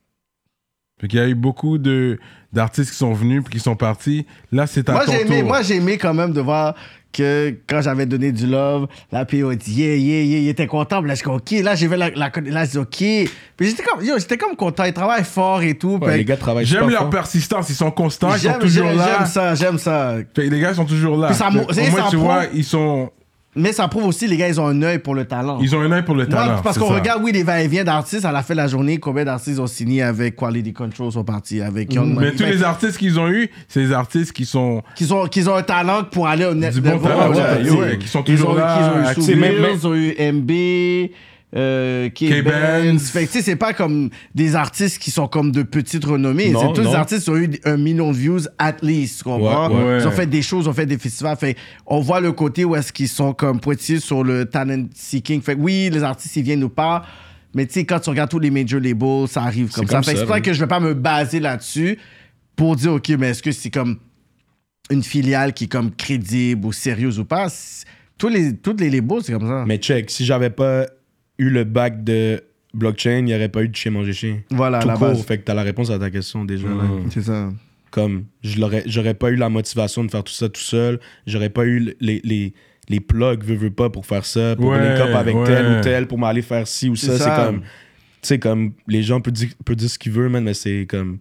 Fait qu'il y a eu beaucoup de, d'artistes qui sont venus puis qui sont partis. Là, c'est à Moi ton j'ai, aimé, tour. moi, j'ai aimé quand même de voir que quand j'avais donné du love, la P O a dit yeah, yeah, yeah, il était content. Puis là, je dis OK. Là, j'ai vu la, la, là, je dis OK. Puis j'étais comme, yo, j'étais comme content. Ils travaillent fort et tout. Ouais, Puis les gars travaillent J'aime super leur fort. persistance. Ils sont constants. Ils j'aime, sont toujours j'aime, là. j'aime ça, j'aime ça. Fait que les gars sont toujours là. Puis ça Fait- mo- Au c'est- moins, ça tu prouve- vois, ils sont... Mais ça prouve aussi, les gars, ils ont un œil pour le talent. Ils ont un œil pour le Moi, talent. parce c'est qu'on ça. regarde, oui, les va-et-vient d'artistes, à la fin de la journée, combien d'artistes ont signé avec Quality Control sont partis, avec Young Money. Mais tous Fait les artistes qu'ils ont eu, c'est des artistes qui sont qu'ils ont, qu'ils ont un talent pour aller au net. du bon level. talent, Ouais, ouais, ouais, ouais, qui sont Ils toujours ont, là. ils ont eu actifs. Soubir, même- ils ont eu M B, euh, K-Benz. K-Benz. Fait que, tu sais, c'est pas comme des artistes qui sont comme de petites renommées. Non, C'est tous non. des artistes qui ont eu un million de views at least, tu comprends? Ouais, ouais. Ils ont fait des choses, ils ont fait des festivals. Fait on voit le côté où est-ce qu'ils sont comme pointillés sur le talent seeking. Fait que oui, les artistes, ils viennent ou pas. Mais tu sais, quand tu regardes tous les major labels, ça arrive comme C'est ça. comme Fait que ça, c'est pour ça oui. que je vais pas me baser là-dessus pour dire, OK, mais est-ce que c'est comme une filiale qui est comme crédible ou sérieuse ou pas? C'est- Tous les, toutes les labels, c'est comme ça. Mais check, si j'avais pas eu le bac de blockchain, il n'y aurait pas eu de chez manger chien. Voilà, Tout la court. base. Fait que t'as la réponse à ta question déjà. là. Mm. C'est ça. Comme, je l'aurais, j'aurais pas eu la motivation de faire tout ça tout seul. J'aurais pas eu les, les, les plugs, veux, veux pas, pour faire ça, pour Ouais, link up avec ouais. tel ou tel, pour m'aller faire ci ou C'est ça. ça. C'est comme, tu sais, comme, les gens peuvent dire, peuvent dire ce qu'ils veulent, man, mais c'est comme...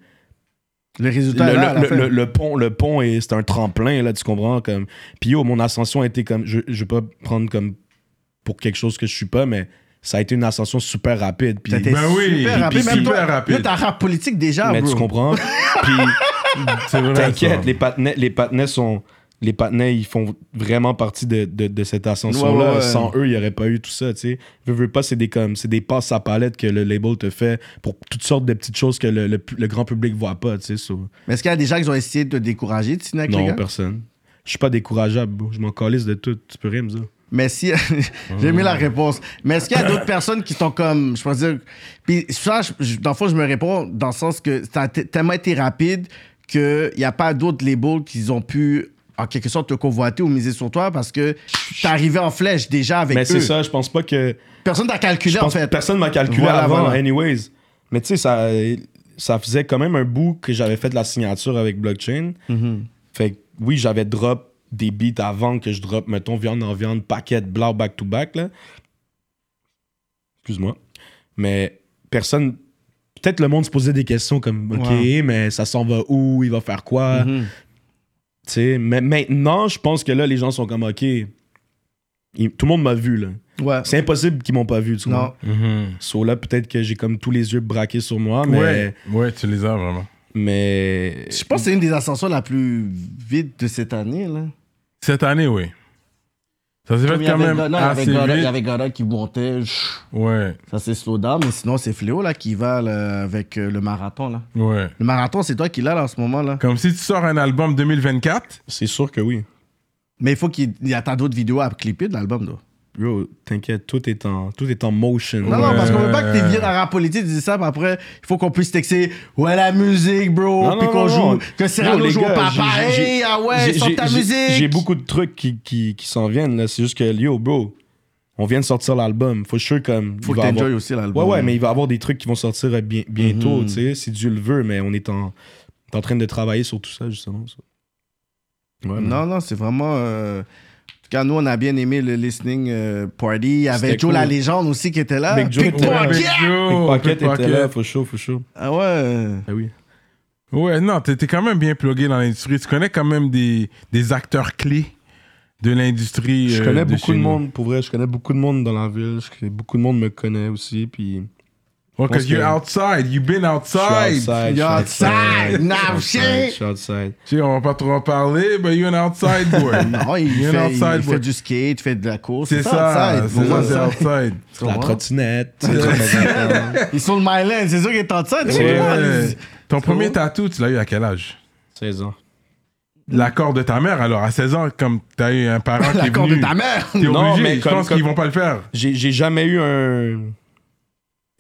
Le Le, résultat, le- là, à la le- fin. le- le pont, le pont est, c'est un tremplin, là, tu comprends? Comme, puis yo, mon ascension a été comme, je, je vais pas prendre comme pour quelque chose que je suis pas, mais ça a été une ascension super rapide. Puis, Ça a été Ben oui, super puis rapide. super Même toi, rapide. Là, t'as rap politique déjà, mais bro. tu comprends? Puis, C'est vrai, t'inquiète, ça. les patinets, les patinets sont. Les patinets, ils font vraiment partie de, de, de cette ascension-là. Ouais, ouais, ouais. Sans eux, il n'y aurait pas eu tout ça, tu sais. Veux, veux pas, c'est des, comme, c'est des passes à palette que le label te fait pour toutes sortes de petites choses que le, le, le grand public voit pas, tu sais. so. Mais est-ce qu'il y a des gens qui ont essayé de te décourager de signer avec les Non, gars? personne. Je suis pas décourageable, bro. Je m'en calisse de tout. Tu peux rien me dire. Mais si. J'ai aimé la réponse. Mais est-ce qu'il y a d'autres personnes qui sont comme. Je pense dire. Puis ça, je- je- dans le fond, je me réponds dans le sens que ça a t- tellement été rapide qu'il n'y a pas d'autres labels qui ont pu, en quelque sorte, te convoiter ou miser sur toi parce que t'es arrivé en flèche déjà avec Mais eux. c'est ça, je pense pas que. Personne t'a calculé, Je en pense que fait. personne m'a calculé Voilà, avant, voilà. anyways. Mais tu sais, ça, ça faisait quand même un bout que j'avais fait de la signature avec Blockchain. Mhm. Fait que oui, j'avais drop des beats avant que je drop, mettons, viande en viande, paquet, blau, back-to-back, là. Excuse-moi. Mais personne... Peut-être le monde se posait des questions comme, OK, Ouais. mais ça s'en va où? Il va faire quoi? Mhm. Tu sais, mais maintenant, je pense que là, les gens sont comme, OK, il- tout le monde m'a vu, là. Ouais. C'est impossible qu'ils m'ont pas vu, tu Non. vois. Mhm. So là, peut-être que j'ai comme tous les yeux braqués sur moi, mais... Ouais, ouais, tu les as vraiment. mais... Je pense que c'est une des ascensions la plus vite de cette année, là. Cette année, oui. Ça s'est Comme fait il y quand avait même Goddard, il y avait assez Goddard- il y vite. avait Goddard qui montait. chut, Ouais, Ça s'est slow down, mais sinon, c'est Fléau là, qui va là, avec euh, le marathon. Là. ouais. Le marathon, c'est toi qui l'as là, en ce moment. Là. Comme si tu sors un album deux mille vingt-quatre. C'est sûr que oui. Mais il faut qu'il y a tant d'autres vidéos à clipper de l'album. Là. Yo, t'inquiète, tout est en, tout est en motion. Non, non, Ouais. parce qu'on veut pas que tu viennes à rap politique, tu dis ça, puis après, il faut qu'on puisse texter ouais, la musique, bro, Non, puis non, qu'on non, joue, non. que Cyrano Yo, les joue au gars, papa. j'ai- j'ai- Hey, ah ouais, J'ai- sors j'ai- ta j'ai- musique. J'ai beaucoup de trucs qui, qui, qui s'en viennent, là. C'est juste que, yo, bro, on vient de sortir l'album. Faut sûr comme... Faut il que va t'enjoy avoir- aussi l'album. Ouais, ouais, mais il va y avoir des trucs qui vont sortir euh, bien, bientôt, Mhm. tu sais, si Dieu le veut, mais on est en, en train de travailler sur tout ça, justement. Ça. Ouais, man. Non, non, c'est vraiment. euh, En tout cas, nous, on a bien aimé le listening euh, party. Il y avait C'était Joe cool. la légende aussi qui était là. Big Joe était là. Pickpocket! Big Joe, Pickpocket était Pickpocket. là, faut chaud, faut chaud. Ah ouais. Ah oui. Ouais, non, t'es t'es quand même bien plugué dans l'industrie. Tu connais quand même des, des acteurs clés de l'industrie. Je euh, connais de beaucoup chez de nous. monde, pour vrai, je connais beaucoup de monde dans la ville. Je connais- beaucoup de monde me connaît aussi, puis... Ouais, pense cause you're que- outside. You've been Je suis outside. outside, You're je suis outside, now je suis outside, shit. je suis outside. Tu sais, on va pas trop en parler, but you're an outside boy. Non, il, You're fait, an il outside fait boy. du skate, il fait de la course. C'est ça, outside. c'est Pour moi, ça, c'est outside. Tu La comprends? trottinette. tu sais, de temps en temps. Ils sont le Myland, c'est sûr qu'il est outside. Ouais. Ouais. Ton premier bon? tatou, tu l'as eu à quel âge? seize ans. L'accord de ta mère, alors à seize ans, comme t'as eu un parent qui est L'accord venu. de ta mère. T'es Non, obligé, mais je comme- pense comme- qu'ils vont pas le faire. J'ai j'ai jamais eu un...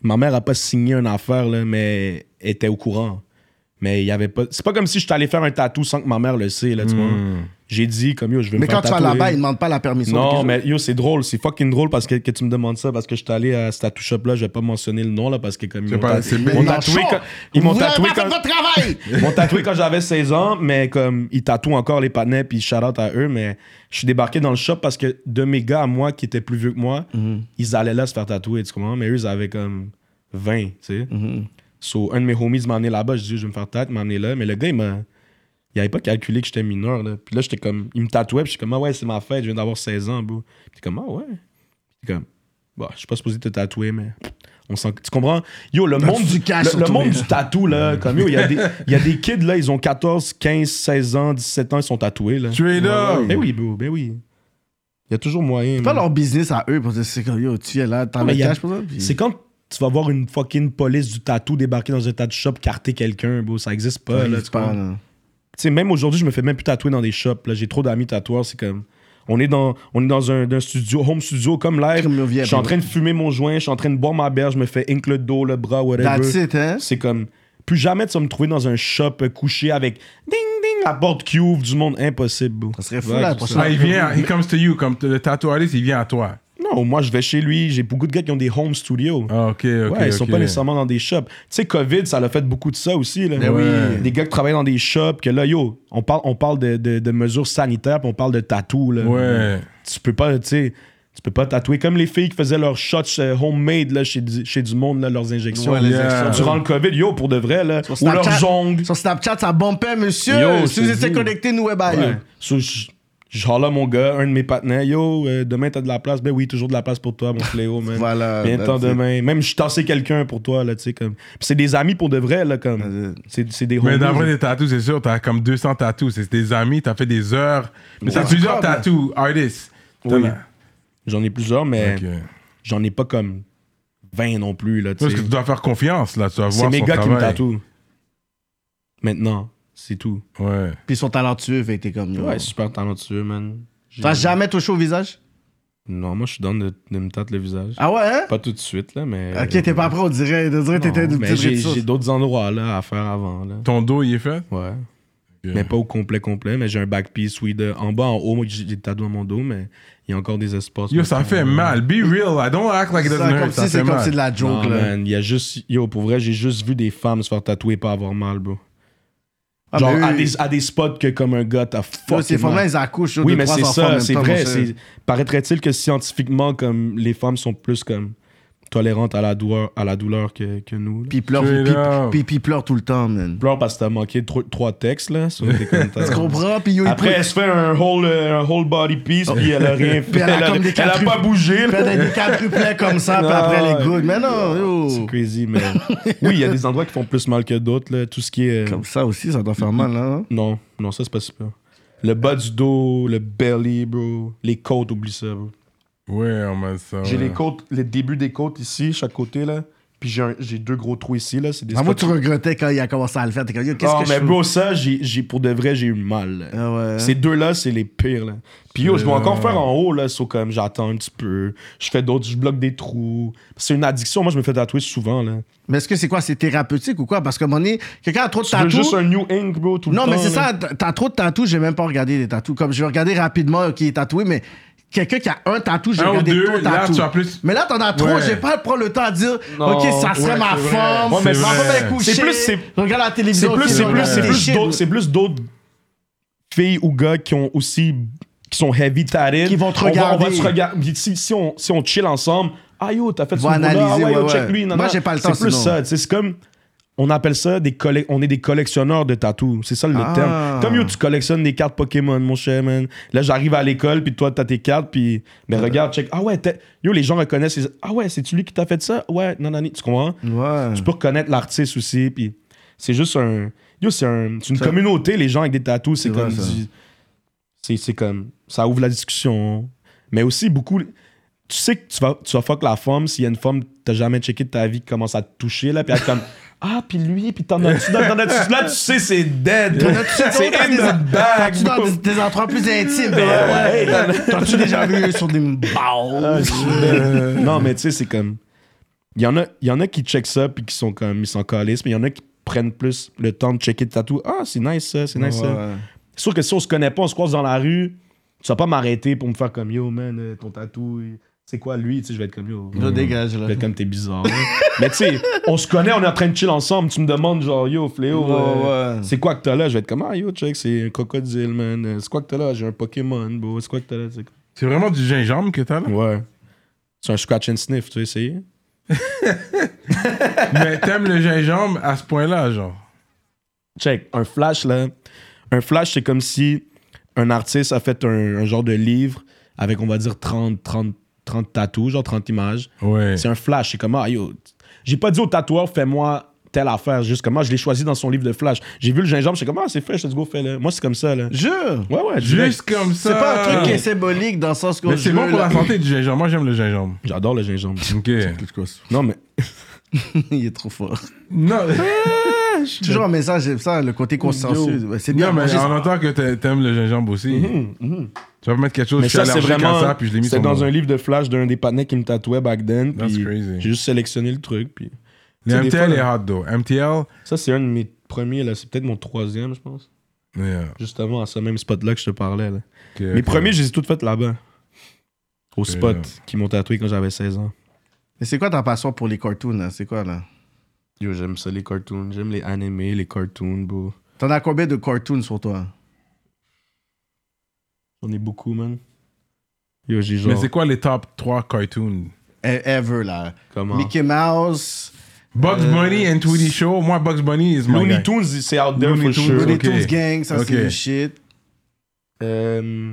Ma mère a pas signé une affaire, là, mais elle était au courant. Mais il y avait pas. C'est pas comme si je allé faire un tatou sans que ma mère le sait, là, tu vois. J'ai dit, comme yo, je vais Mais me faire quand tu tatouer. vas là-bas, ils demandent pas la permission. Non, de mais yo, c'est drôle, c'est fucking drôle parce que, que tu me demandes ça, parce que je suis allé à ce tattoo shop-là, je vais pas mentionner le nom, là, parce que comme ils m'ont pas- ta- c'est ils bien. m'ont Non, tatoué chaud. quand. Ils m'ont Vous avez tatoué pas fait quand. votre travail! Ils m'ont tatoué quand j'avais seize ans, mais comme ils tatouent encore les panais, puis shout out à eux, mais je suis débarqué dans le shop parce que de mes gars à moi qui étaient plus vieux que moi, ils allaient là se faire tatouer, tu comprends? Mais eux, ils avaient comme vingt, tu sais. So, un de mes homies m'a amené là-bas, je dis, je vais me faire tatouer, il m'a amené là, mais le gars, il m'a. Il avait pas calculé que j'étais mineur, là. Puis là, j'étais comme. Il me tatouait, puis j'étais comme, ah ouais, c'est ma fête, je viens d'avoir seize ans, bro. Puis comme, ah ouais. Puis comme, bah, je suis pas supposé te tatouer, mais. On s'en... Tu comprends? Yo, le monde du du, cash le, sur le tous monde les- du tatou, là, comme yo, il y, a des- il y a des kids, là, ils ont quatorze, quinze, seize ans, dix-sept ans, ils sont tatoués, là. Straight up. Ben oui, bro, ben oui. Il y a toujours moyen. C'est pas man. leur business à eux, parce que c'est comme, yo, tu es là, t'as Non, mais le y a- cash pour ça. puis- C'est quand tu vas voir une fucking police du tatou débarquer dans un tattoo shop, carter quelqu'un, bro. Ça existe pas, Ça là. existe tu pas, comprends? là. Tu sais, même aujourd'hui, je me fais même plus tatouer dans des shops. Là. J'ai trop d'amis tatoueurs. C'est comme. On est dans, on est dans un, un studio, home studio comme live. Comme le vieux, Je suis en bro. train de fumer mon joint, je suis en train de boire ma bière, je me fais ink le dos, le bras, whatever. That's it, hein? C'est comme. Plus jamais tu vas me trouver dans un shop euh, couché avec ding ding, la porte qui ouvre du monde. Impossible, bro. Ça serait fou, Ouais, là, c'est pour ça. Ah, il vient, he comes to you, comme le tattoo artist, il vient à toi. Non, moi, je vais chez lui. J'ai beaucoup de gars qui ont des home studios. Ah, ok, ok. Ouais, ils sont ok. pas nécessairement dans des shops. Tu sais, COVID, ça l'a fait beaucoup de ça aussi. Là. Ben oui. Des gars qui travaillent dans des shops, que là, yo, on parle, on parle de, de, de mesures sanitaires, puis on parle de tatou. Là. Ouais. Tu peux pas, tu sais, tu peux pas tatouer comme les filles qui faisaient leurs shots euh, homemade là, chez, du- chez du monde, là, leurs injections. Ouais, les Yeah. injections. Durant le COVID, yo, pour de vrai, là. Sur Ou leurs Snapchat- ongles. Sur Snapchat, ça bombait, monsieur. Yo, si vous je te étiez dis. connectés, nous, ouais, bah, yo. Ouais. So, je je holla à mon gars, un de mes partenaires, yo, euh, demain t'as de la place. Ben oui, toujours de la place pour toi, mon fléau, man. Voilà. Viens-t'en that's it. demain. Même je tassais quelqu'un pour toi, là, tu sais, comme. Puis c'est des amis pour de vrai, là, comme. That's it. C'est, c'est des Mais homies. d'après des tattoos, c'est sûr, t'as comme deux cents tattoos. C'est des amis, t'as fait des heures. Mais t'as Ouais. plusieurs Comme, là. tattoos artists. Oui. T'en as- J'en ai plusieurs, mais Ok. j'en ai pas comme vingt non plus, là, tu Parce sais. que tu dois faire confiance, là. Tu dois C'est voir mes son gars qui me travail. tatouent. Maintenant, c'est tout. Ouais. Puis ils sont talentueux, fait que t'es comme, yo. Ouais, super talentueux, man. J'ai- T'as jamais touché au visage? Non, moi, je suis dans de, de me tâter le visage. Ah ouais, hein? Pas tout de suite, là, mais. Ok, t'es pas prêt, on dirait. On dirait que t'étais Non, une mais petite j'ai, réticence. j'ai d'autres endroits, là, à faire avant, là. Ton dos, il est fait? Ouais. Ok. Mais pas au complet complet, mais j'ai un back piece, oui, de en bas, en haut, moi j'ai des tatouages dans mon dos, mais il y a encore des espaces. Yo, ça fait mal. Be real. I don't act like it C'est doesn't comme hein, hurt. si Ça c'est fait comme c'est de mal. la joke, Non, là. man, il y a juste. Yo, pour vrai, j'ai juste vu des femmes se faire tatouer et pas avoir mal, bro. Ah, Genre, mais à, eux, des, à des spots que comme un gars, t'as yo, fucking ces femmes-là, mal. ils accouchent. yo, Oui, de mais trois c'est enfants en ça, même c'est temps, vrai. mon cher. C'est, paraîtrait-il que scientifiquement, comme les femmes sont plus comme tolérantes à la douleur, à la douleur que, que nous. là. Puis ils pleurent, Straight puis- up. puis- puis ils pleurent tout le temps, man. Pleure parce que t'as manqué tro- trois textes, là. So, t'es content. Tu comprends? Puis yo, ils Après, pleurent. elle se fait un whole, euh, un whole body piece, puis elle a rien fait. Puis elle a Elle a, comme des elle a quadruples- pas bougé, Puis elle là. a des quadruplets comme ça, puis Non, après, elle est ouais. good. Mais non, C'est yo. crazy, mais. Oui, il y a des endroits qui font plus mal que d'autres, là. Tout ce qui est. euh, Comme ça aussi, ça doit faire mal, hein? Non, non, ça, c'est pas super. Le bas du dos, le belly, bro. Les côtes, oublie ça, bro. Ouais, on met ça. J'ai ouais. les côtes, le début des côtes ici, chaque côté, là. Puis j'ai, un- j'ai deux gros trous ici, là. C'est des Ah, moi, spots- tu regrettais quand il a commencé à le faire. T'es comme, yo, qu'est-ce Ah, que mais je fais? bro, ça, j'ai, j'ai, pour de vrai, j'ai eu mal. là. Ah ouais. Ces deux-là, c'est les pires, là. Puis yo, je dois Euh. encore faire en haut, là. So, comme, j'attends un petit peu. Je fais d'autres, je bloque des trous. C'est une addiction. Moi, je me fais tatouer souvent, là. Mais est-ce que c'est quoi? C'est thérapeutique ou quoi? Parce que, à un moment donné, quelqu'un a trop de Tu veux tatous. juste un new ink, bro, tout le Non, temps. mais c'est là. ça. T'as trop de tatous, j'ai même pas regardé les tatous. Comme je vais regarder rapidement qui est tatoué, mais quelqu'un qui a un tatou, j'ai Un ou regardé deux, ton là, tatou. tu as plus. Mais là, t'en as trop, Ouais. j'ai pas à prendre le temps à dire, Non. OK, ça serait Ouais, ma c'est vrai. femme, Ouais, mais ma c'est femme vrai. est couchée, C'est plus- c'est- regarde la C'est télévision. plus, ok, c'est je plus, regarde c'est des plus shit. d'autres, c'est plus d'autres filles ou gars qui ont aussi, qui sont heavy tatted. Qui vont te On va- On va, regarder. se regarder. Si, si, on, si on chill ensemble, ah yo, t'as fait ce Va mouvement-là, analyser, ah ouais, yo, ouais, check ouais. lui. nan, Moi, nan. j'ai pas le temps, C'est plus sinon. ça, tu sais, c'est comme, on appelle ça des collec- on est des collectionneurs de tatous. C'est ça le Ah. terme. Comme yo, tu collectionnes des cartes Pokémon, mon cher, man. Là, j'arrive à l'école, puis toi, t'as tes cartes, puis, ben regarde, check. Ah ouais, t'es- yo, les gens reconnaissent. ils- Ah ouais, c'est-tu lui qui t'a fait ça? Ouais, non, non, non, tu comprends? Ouais. Tu peux reconnaître l'artiste aussi, puis c'est juste un. Yo, c'est un, c'est une Ça- communauté, les gens avec des tatous, c'est C'est comme. vrai, ça. du- c'est, c'est comme. Ça ouvre la discussion. Mais aussi, beaucoup. Tu sais que tu vas, tu vas fuck la femme s'il y a une femme que t'as jamais checké de ta vie qui commence à te toucher, là, puis elle est comme. Ah, puis lui, puis t'en as-tu. T'en as-tu là, tu sais, c'est dead. T'en as-tu C'est d'autres, in des- the bag. T'as-tu dans bro. des, des endroits plus intimes? Ben Ouais. ouais. T'as-tu déjà vu sur des Ah, balles? je- non, mais tu sais, c'est comme. Il y en a, il y en a qui checkent ça puis qui sont comme, ils s'en calissent, mais il y en a qui prennent plus le temps de checker le tatou. Ah, c'est nice ça, c'est nice Ouais. ça. C'est sûr que si on se connaît pas, on se croise dans la rue, tu vas pas m'arrêter pour me faire comme yo, man, euh, ton tatou, c'est quoi lui? Tu sais, je vais être comme yo. Je dégage, Je là. vais être comme t'es bizarre. Là. Mais tu sais, on se connaît, on est en train de chill ensemble. Tu me demandes genre yo, Fléau, Ouais, euh, ouais. c'est quoi que t'as là? Je vais être comme ah yo, check, c'est un crocodile, man. Euh, C'est quoi que t'as là? J'ai un Pokémon, bro. C'est quoi que t'as là? C'est- C'est vraiment du gingembre que t'as là? Ouais. C'est un scratch and sniff, tu as essayé? Mais t'aimes le gingembre à ce point-là, genre. Check, un flash là. Un flash, c'est comme si un artiste a fait un, un genre de livre avec, on va dire, trente, trente, trente tatous, genre trente images. Ouais. C'est un flash. C'est comme, ah yo, j'ai pas dit au tatoueur, fais-moi telle affaire. Juste comme, moi, je l'ai choisi dans son livre de flash. J'ai vu le gingembre, c'est comme, ah, c'est fresh, let's go, fais-le. Moi, c'est comme ça, là. Jure! Ouais, ouais, direct. Juste comme ça. C'est pas un truc qui est symbolique dans le sens que Mais c'est je bon veux, pour là. la santé du gingembre. Moi, j'aime le gingembre. J'adore le gingembre. Ok. Non, mais. Il est trop fort. Non, Toujours un message, j'aime ça, le côté consensuel. Ouais, c'est bien. non mais manger- en entend que t'a- t'aimes le gingembre aussi. Tu vas me mettre quelque chose, Mais je suis ça, c'est allergique vraiment. à ça, puis je l'ai mis C'est sur dans mon- un livre de flash d'un des partenaires qui me tatouait back then. That's Puis crazy. j'ai juste sélectionné le truc. Puis. Le Tu sais, M des T fois, L est là- hot, though. M T L, Ça, c'est un de mes premiers, là. C'est peut-être mon troisième, je pense. yeah. Juste avant, à ce même spot-là que je te parlais, là. Ok, Mes ok. premiers, je les ai toutes faites là-bas. Au Ok, spot, là. qui m'ont tatoué quand j'avais seize ans. Mais c'est quoi ta passion pour les cartoons, là? C'est quoi, là? Yo, j'aime ça, les cartoons. J'aime les animés, les cartoons, bro. T'en as combien de cartoons sur toi? J'en ai beaucoup, man. Yo, j'ai genre... Mais c'est quoi les top trois cartoons? E- Ever, là. Comment? Mickey Mouse, Bugs Bunny and Tweety Show. Moi, Bugs Bunny is my Looney guy. Tunes, c'est out there Looney for Tunes, sure. Looney ok. Tunes Gang, ça Ok. c'est du shit. Euh,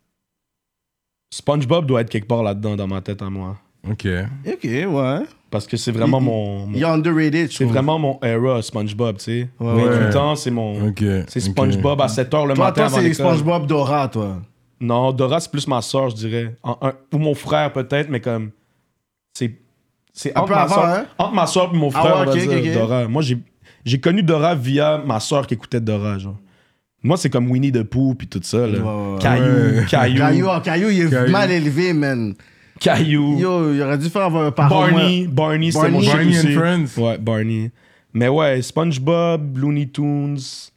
SpongeBob doit être quelque part là-dedans, dans ma tête à moi. Ok. Ok, ouais. Parce que c'est vraiment Il- mon... mon- Il est underrated, je C'est trouve. vraiment mon era, SpongeBob, tu sais. Ouais, vingt-huit ouais. ans, c'est mon... Ok. C'est SpongeBob à sept heures le Toi, matin toi avant c'est l'école. SpongeBob Dora, toi. Non, Dora, c'est plus ma soeur, je dirais. En- un- ou mon frère, peut-être, mais comme... C'est... C'est Un entre, peu ma avant, soeur- hein? entre ma soeur et mon Ah frère, ouais, on va ok, dire, ok, ok. Dora. Moi, j'ai, j'ai connu Dora via ma soeur qui écoutait Dora, genre. Moi, c'est comme Winnie the Pooh puis tout ça, là. Ouais, ouais, ouais. Caillou, Ouais. Caillou, Caillou, oh, Caillou, il est Caillou. mal élevé, man. Caillou. Yo, il aurait dû faire un parent. Barney, Barney, c'était mon Barney. shit Barney and aussi. Friends. Ouais, Barney. Mais ouais, SpongeBob, Looney Tunes.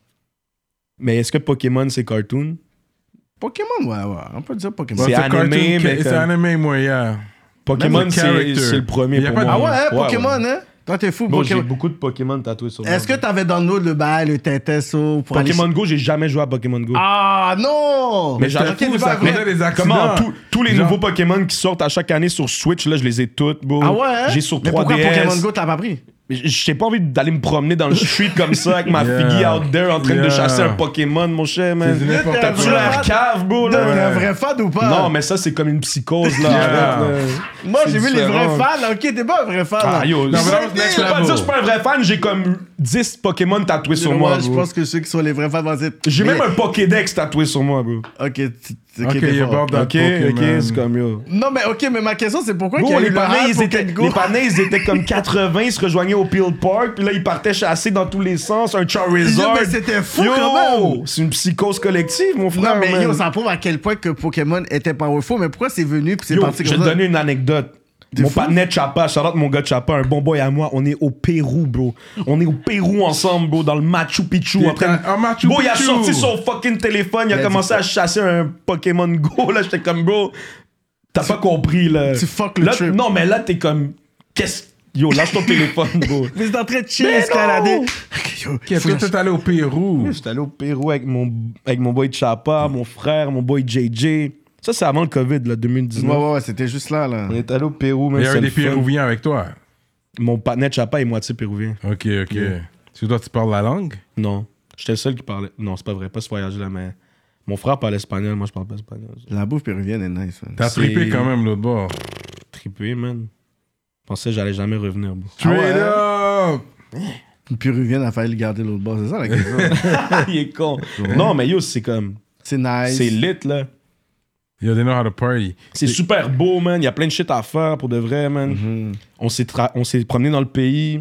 Mais est-ce que Pokémon, c'est cartoon? Pokémon, ouais, ouais. On peut dire Pokémon. C'est Well, animé, cartoon, mais C'est comme- animé, moi, yeah. Pokémon, Même le c'est, character. c'est le premier Il y a pour pas de- moi. Ah ouais, hein, Pokémon, ouais. hein? Toi, t'es fou, Bon, j'ai Pokémon. beaucoup de Pokémon tatoués sur moi. Est-ce que t'avais download le bail, le Tintin, pour aller... Pokémon Go, j'ai jamais joué à Pokémon Go. Ah, non! Mais j'arrête C'était fou, ça causait des accidents. Comment tous- tous les Genre- nouveaux Pokémon qui sortent à chaque année sur Switch, là, je les ai toutes, bro. Ah ouais, hein? J'ai sur Mais trois D pourquoi S. Pokémon Go, t'as pas pris? Mais J'ai pas envie d'aller me promener dans le street comme ça avec ma Yeah. figure out there en train de Yeah. chasser un Pokémon, mon cher, man. C'est du n'importe T'as-tu quoi. l'air cave, bro, T'es là? un vrai fan ou pas? Non, mais ça, c'est comme une psychose, là. Yeah. Arrête, là. Moi, c'est j'ai vu les différent. vrais fans, là. Ok, t'es pas un vrai fan, là. Ah, yo, Non, mais ça, là, je next peux pas level. dire que je suis pas un vrai fan, j'ai comme dix Pokémon tatoués sur Moi, moi, je bro. pense que ceux qui sont les vrais fans vont dire... J'ai Mais- même un Pokédex tatoué sur moi, bro. Ok, tu- tu- Ok, t'es il fort. aborde that Ok, ok, Pokémon. c'est comme yo. Non, mais ok, mais ma question, c'est pourquoi qu'il y Bro, a eu les le panais, hype ils pour étaient, Pokémon Go? les panais, ils étaient comme quatre-vingts, ils se rejoignaient au Peel Park, puis là, ils partaient chasser dans tous les sens, un Charizard. Yo, mais c'était fou, Yo, quand même. c'est une psychose collective, mon frère. Non, mais man. yo, ça prouve à quel point que Pokémon était powerful, mais pourquoi c'est venu puis c'est Yo, parti je vais comme te ça? donner une anecdote. T'es Mon fou? partenaire Chapa, shout out mon gars Chapa, un bon boy à moi, on est au Pérou, bro. On est au Pérou ensemble, bro, dans le Machu Picchu. Il En train de... était en Machu Bro, il a Picchu. sorti son fucking téléphone, il a Il a commencé dit- à chasser un Pokémon Go, là, j'étais comme, bro, t'as pas compris, là. tu fuck le Là, trip. Non, mais là, t'es comme, qu'est-ce... Yo, lâche ton téléphone, bro. Mais c'est en train de chill, Mais escalader. non! Yo, Est-ce que t'es allé au Pérou? J'étais allé au Pérou avec mon, avec mon boy Chapa, mon frère, mon boy J J. Ça, c'est avant le COVID, là, deux mille Ouais, dix-neuf. ouais, ouais, c'était juste là, là. On est allé au Pérou, Il même y avait c'est des le fun. Péruviens avec toi. Mon partenaire Chapa est moitié péruvien. Ok, ok. Est-ce que toi, tu parles la langue? Non. J'étais le seul qui parlait. Non, c'est pas vrai, pas ce voyage-là, mais. Mon frère parle espagnol, moi je parle pas espagnol. La bouffe péruvienne est nice, man. T'as C'est- trippé quand même l'autre bord. Trippé, man. Je pensais que j'allais jamais revenir, bro. Straight ouais? up! Une péruvienne a failli le garder l'autre bord, c'est ça la question. Il est con. Non, mais yo, c'est comme. C'est nice. C'est lit, là. Yo, they know how to party. C'est super beau, man. Il y a plein de shit à faire pour de vrai, man. Mhm. On s'est tra- on s'est promené dans le pays.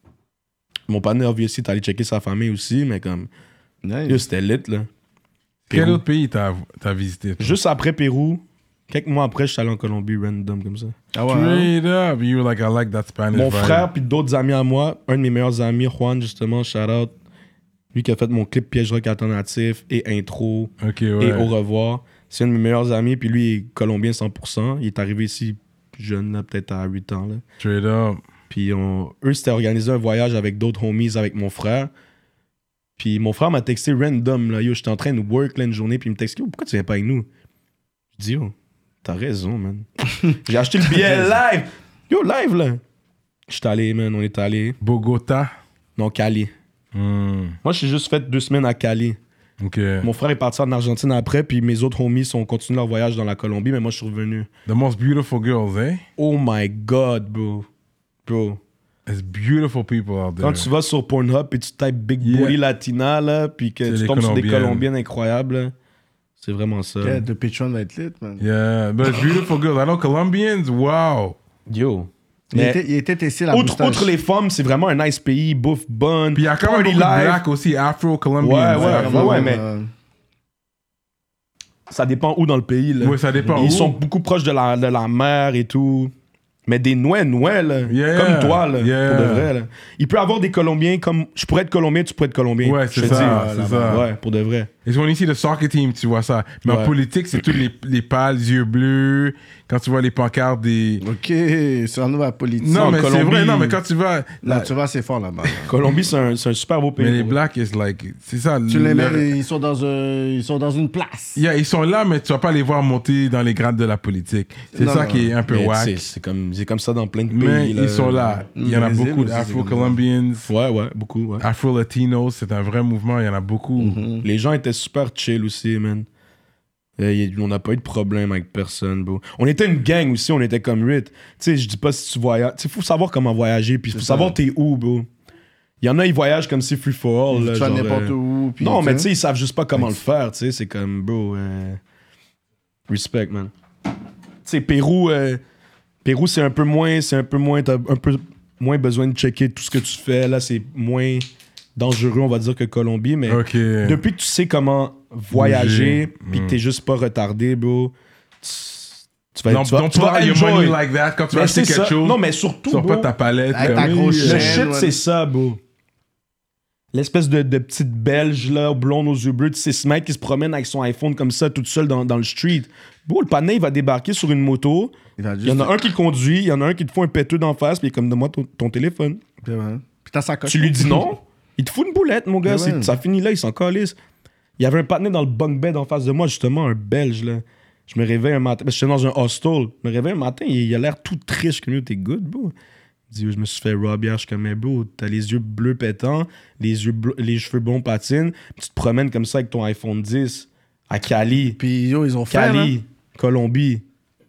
Mon partenaire, obviously, t'es allé checker sa famille aussi, mais comme. Yo, Nice. c'était lit, là. Quel Pérou. autre pays t'as t'as visité? toi? Juste après Pérou, Quelques mois après, je suis allé en Colombie random comme ça. Ah ouais. Straight up. You were like, I like that Spanish Mon vibe. frère puis d'autres amis à moi, un de mes meilleurs amis, Juan, justement, shout out, lui qui a fait mon clip Piège rock alternatif et intro Ok, ouais. et au revoir. C'est un de mes meilleurs amis, puis lui il est colombien cent pour cent. Il est arrivé ici jeune, là, peut-être à huit ans. Là. Straight up. Puis on... eux, c'était organisé un voyage avec d'autres homies, avec mon frère. Puis mon frère m'a texté random, là, yo, j'étais en train de work là, une journée, puis il me texte, yo, pourquoi tu viens pas avec nous? Je dis, yo, t'as raison, man. J'ai acheté le billet live. Yo, live, là. J'étais allé, man, on est allé. Bogota. Non, Cali. Mm. Moi, j'ai juste fait deux semaines à Cali. Ok. Mon frère est parti en Argentine après, puis mes autres homies ont continué leur voyage dans la Colombie, mais moi, je suis revenu. The most beautiful girls, eh? Oh my God, bro. Bro. There's beautiful people out there. Quand tu vas sur Pornhub et tu types Big Yeah. Booty Latina, là, puis que C'est tu les tombes sur des Colombiennes. Colombiennes incroyables, là, c'est vraiment ça. Yeah, the Patreon va être lit, man. Yeah, but it's beautiful girls. I know Colombians, wow. Yo. Il, Mais était, il était testé la outre, moustache. outre les femmes, c'est vraiment un nice pays, bouffe bonne, Puis il y a quand même party beaucoup de life. blacks aussi, Afro-Colombians. Ouais, ouais, Afro- ouais, ouais, mais- Euh, Ça dépend où dans le pays, là. Ouais, ça dépend Ils où. sont beaucoup proches de la, de la mer et tout. Mais des nouais, nouais, là. Yeah, Comme toi, là. yeah. Pour de vrai, là. Il peut y avoir des Colombiens comme... Je pourrais être Colombien, tu pourrais être Colombien. Ouais, je c'est te ça, dis. c'est là-bas. ça. Ouais, pour de vrai. Et on ici le soccer team, tu vois ça. Mais Ouais. en politique, c'est tous les, les pâles, les yeux bleus. Quand tu vois les pancartes des... Ok, sur la nouvelle politique. Non, en mais c'est Colombie- vrai. Non, mais quand tu vas... Là, la- tu vois, c'est fort là-bas. Colombie, c'est un, c'est un super beau pays. Mais les pour blacks, it's like... C'est ça. Tu les leur- mets, ils sont dans, un, ils sont dans une place. Yeah, ils sont là, mais tu vas pas les voir monter dans les grades de la politique. C'est Non, ça non. qui est un peu Mais whack. tu sais, C'est comme, c'est comme ça dans plein de pays. Mais là. ils sont là. Il y en a Brésil beaucoup aussi, c'est d'Afro-Colombians, Ouais, ouais, beaucoup, ouais. Afro-Latinos. C'est un vrai mouvement. Il y en a beaucoup. Mhm. Les gens étaient super chill aussi, man. Euh, y- on n'a pas eu de problème avec personne, bro. On était une gang aussi, on était comme huit. Tu sais, je dis pas si tu voyages. Tu sais, faut savoir comment voyager, puis faut C'est savoir ça. t'es où, bro. Il y en a, ils voyagent comme si free for all. là, Tu vas genre, n'importe euh, où. puis, Non, mais tu sais, ils savent juste pas comment le faire, tu sais. C'est comme, bro, euh, respect, man. Tu sais, Pérou, euh, Pérou, c'est un peu moins, c'est un peu moins, t'as un peu moins besoin de checker tout ce que tu fais. Là, c'est moins dangereux, on va dire, que Colombie, mais OK. depuis que tu sais comment voyager, Bouger. puis que Mm. t'es juste pas retardé, bro, tu, tu vas, Non, tu vas, don't tu vas put your enjoy. money like that. Quand tu vas Mais acheter c'est quelque ça. chose, Non, mais surtout, sors pas bro, ta palette. Avec comme, ta grosse hey, le euh, chaîne. shit, ouais. c'est ça, bro. L'espèce de, de petite belge, là, blonde aux yeux bleus, tu sais, ce mec qui se promène avec son iPhone comme ça, tout seul dans, dans le street. Bro, le panais, il va débarquer sur une moto. Il va Il y en juste- a un qui conduit, il y en a un qui te fout un péteux d'en face, puis il est comme, donne-moi ton, ton téléphone. Puis ouais. Puis t'as sa coche. Tu lui dis non, il te fout une boulette, mon gars. Ouais, c'est- ouais. Ça finit là, il s'en calisse. Il y avait un partenaire dans le bunk bed en face de moi, justement, un belge, là. Je me réveille un matin, parce que j'étais dans un hostel. Je me réveille un matin, il, il a l'air tout triste, comme t'es good, bro. Il dit, je me suis fait rob hier, je suis comme, mais bro, t'as les yeux bleus pétants, les, yeux bleus, les cheveux blonds patinent, puis tu te promènes comme ça avec ton iPhone dix à Cali. Puis yo, ils ont fait. hein. Cali, Colombie.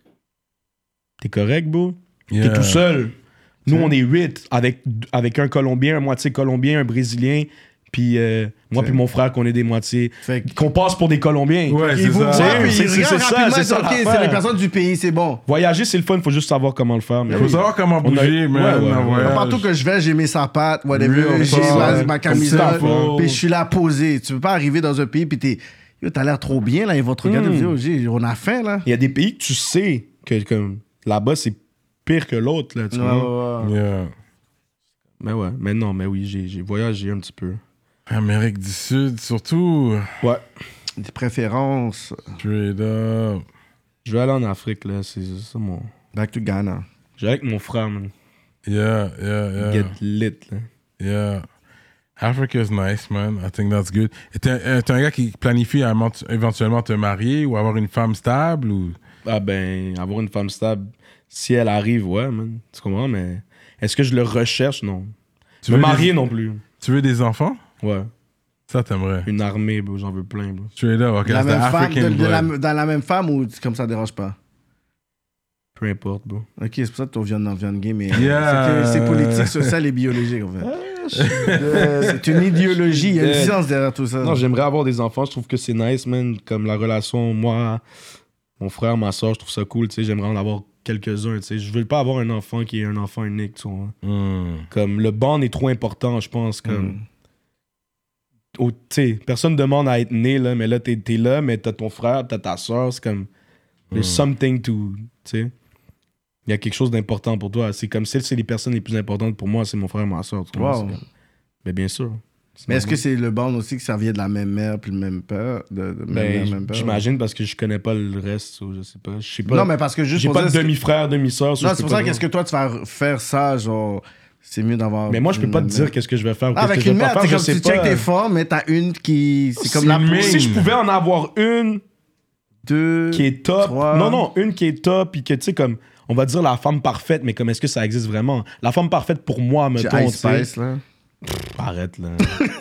T'es correct, bro? Yeah. T'es tout seul. Nous, on est huit, avec, avec un Colombien, un moitié Colombien, un Brésilien, puis euh, moi C'est- puis mon frère qu'on est des moitiés. Fait que- Qu'on passe pour des Colombiens. Ouais, Ils c'est vous ça. voient, C'est- puis c'est- ils c'est regardent ça, rapidement, c'est ils ça disent, OK, l'affaire. c'est les personnes du pays, c'est bon. Voyager, c'est le fun, faut juste savoir comment le faire. mais Il faut oui. savoir comment On a- bouger, man. ouais, ouais, en ouais. voyage. Partout que je vais, j'ai mes sapates, whatever, Real j'ai talk. ma, ma Comme camisole, ça, faut- puis je suis là posé. Tu peux pas arriver dans un pays, puis t'es. Yo, t'as l'air trop bien, là, ils vont te regarder Mm. et dire, oh, j'ai- on a faim, là. Il y a des pays que tu sais que comme, là-bas, c'est pire que l'autre. Là, tu Ouais, vois. ouais, ouais. Yeah. Mais ouais, mais non, mais oui, j'ai, j'ai voyagé un petit peu. Amérique du Sud, surtout. Ouais. Des préférences. Straight up. Je vais aller en Afrique, là, c'est ça mon... Back to Ghana. Je vais avec mon frère, man. Yeah, yeah, yeah. Get lit, là. Yeah. Africa is nice, man. I think that's good. Et t'es un, t'es un gars qui planifie à ment- éventuellement te marier ou avoir une femme stable ou... Ah ben, avoir une femme stable, si elle arrive, ouais, man. Tu comprends, mais est-ce que je le recherche? Non. Tu Me veux marier des- non plus. Tu veux des enfants? Ouais. Ça, t'aimerais. Une armée, bro, j'en veux plein, bro. Straight up. Ok, la that's the même femme, African de- de la- blood. dans la même femme ou comme ça dérange pas? Peu importe, bro. Ok, c'est pour ça que ton viande dans viande game. Mais Yeah. c'est que c'est politique, social et biologique, en fait. C'est une idéologie, il y a une Euh, science derrière tout ça. Non, j'aimerais avoir des enfants, je trouve que c'est nice, man. Comme la relation, moi, mon frère, ma soeur, je trouve ça cool, tu sais. J'aimerais en avoir quelques-uns, tu sais. Je veux pas avoir un enfant qui est un enfant unique, tu vois. Hmm. Comme le bond est trop important, je pense. Comme, Mm. au- tu sais, personne demande à être né, là, mais là, t'es, t'es là, mais t'as ton frère, t'as ta soeur, c'est comme. There's something to, tu sais. Il y a quelque chose d'important pour toi. C'est comme si c'est les personnes les plus importantes pour moi, c'est mon frère et ma soeur. Wow. Mais bien sûr. Mais est-ce que c'est le band aussi que ça vient de la même mère puis le même père? De, de même Ben, mère, même père? j'imagine parce que je connais pas le reste, ou je sais pas. Je sais pas. Non, mais parce que juste J'ai pour pas de dire, demi-frère, demi-sœur. Non, c'est pour ça qu'est-ce que toi, tu vas faire ça, genre, c'est mieux d'avoir. Mais moi, je peux pas te une dire mère. qu'est-ce que je vais faire ou Ah, qu'est-ce que avec je une vais pas mère, faire, c'est je comme sais tu check pas. tes formes, mais t'as une qui. C'est comme la une main. Si je pouvais en avoir une deux. qui est top. trois. Non, non, une qui est top, puis que, tu sais, comme, on va dire la femme parfaite, mais comme, est-ce que ça existe vraiment? La femme parfaite pour moi, J'ai mettons, Ice tu sais. Spice, là. Arrête, là.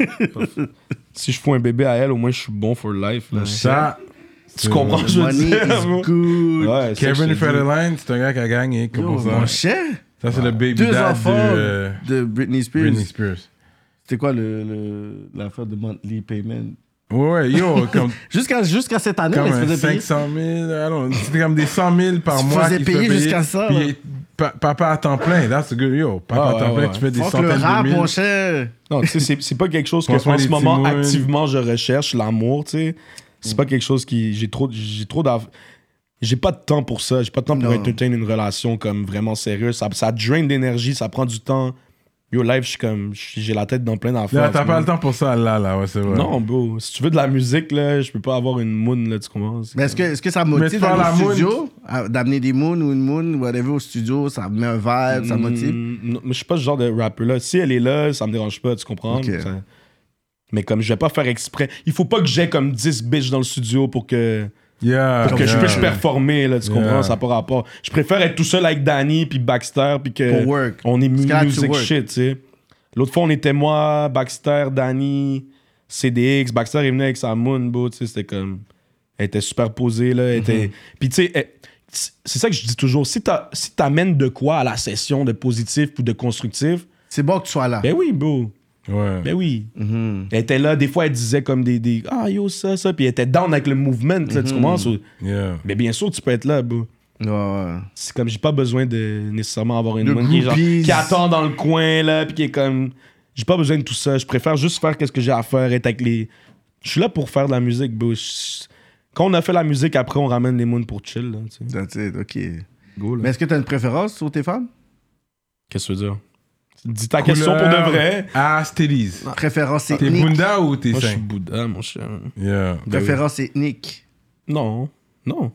Si je fous un bébé à elle, au moins, je suis bon for life, là. Ça, Tu comprends ce que je veux Money dire, is bro? good. Ouais, c'est ça que Kevin je te dis. Federline, c'est un gars qui a gagné. que Yo, pour ça. mon cher. Ça, c'est le baby Deux dad enfants de euh, de Britney Spears. Britney Spears. C'était quoi le, le, l'affaire de monthly payment? Ouais, ouais, yo, comme, Jusqu'à, jusqu'à cette année, comme elle se un faisait payer. cinq cent mille, alors, c'était comme des cent mille par Tu mois. faisais qui se payer fait jusqu'à ça, Puis, là. pa- papa à temps plein, that's good, yo. Papa Ah, à temps ouais, plein, ouais. tu fais des Fuck le centaines rap, de mille. mon cher. Non, tu sais, c'est, c'est pas quelque chose que Prends soin en des ce moment petits moules. activement je recherche, l'amour, tu sais. C'est pas quelque chose qui. J'ai trop, j'ai trop d'av- J'ai pas de temps pour ça. J'ai pas de temps pour Non. entertain une relation comme vraiment sérieuse. Ça, ça draine d'énergie, ça prend du temps. Yo, live, je suis comme. J'ai la tête dans plein d'affaires. Là, en t'as ce pas le moment. temps pour ça, là, là, ouais, c'est vrai. Non, bro. Si tu veux de la musique, là, je peux pas avoir une moon, là, tu comprends? C'est Mais est-ce que, est-ce que ça Mais motive tu parles d'aller à au Moon. studio? À- D'amener des moons ou une moon, whatever, au studio, ça met un vibe, ça motive? Mm, non, mais je suis pas ce genre de rapper-là. Si elle est là, ça me dérange pas, tu comprends? Ok. Ça- Mais comme je vais pas faire exprès. Il faut pas que j'ai comme dix bitches dans le studio pour que. Yeah, Pour que je yeah. puisse performer, là, tu Yeah. comprends? Ça n'a pas rapport. Je préfère être tout seul avec Danny puis Baxter puis que Pour work. on est It's got to music work. shit, tu sais. L'autre fois, on était moi, Baxter, Danny, C D X. Baxter est venu avec sa moon, bro, tu sais, c'était comme... Elle était super posée, là. Elle était... Puis tu sais, elle- c'est ça que je dis toujours. Si t'as- si t'amènes de quoi à la session de positif ou de constructif, C'est bon que tu sois là. ben oui, bro. Ouais. Ben oui. Mhm. Elle était là, des fois, elle disait comme des... des ah, yo, ça, ça. Puis elle était down avec le mouvement, là, tu comprends? So- Yeah. mais bien sûr, tu peux être là, bro. Ouais, ouais. C'est comme j'ai pas besoin de nécessairement avoir une Le moon qui, est genre- groupies. qui attend dans le coin là puis qui est comme j'ai pas besoin de tout ça, je préfère juste faire qu'est-ce que j'ai à faire, être avec les je suis là pour faire de la musique, bro. Je- quand on a fait la musique, après on ramène les moons pour chill là, tu sais. That's it, ok. Go, là. Mais est-ce que tu as une préférence sur tes femmes? Qu'est-ce que tu veux dire? Dis ta question pour de vrai. Ah, titties. Préférence T'es ethnique. Bunda ou t'es Moi je sain? suis Bouddha, mon cher. Yeah. Préférence ethnique. Non, non.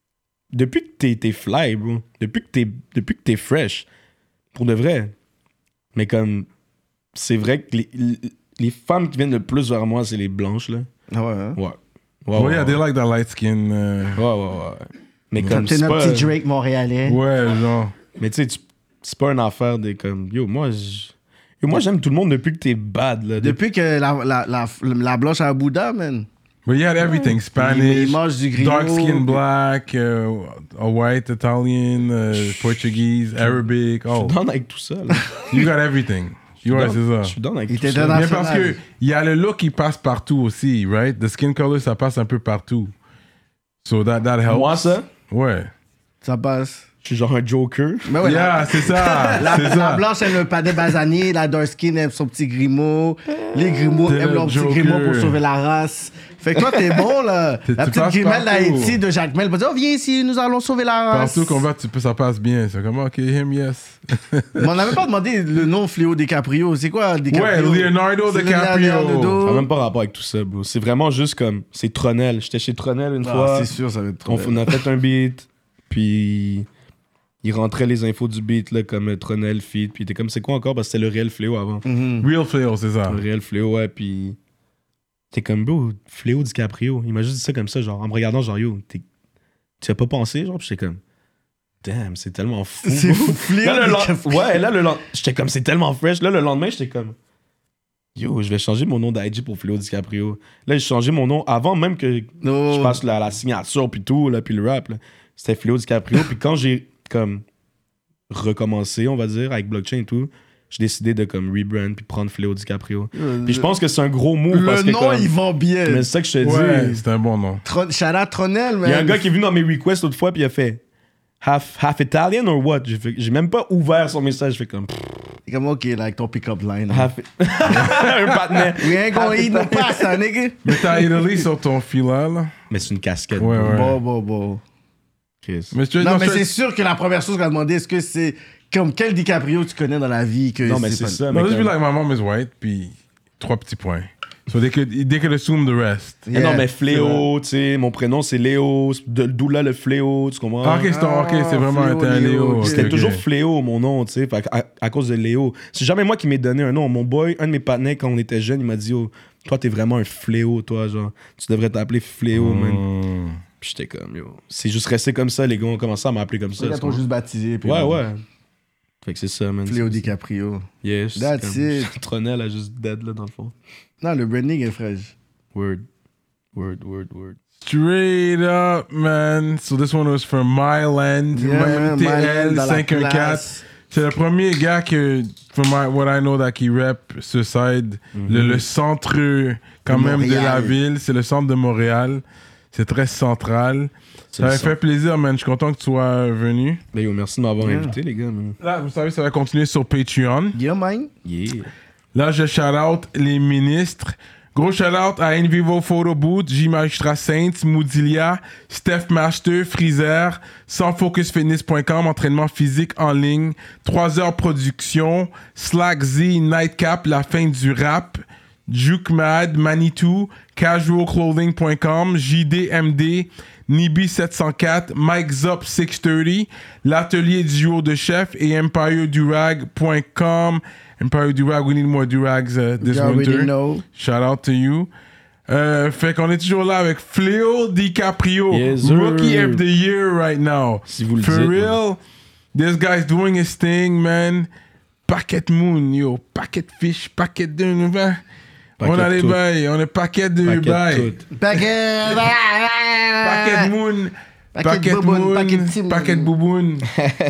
Depuis que t'es, t'es fly, bro. Depuis que t'es, depuis que t'es fresh. Pour de vrai. Mais comme, c'est vrai que les, les femmes qui viennent le plus vers moi, c'est les blanches, là. Ah ouais, hein? Ouais. Ouais, Oh, ouais, yeah, they ouais. like the light skin. euh, Ouais, ouais, ouais. Mais T'es comme, c'est notre pas... petit Drake montréalais. Ouais, genre. Mais tu sais, tu- c'est pas une affaire de comme... Yo, moi, je- Yo, moi j'aime tout le monde depuis que t'es bad, là. Depuis que la, la, la, la blanche a Bouddha, man. But you had everything. Il, Spanish, il mange du griot. dark skin black, uh, a white, Italian, uh, Portuguese, Arabic. Je Oh, suis down avec tout ça, là. you got everything. Je suis Ouais, down- c'est ça. Je suis down avec Il tout était ça. dans Mais parce national. que il y a le look qui passe partout aussi, right? The skin color, ça passe un peu partout. So that, that helps. Moi, ça, Ouais. Ça passe. je suis genre un joker. Mais ouais, Yeah, c'est ça. la, c'est la ça. blanche aime le padé basané, la dark skin aime son petit grimaud, les grimaud T'es aiment le leur petit Joker. grimaud pour sauver la race. Fait que toi, t'es bon, là. T'es- La tu petite passes grimelle partout. d'Haïti de Jacques Mel va dire, oh, viens ici, nous allons sauver la race. Partout qu'on va, tu peux, ça passe bien. C'est comme, ok, him, yes. Mais on n'avait pas demandé le nom Fléau DiCaprio. C'est quoi, Ouais, DiCaprio? Leonardo C'est DiCaprio. Leonardo. Ça n'a même pas rapport avec tout ça, bro. C'est vraiment juste comme... C'est Tronel. J'étais chez Tronel une Ah, fois. c'est sûr, ça va être trop On, on a fait un beat, puis il rentrait les infos du beat, là, comme euh, Tronel, feat, puis il était comme, c'est quoi encore? Parce que c'était le réel Fléau avant. Mhm. Real Flair, c'est ça. Le réel Fléau, ouais, puis t'es comme, bro, Fléau DiCaprio. Il m'a juste dit ça comme ça, genre, en me regardant, genre, yo, t'es- tu as pas pensé, genre, puis j'étais comme, damn, c'est tellement fou. C'est bro. fou, Fléau Là, le lend- DiCaprio. Ouais, là, le lend- j'étais comme, c'est tellement fresh. Là, le lendemain, j'étais comme, yo, je vais changer mon nom d'I G pour Fléau DiCaprio. Là, j'ai changé mon nom avant même que No. je fasse la, la signature, puis tout, là, puis le rap, là. C'était Fléau DiCaprio. Puis quand j'ai, comme, recommencé, on va dire, avec blockchain et tout, j'ai décidé de, comme, rebrand, puis prendre Fléau DiCaprio. Puis je pense que c'est un gros move, parce Le que, nom, comme- il vend bien. Mais c'est ça que je te Ouais, dis. c'est un bon nom. Tron- Shout out Tronel, man. Il y a un gars qui est venu dans mes requests l'autre fois, puis il a fait half, half Italian or what? J'ai fait- j'ai même pas ouvert son message. Je fais comme pff, C'est comme, OK, like ton pick-up line. half. Un patinet. We ain't gonna eat no pasta, nigga. Mais t'as Italy sur ton filet, là. Mais c'est une casquette. Ouais, bro. ouais. Bon, bon, bon. Chris. Mais tu Non, non, mais tu- c'est sûr que la première chose qu'on a demandé, est-ce que c'est comme quel DiCaprio tu connais dans la vie que Non, mais c'est pas- ça. Non, mais just be comme- like, my mom is white, puis trois petits points. So they could, they could assume the rest. Eh non, Yeah, mais Fléau, tu sais, mon prénom c'est Léo, de- d'où là le Fléau, tu comprends? Ah, ok, c'est ton- ok, c'est vraiment Fléau, un Léo, Léo. ok. ok, C'était ok. toujours Fléau, mon nom, tu sais, fait à, à cause de Léo. C'est jamais moi qui m'ai donné un nom. Mon boy, un de mes partenaires, quand on était jeunes, il m'a dit, oh, toi, t'es vraiment un fléau, toi, genre. Tu devrais t'appeler Fléau, man. Mm. Puis j'étais comme, yo. C'est juste resté comme ça, les gars ont commencé à m'appeler comme ça. Ils tu t'ont comprends? juste baptisé. puis Ouais, bon. ouais. Fait que c'est ça, man. Fléau DiCaprio. Yes. That's it. Tronel a juste dead, là, dans le fond. Non, le branding est fraîche. Word. Word, word, word. Straight up, man. So this one was from Myland. Yeah, man, T Myland L dans la cinq un quatre. place. C'est le premier gars que, from my- what I know, that qui rap ce side. Le, le centre, quand De même, de la Montréal. ville. C'est le centre de Montréal. C'est très central. C'est Ça le m'a son. fait plaisir, man. Je suis content que tu sois venu. Ben, yo, merci de m'avoir Yeah. invité, les gars, man. Là, vous savez, ça va continuer sur Patreon. Yeah, man. Yeah. Là, je shout-out les ministres. Gros shout-out à Invivo Photo Booth, J Magistrat Saints, Moodilia, Steph Master, Freezer, sans focus fitness point com, entraînement physique en ligne, trois heures production, Slack Z, Nightcap, la fin du rap, Juke Mad, Manitou, casual clothing point com, J D M D, Nibi sept cent quatre, Mike Zop six cent trente, l'atelier duo de chef et empire durag point com. Empire Durag, we need more Durags uh, this You already winter. know. Shout out to you. Euh, fait qu'on est toujours là avec Fléau DiCaprio, Yes, sir. Rookie of the Year right now. Si vous le For dites, real, this guy's doing his thing, man. Packet Moon, yo. Packet Fish, Packet de... On Packet a les tout. bails, on est Packet de Paquet bails. tout. Paquet. Packet Moon, Paquet Packet Bouboune, Moon, Paquet Tim. Packet Bouboune.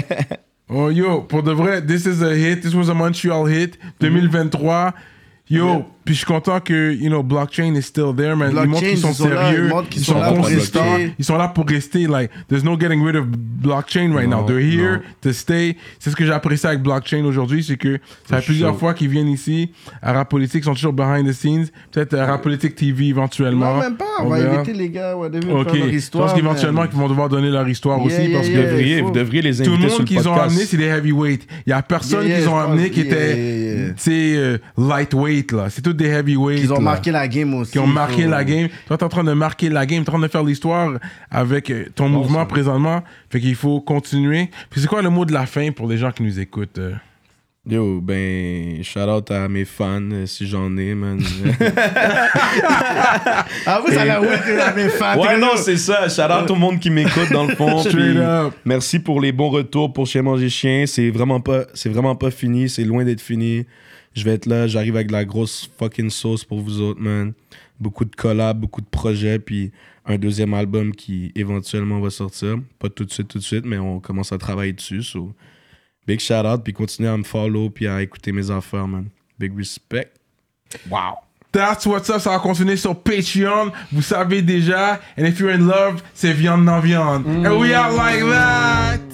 Oh yo, pour de vrai, this is a hit. This was a Montreal hit. deux mille vingt-trois. Yo, Yeah. puis je suis content que, you know, blockchain is still there, man. Blockchain, ils montrent qu'ils sont ils sont là, sérieux. ils montrent qu'ils ils sont sont là pour consistants. rester. Ils sont là pour rester. Like, there's no getting rid of blockchain right Non, now. They're here non. to stay. C'est ce que j'ai apprécié avec blockchain aujourd'hui, c'est que ça fait plusieurs chaud. fois qu'ils viennent ici à Rap Politique, ils sont toujours behind the scenes. Peut-être à Rap Politique T V éventuellement. Non, même pas. On, va verra. inviter les gars. On va devenir Ok, faire leur je histoire. pense qu'éventuellement, man. ils vont devoir donner leur histoire Yeah, aussi yeah, parce Vous que yeah. devriez, il faut. vous devriez les tout le inviter sur monde le qu'ils ont podcast. amené, c'est des heavyweights. Il y a personne Yeah, yeah, qu'ils ont je pense- amené qui yeah, était, yeah, yeah. tu sais, euh, lightweight, là. C'est tous des heavyweights. Ils ont là, marqué la game aussi. qui ont marqué faut- la game. Toi, t'es en train de marquer la game, t'es en train de faire l'histoire avec euh, ton mouvement ça. présentement. Fait qu'il faut continuer. Puis c'est quoi le mot de la fin pour les gens qui nous écoutent? euh? Yo, ben, shout out à mes fans, euh, si j'en ai, man. Ah, vous, ça l'a ouais, t'es la même fan. Ouais, non, c'est ça. Shout out tout le monde qui m'écoute dans le fond. Straight puis up. Merci pour les bons retours pour Chien Manger Chien. C'est vraiment pas, c'est vraiment pas fini. C'est loin d'être fini. Je vais être là. J'arrive avec de la grosse fucking sauce pour vous autres, man. Beaucoup de collabs, beaucoup de projets, puis un deuxième album qui éventuellement va sortir. Pas tout de suite, tout de suite, mais on commence à travailler dessus. So, big shout out, puis continuez à me follow, puis à écouter mes affaires, man. Big respect. Wow. That's what's up, ça va continuer sur Patreon. Vous savez déjà. And if you're in love, c'est viande dans viande. And we are like that.